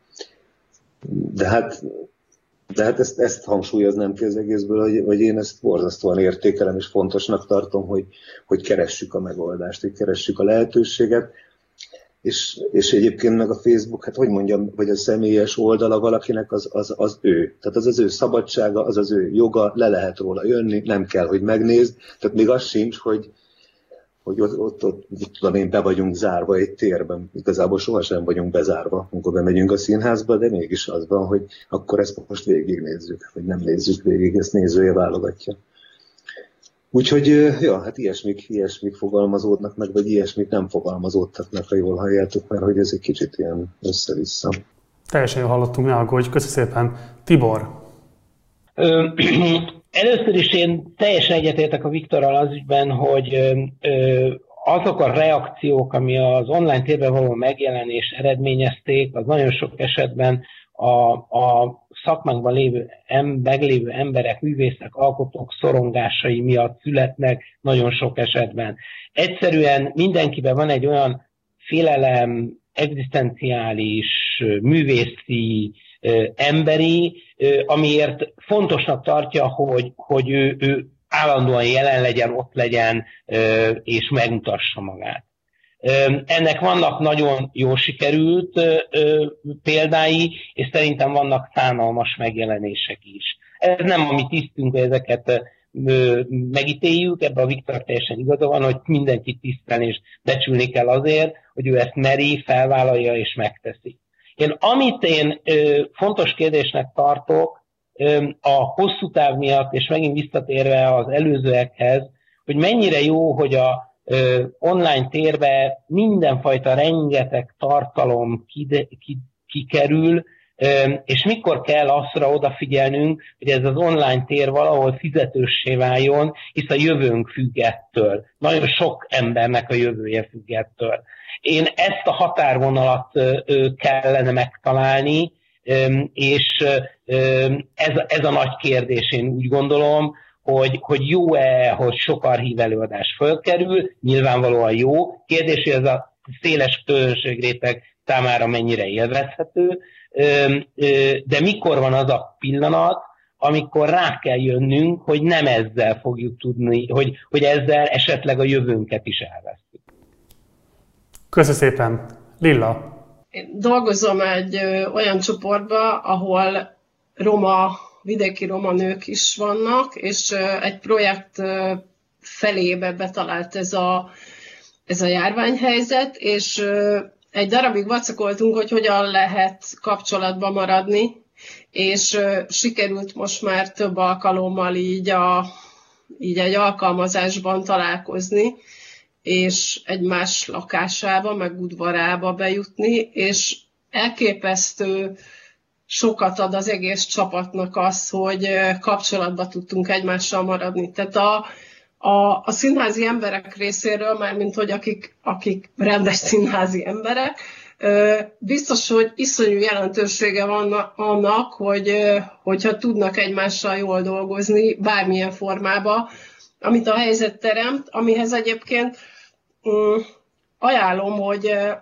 De hát, de hát ezt, ezt hangsúlyoznám ki az egészből, hogy, hogy én ezt borzasztóan értékelem, és fontosnak tartom, hogy, hogy keressük a megoldást, hogy keressük a lehetőséget. És, és egyébként meg a Facebook, hát hogy mondjam, vagy a személyes oldala valakinek az, az, az ő. Tehát az az ő szabadsága, az az ő joga, le lehet róla jönni, nem kell, hogy megnézd. Tehát még az sincs, hogy, hogy ott, ott, ott tudom én, be vagyunk zárva egy térben. Igazából sohasem vagyunk bezárva, amikor bemegyünk a színházba, de mégis az van, hogy akkor ezt most végignézzük, vagy nem nézzük végig, ezt nézője válogatja. Úgyhogy, ja, hát ilyesmik, ilyesmik fogalmazódnak meg, vagy ilyesmik nem fogalmazódtak meg, ha jól halljátok, mert hogy ez egy kicsit ilyen össze-vissza. Teljesen jól hallottunk, ne aggódj. Köszönöm szépen. Tibor. Ö, először is én teljesen egyetértek a Viktorral az ügyben, hogy ö, azok a reakciók, ami az online térben való megjelenés eredményezték, az nagyon sok esetben a, a szakmánkban lévő, em, meglévő emberek, művészek, alkotók szorongásai miatt születnek nagyon sok esetben. Egyszerűen mindenkiben van egy olyan félelem, egzisztenciális, művészi, emberi, amiért fontosnak tartja, hogy, hogy ő, ő állandóan jelen legyen, ott legyen, és megmutassa magát. Ennek vannak nagyon jól sikerült példái, és szerintem vannak szánalmas megjelenések is. Ez nem a mi tisztünk, hogy ezeket megítéljük, ebben a Viktor teljesen igaza van, hogy mindenkit tisztelni és becsülni kell azért, hogy ő ezt meri, felvállalja és megteszi. Én amit én ö, fontos kérdésnek tartok ö, a hosszú táv miatt, és megint visszatérve az előzőekhez, hogy mennyire jó, hogy a ö, online térbe mindenfajta rengeteg tartalom kide, ki, kikerül, ö, és mikor kell azra odafigyelnünk, hogy ez az online tér valahol fizetőssé váljon, hisz a jövőnk függ ettől. Nagyon sok embernek a jövője függ ettől. Én ezt a határvonalat kellene megtalálni, és ez, ez a nagy kérdés, én úgy gondolom, hogy, hogy jó-e, hogy sok archív előadás fölkerül, nyilvánvalóan jó. Kérdés, hogy ez a széles közönségréteg számára mennyire élvezhető, de mikor van az a pillanat, amikor rá kell jönnünk, hogy nem ezzel fogjuk tudni, hogy, hogy ezzel esetleg a jövőnket is elvesztjük. Köszönöm szépen. Lilla. Én dolgozom egy ö, olyan csoportban, ahol roma, vidéki roma nők is vannak, és ö, egy projekt ö, felébe betalált ez a, ez a járványhelyzet, és ö, egy darabig vacakoltunk, hogy hogyan lehet kapcsolatban maradni, és ö, sikerült most már több alkalommal így, a, így egy alkalmazásban találkozni, és egymás lakásába, meg udvarába bejutni, és elképesztő sokat ad az egész csapatnak az, hogy kapcsolatba tudtunk egymással maradni. Tehát a, a, a színházi emberek részéről, mármint hogy akik, akik rendes színházi emberek, biztos, hogy iszonyú jelentősége van annak, hogy, hogyha tudnak egymással jól dolgozni, bármilyen formában, amit a helyzet teremt, amihez egyébként um, ajánlom, hogy uh,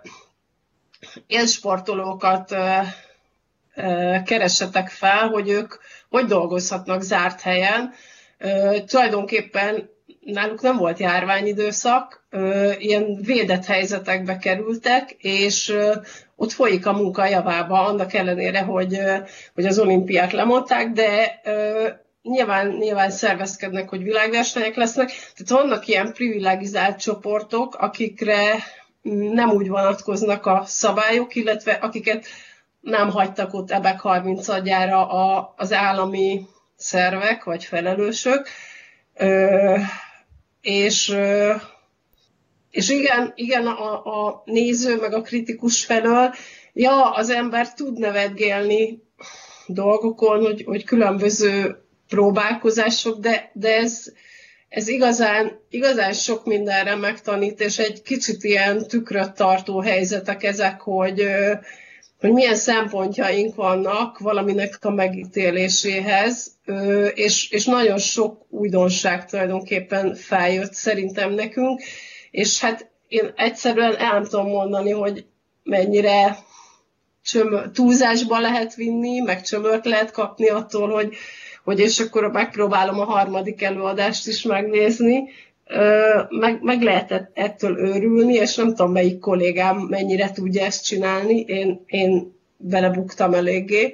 élsportolókat uh, uh, keressetek fel, hogy ők hogy dolgozhatnak zárt helyen. Uh, tulajdonképpen náluk nem volt járványidőszak, uh, ilyen védett helyzetekbe kerültek, és uh, ott folyik a munka javába, annak ellenére, hogy, uh, hogy az olimpiát lemondták, de uh, Nyilván, nyilván szervezkednek, hogy világversenyek lesznek, tehát vannak ilyen privilegizált csoportok, akikre nem úgy vonatkoznak a szabályok, illetve akiket nem hagytak ott ebek harmincadjára az állami szervek vagy felelősök. Ö, és, ö, és igen, igen a, a néző meg a kritikus felől, ja, az ember tud nevetgélni dolgokon, hogy, hogy különböző próbálkozások, de, de ez, ez igazán, igazán sok mindenre megtanít, és egy kicsit ilyen tükröt tartó helyzetek ezek, hogy, hogy milyen szempontjaink vannak valaminek a megítéléséhez, és, és nagyon sok újdonság tulajdonképpen feljött szerintem nekünk, és hát én egyszerűen el nem tudom mondani, hogy mennyire csömör, túlzásba lehet vinni, meg csömört lehet kapni attól, hogy hogy és akkor megpróbálom a harmadik előadást is megnézni, meg, meg lehet ettől őrülni, és nem tudom, melyik kollégám mennyire tudja ezt csinálni, én, én belebuktam eléggé.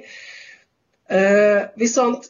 Viszont,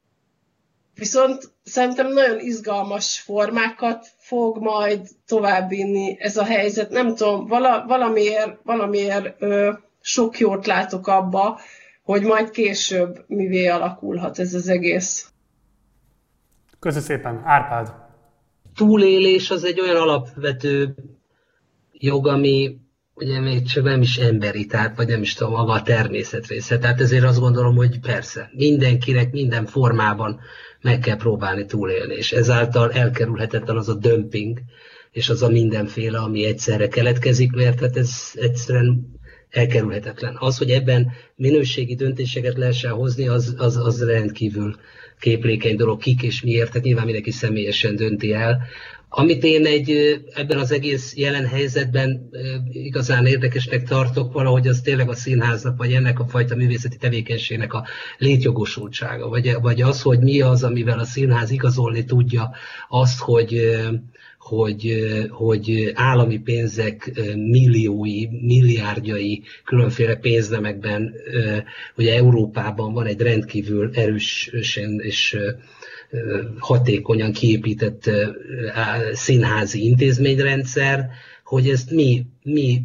viszont szerintem nagyon izgalmas formákat fog majd továbbvinni ez a helyzet. Nem tudom, vala, valamiért, valamiért sok jót látok abba, hogy majd később mivé alakulhat ez az egész. Köszönöm szépen. Árpád. Túlélés az egy olyan alapvető jog, ami ugye még csak nem is emberi, tehát vagy nem is tudom, maga a természet része. Tehát ezért azt gondolom, hogy persze, mindenkinek, minden formában meg kell próbálni túlélni, és ezáltal elkerülhetetlen az a dömping, és az a mindenféle, ami egyszerre keletkezik, mert hát ez egyszerűen elkerülhetetlen. Az, hogy ebben minőségi döntéseket lehessen hozni, az, az, az rendkívül képlékeny dolog, kik és miért, tehát nyilván mindenki személyesen dönti el. Amit én egy, ebben az egész jelen helyzetben igazán érdekesnek tartok, valahogy az tényleg a színháznak, vagy ennek a fajta művészeti tevékenységnek a létjogosultsága, vagy, vagy az, hogy mi az, amivel a színház igazolni tudja azt, hogy, hogy, hogy állami pénzek milliói, milliárdjai különféle pénznemekben, ugye Európában van egy rendkívül erősen és hatékonyan kiépített színházi intézményrendszer, hogy ezt mi, mi,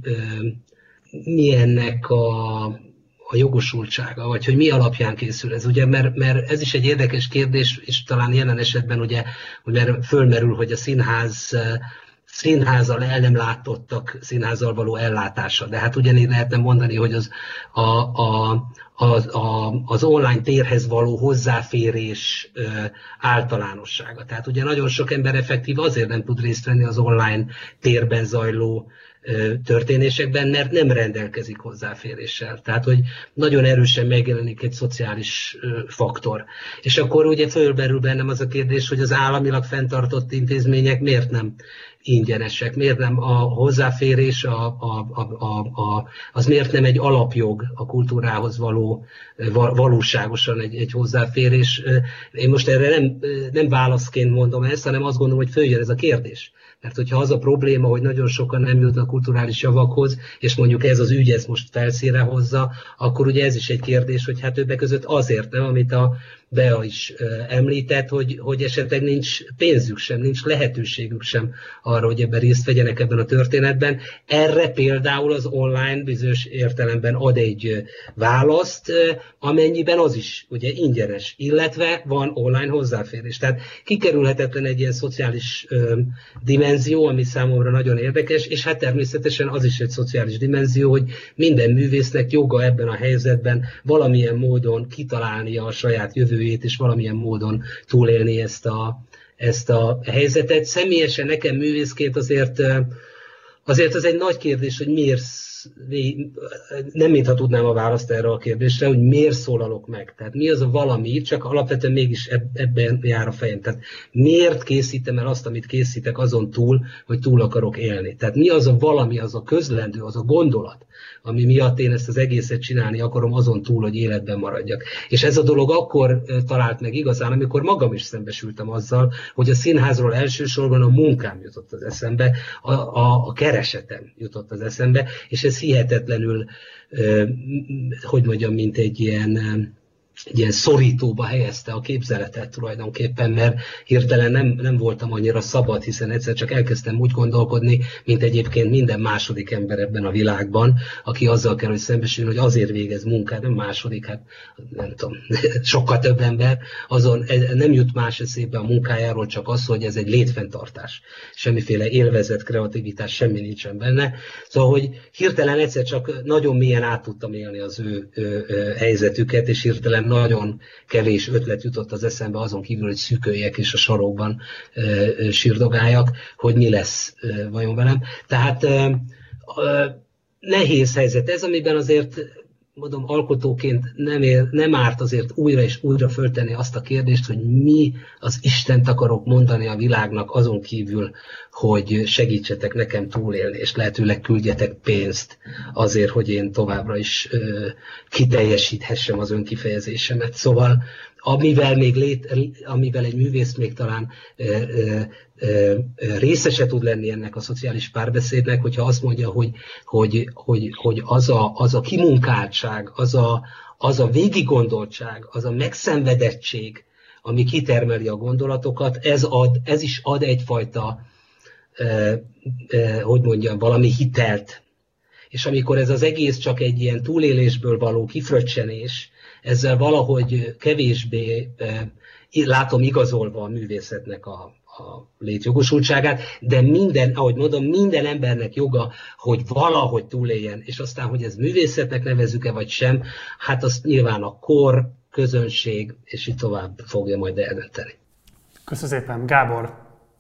mi ennek a, a jogosultsága, vagy hogy mi alapján készül ez, ugye, mert, mert ez is egy érdekes kérdés, és talán jelen esetben ugye, mert fölmerül, hogy a színház színházzal el nem látottak színházzal való ellátása. De hát ugyanígy lehetne mondani, hogy az, a, a, az, a, az online térhez való hozzáférés ö, általánossága. Tehát ugye nagyon sok ember effektív azért nem tud részt venni az online térben zajló ö, történésekben, mert nem rendelkezik hozzáféréssel. Tehát, hogy nagyon erősen megjelenik egy szociális ö, faktor. És akkor ugye fölmerül bennem az a kérdés, hogy az államilag fenntartott intézmények miért nem ingyenesek, miért nem a hozzáférés, a, a, a, a, a, az miért nem egy alapjog a kultúrához való, valóságosan egy, egy hozzáférés. Én most erre nem, nem válaszként mondom ezt, hanem azt gondolom, hogy följön ez a kérdés. Mert hogyha az a probléma, hogy nagyon sokan nem jutnak kulturális javakhoz, és mondjuk ez az ügy ez most felszínre hozza, akkor ugye ez is egy kérdés, hogy hát többek között azért nem, amit a Bea is említett, hogy, hogy esetleg nincs pénzük sem, nincs lehetőségük sem arra, hogy ebben részt vegyenek ebben a történetben. Erre például az online bizonyos értelemben ad egy választ, amennyiben az is ugye ingyenes, illetve van online hozzáférés. Tehát kikerülhetetlen egy ilyen szociális ö, dimenzió, ami számomra nagyon érdekes, és hát természetesen az is egy szociális dimenzió, hogy minden művésznek joga ebben a helyzetben valamilyen módon kitalálnia a saját jövőjét, és valamilyen módon túlélni ezt a, ezt a helyzetet. Személyesen nekem művészként azért, azért az egy nagy kérdés, hogy miért, nem mintha tudnám a választ erre a kérdésre, hogy miért szólalok meg. Tehát mi az a valami, csak alapvetően mégis ebben jár a fejem. Tehát miért készítem el azt, amit készítek azon túl, hogy túl akarok élni. Tehát mi az a valami, az a közlendő, az a gondolat, ami miatt én ezt az egészet csinálni akarom azon túl, hogy életben maradjak. És ez a dolog akkor talált meg igazán, amikor magam is szembesültem azzal, hogy a színházról elsősorban a munkám jutott az eszembe, a, a, a keresetem jutott az eszembe, és ez hihetetlenül, hogy mondjam, mint egy ilyen, egy ilyen szorítóba helyezte a képzeletet tulajdonképpen, mert hirtelen nem, nem voltam annyira szabad, hiszen egyszer csak elkezdtem úgy gondolkodni, mint egyébként minden második ember ebben a világban, aki azzal kell, hogy szembesüljön, hogy azért végez munkát, nem második, hát nem tudom, sokkal több ember, azon nem jut más eszébe a munkájáról, csak az, hogy ez egy létfenntartás. Semmiféle élvezet, kreativitás, semmi nincsen benne. Szóval, hogy hirtelen egyszer csak nagyon mélyen át tudtam élni az ő, ő, ő helyzetüket, és hirtelen nagyon kevés ötlet jutott az eszembe, azon kívül, hogy szűköljek és a sarokban e, e, sírdogáljak, hogy mi lesz e, vajon velem. Tehát e, e, nehéz helyzet ez, amiben azért, mondom, alkotóként nem, ér, nem árt azért újra és újra föltenni azt a kérdést, hogy mi az Istent akarok mondani a világnak azon kívül, hogy segítsetek nekem túlélni, és lehetőleg küldjetek pénzt azért, hogy én továbbra is ö, kiteljesíthessem az önkifejezésemet. Szóval amivel, még lét, amivel egy művész még talán ö, ö, ö, részese tud lenni ennek a szociális párbeszédnek, hogyha azt mondja, hogy, hogy, hogy, hogy az, a, az a kimunkáltság, az a, az a végiggondoltság, az a megszenvedettség, ami kitermeli a gondolatokat, ez, ad, ez is ad egyfajta, eh, eh, hogy mondjam, valami hitelt. És amikor ez az egész csak egy ilyen túlélésből való kifröccsenés, ezzel valahogy kevésbé eh, látom igazolva a művészetnek a, a létjogosultságát, de minden, ahogy mondom, minden embernek joga, hogy valahogy túléljen, és aztán, hogy ez művészetnek nevezzük-e vagy sem, hát azt nyilván a kor, közönség, és így tovább fogja majd eldönteni. Köszönöm szépen. Gábor?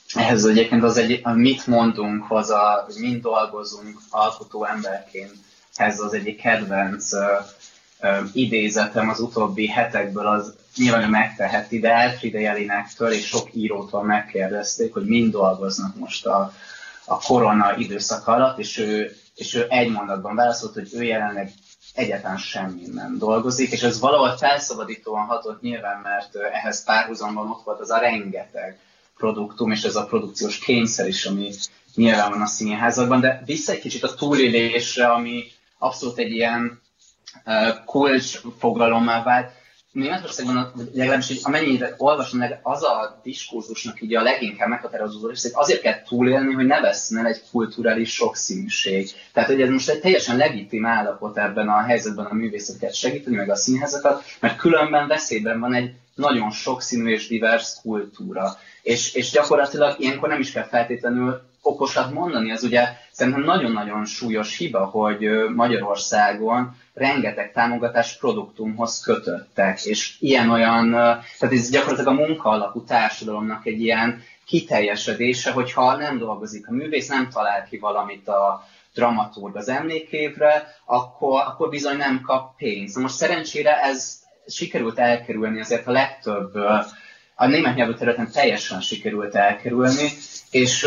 ehhez egyébként az egy, a mit mondunk hozzá, hogy mind dolgozunk alkotó emberként, ez az egyik kedvenc uh, uh, idézetem az utóbbi hetekből, az nyilván megteheti, de Elfriede Jelinektől és sok írótól megkérdezték, hogy mind dolgoznak most a, a korona időszak alatt, és ő, és ő egy mondatban válaszolt, hogy ő jelenleg egyáltalán semmi nem dolgozik, és ez valahol felszabadítóan hatott nyilván, mert ehhez párhuzamban ott volt az a rengeteg produktum, és ez a produkciós kényszer is, ami nyilván van a színházakban, de vissza egy kicsit a túlélésre, ami abszolút egy ilyen uh, kulcsfogalommal vált. Németországban, legalábbis így, amennyire olvasom, az a diskurzusnak így a leginkább meghatározó rész, hogy azért kell túlélni, hogy ne vesszen el egy kulturális sokszínűség. Tehát, hogy ez most egy teljesen legitim állapot ebben a helyzetben a művészeket segíteni, meg a színházakat, mert különben veszélyben van egy nagyon sokszínű és divers kultúra. És, és gyakorlatilag ilyenkor nem is kell feltétlenül okosat mondani, az ugye szerintem nagyon-nagyon súlyos hiba, hogy Magyarországon rengeteg támogatás produktumhoz kötöttek, és ilyen-olyan, tehát ez gyakorlatilag a munka alapú társadalomnak egy ilyen kiteljesedése, hogyha nem dolgozik a művész, nem talál ki valamit a dramaturg az emlékévre, akkor, akkor bizony nem kap pénzt. Most szerencsére ez sikerült elkerülni, azért a legtöbb, a német nyelvű területen teljesen sikerült elkerülni, és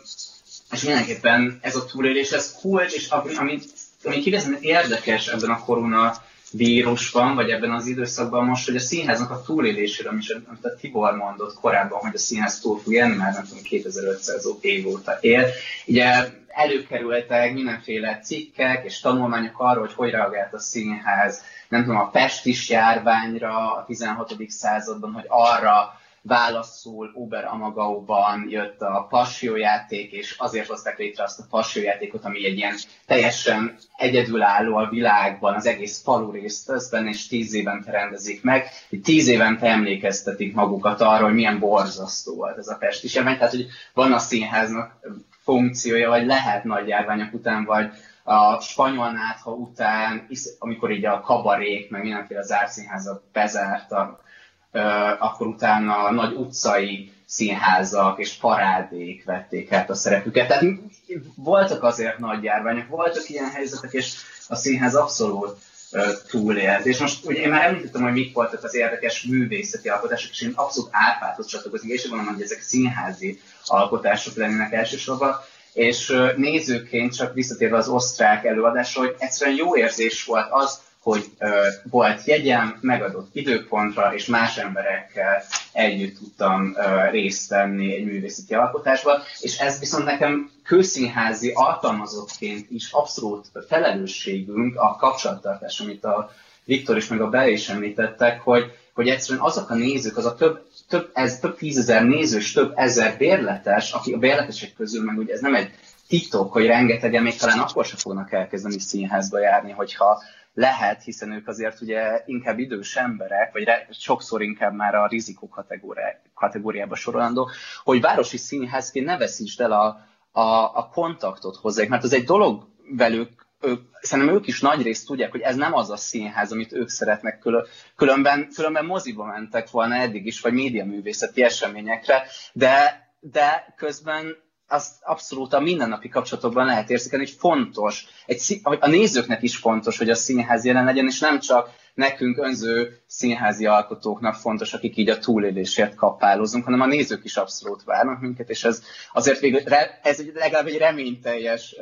És mindenképpen ez a túlélés, ez kulcs, és ami, ami, ami kifejezetten érdekes ebben a koronavírusban, vagy ebben az időszakban most, hogy a színháznak a túlélésére, amit a Tibor mondott korábban, hogy a színház túl fog élni, már nem tudom, kétezer-ötszáz év óta él. Ugye előkerültek mindenféle cikkek és tanulmányok arról, hogy hogy reagált a színház, nem tudom, a pestis járványra a tizenhatodik században, hogy arra válaszul Oberammergauban jött a Passió-játék, és azért hozták létre azt a Passió-játékot, ami egy ilyen teljesen egyedülálló a világban, az egész falu részt vesz benne, és tíz évente rendezik meg. Tíz évente emlékeztetik magukat arra, hogy milyen borzasztó volt ez a pestis járvány. Tehát, hogy van a színháznak funkciója, vagy lehet nagy járványok után, vagy a spanyol nátha után, amikor így a kabarék, meg mindenféle zárt színházak bezártak, Uh, akkor utána a nagy utcai színházak és parádék vették át a szerepüket. Tehát voltak azért nagy járványok, voltak ilyen helyzetek, és a színház abszolút uh, túlélt. És most ugye én már említettem, hogy mik voltak az érdekes művészeti alkotások, és én abszolút Árpádhoz csatlakoznék, és gondolom, hogy ezek színházi alkotások lennének elsősorban. És uh, nézőként csak visszatérve az osztrák előadásra, hogy egyszerűen jó érzés volt az, hogy uh, volt jegyem, megadott időpontra, és más emberekkel együtt tudtam uh, részt venni egy művészeti alkotásban, és ez viszont nekem kőszínházi alkalmazottként is abszolút felelősségünk a kapcsolattartás, amit a Viktor is meg a Bea is említettek, hogy, hogy egyszerűen azok a nézők, az a több, több, ez, több tízezer nézős, több ezer bérletes, aki a bérletesek közül meg ugye ez nem egy titok, hogy rengetegen még talán akkor sem fognak elkezdeni színházba járni, hogyha lehet, hiszen ők azért ugye inkább idős emberek, vagy re, sokszor inkább már a rizikó kategóriába sorolandó, hogy városi színházként ne veszítsd el a, a, a kontaktot hozzájuk, mert az egy dolog velük, ők, szerintem ők is nagyrészt tudják, hogy ez nem az a színház, amit ők szeretnek, külön, különben, különben moziba mentek volna eddig is, vagy médiaművészeti eseményekre, de, de közben azt abszolút a mindennapi kapcsolatokban lehet érzékelni, hogy fontos, egy, a nézőknek is fontos, hogy a színház jelen legyen, és nem csak nekünk önző színházi alkotóknak fontos, akik így a túlélésért kapálózunk, hanem a nézők is abszolút várnak minket, és ez azért végül, ez legalább egy reményteljes,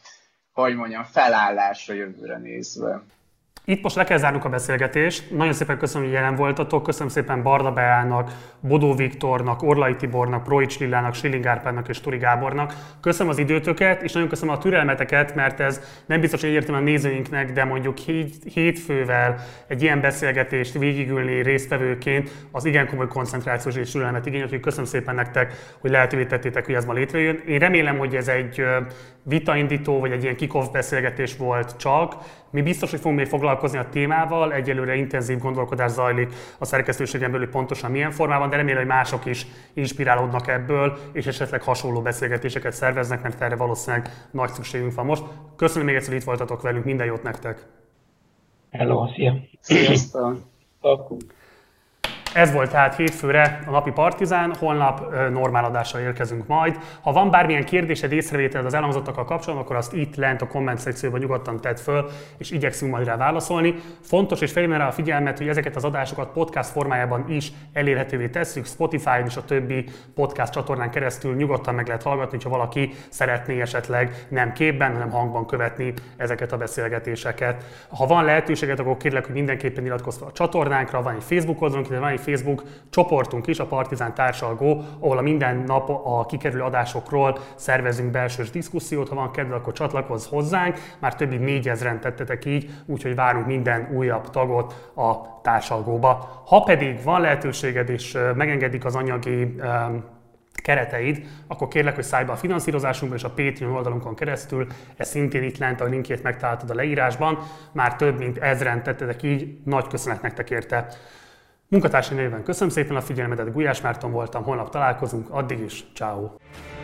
hogy mondjam, felállás a jövőre nézve. Itt most le kell zárnunk a beszélgetést. Nagyon szépen köszönöm, hogy jelen voltatok. Köszönöm szépen Barda Beának, Bodó Viktornak, Orlai Tibornak, Proics Lillának, Schilling Árpádnak és Turi Gábornak. Köszönöm az időtöket, és nagyon köszönöm a türelmeteket, mert ez nem biztos, hogy értem a nézőinknek, de mondjuk hétfővel egy ilyen beszélgetést végigülni résztvevőként az igen komoly koncentrációs és türelmet igény, úgyhogy köszönöm szépen nektek, hogy lehetővé tettétek, hogy ez ma létrejön. Én remélem, hogy ez egy vitaindító vagy egy ilyen kick-off beszélgetés volt csak. Mi biztos, hogy fogunk még foglalkozni a témával, egyelőre intenzív gondolkodás zajlik a szerkesztőségen belül pontosan milyen formában, de remélem, hogy mások is inspirálódnak ebből, és esetleg hasonló beszélgetéseket szerveznek, mert erre valószínűleg nagy szükségünk van most. Köszönöm még egyszer, hogy itt voltatok velünk, minden jót nektek! Hello, szia! Sziasztok! Ez volt tehát hétfőre a napi Partizán, holnap normál adással érkezünk majd. Ha van bármilyen kérdésed, észrevételed az elhangzottakkal kapcsolatban, akkor azt itt lent a komment szekcióban nyugodtan tedd föl, és igyekszünk majd rá válaszolni. Fontos, és felhívnám rá a figyelmet, hogy ezeket az adásokat podcast formájában is elérhetővé tesszük, Spotify-on és a többi podcast csatornán keresztül nyugodtan meg lehet hallgatni, ha valaki szeretné esetleg nem képben, hanem hangban követni ezeket a beszélgetéseket. Ha van lehetőséget, akkor kérlek, hogy mindenképpen iratkozz fel a csatornánkra, van egy Facebook oldalunk, de van egy Facebook csoportunk is, a Partizán Társalgó, ahol a minden nap a kikerülő adásokról szervezünk belsős diszkusziót. Ha van kedved, akkor csatlakozz hozzánk. Már több mint négyezren tettetek így, úgyhogy várunk minden újabb tagot a Társalgóba. Ha pedig van lehetőséged és megengedik az anyagi um, kereteid, akkor kérlek, hogy szállj be a finanszírozásunkba és a Patreon oldalunkon keresztül. Ez szintén itt lent, a linkjét megtaláltad a leírásban. Már több mint ezren tettetek így, nagy köszönet nektek érte. Munkatársai nevében köszönöm szépen a figyelmedet, Gulyás Márton voltam, holnap találkozunk, addig is, ciao.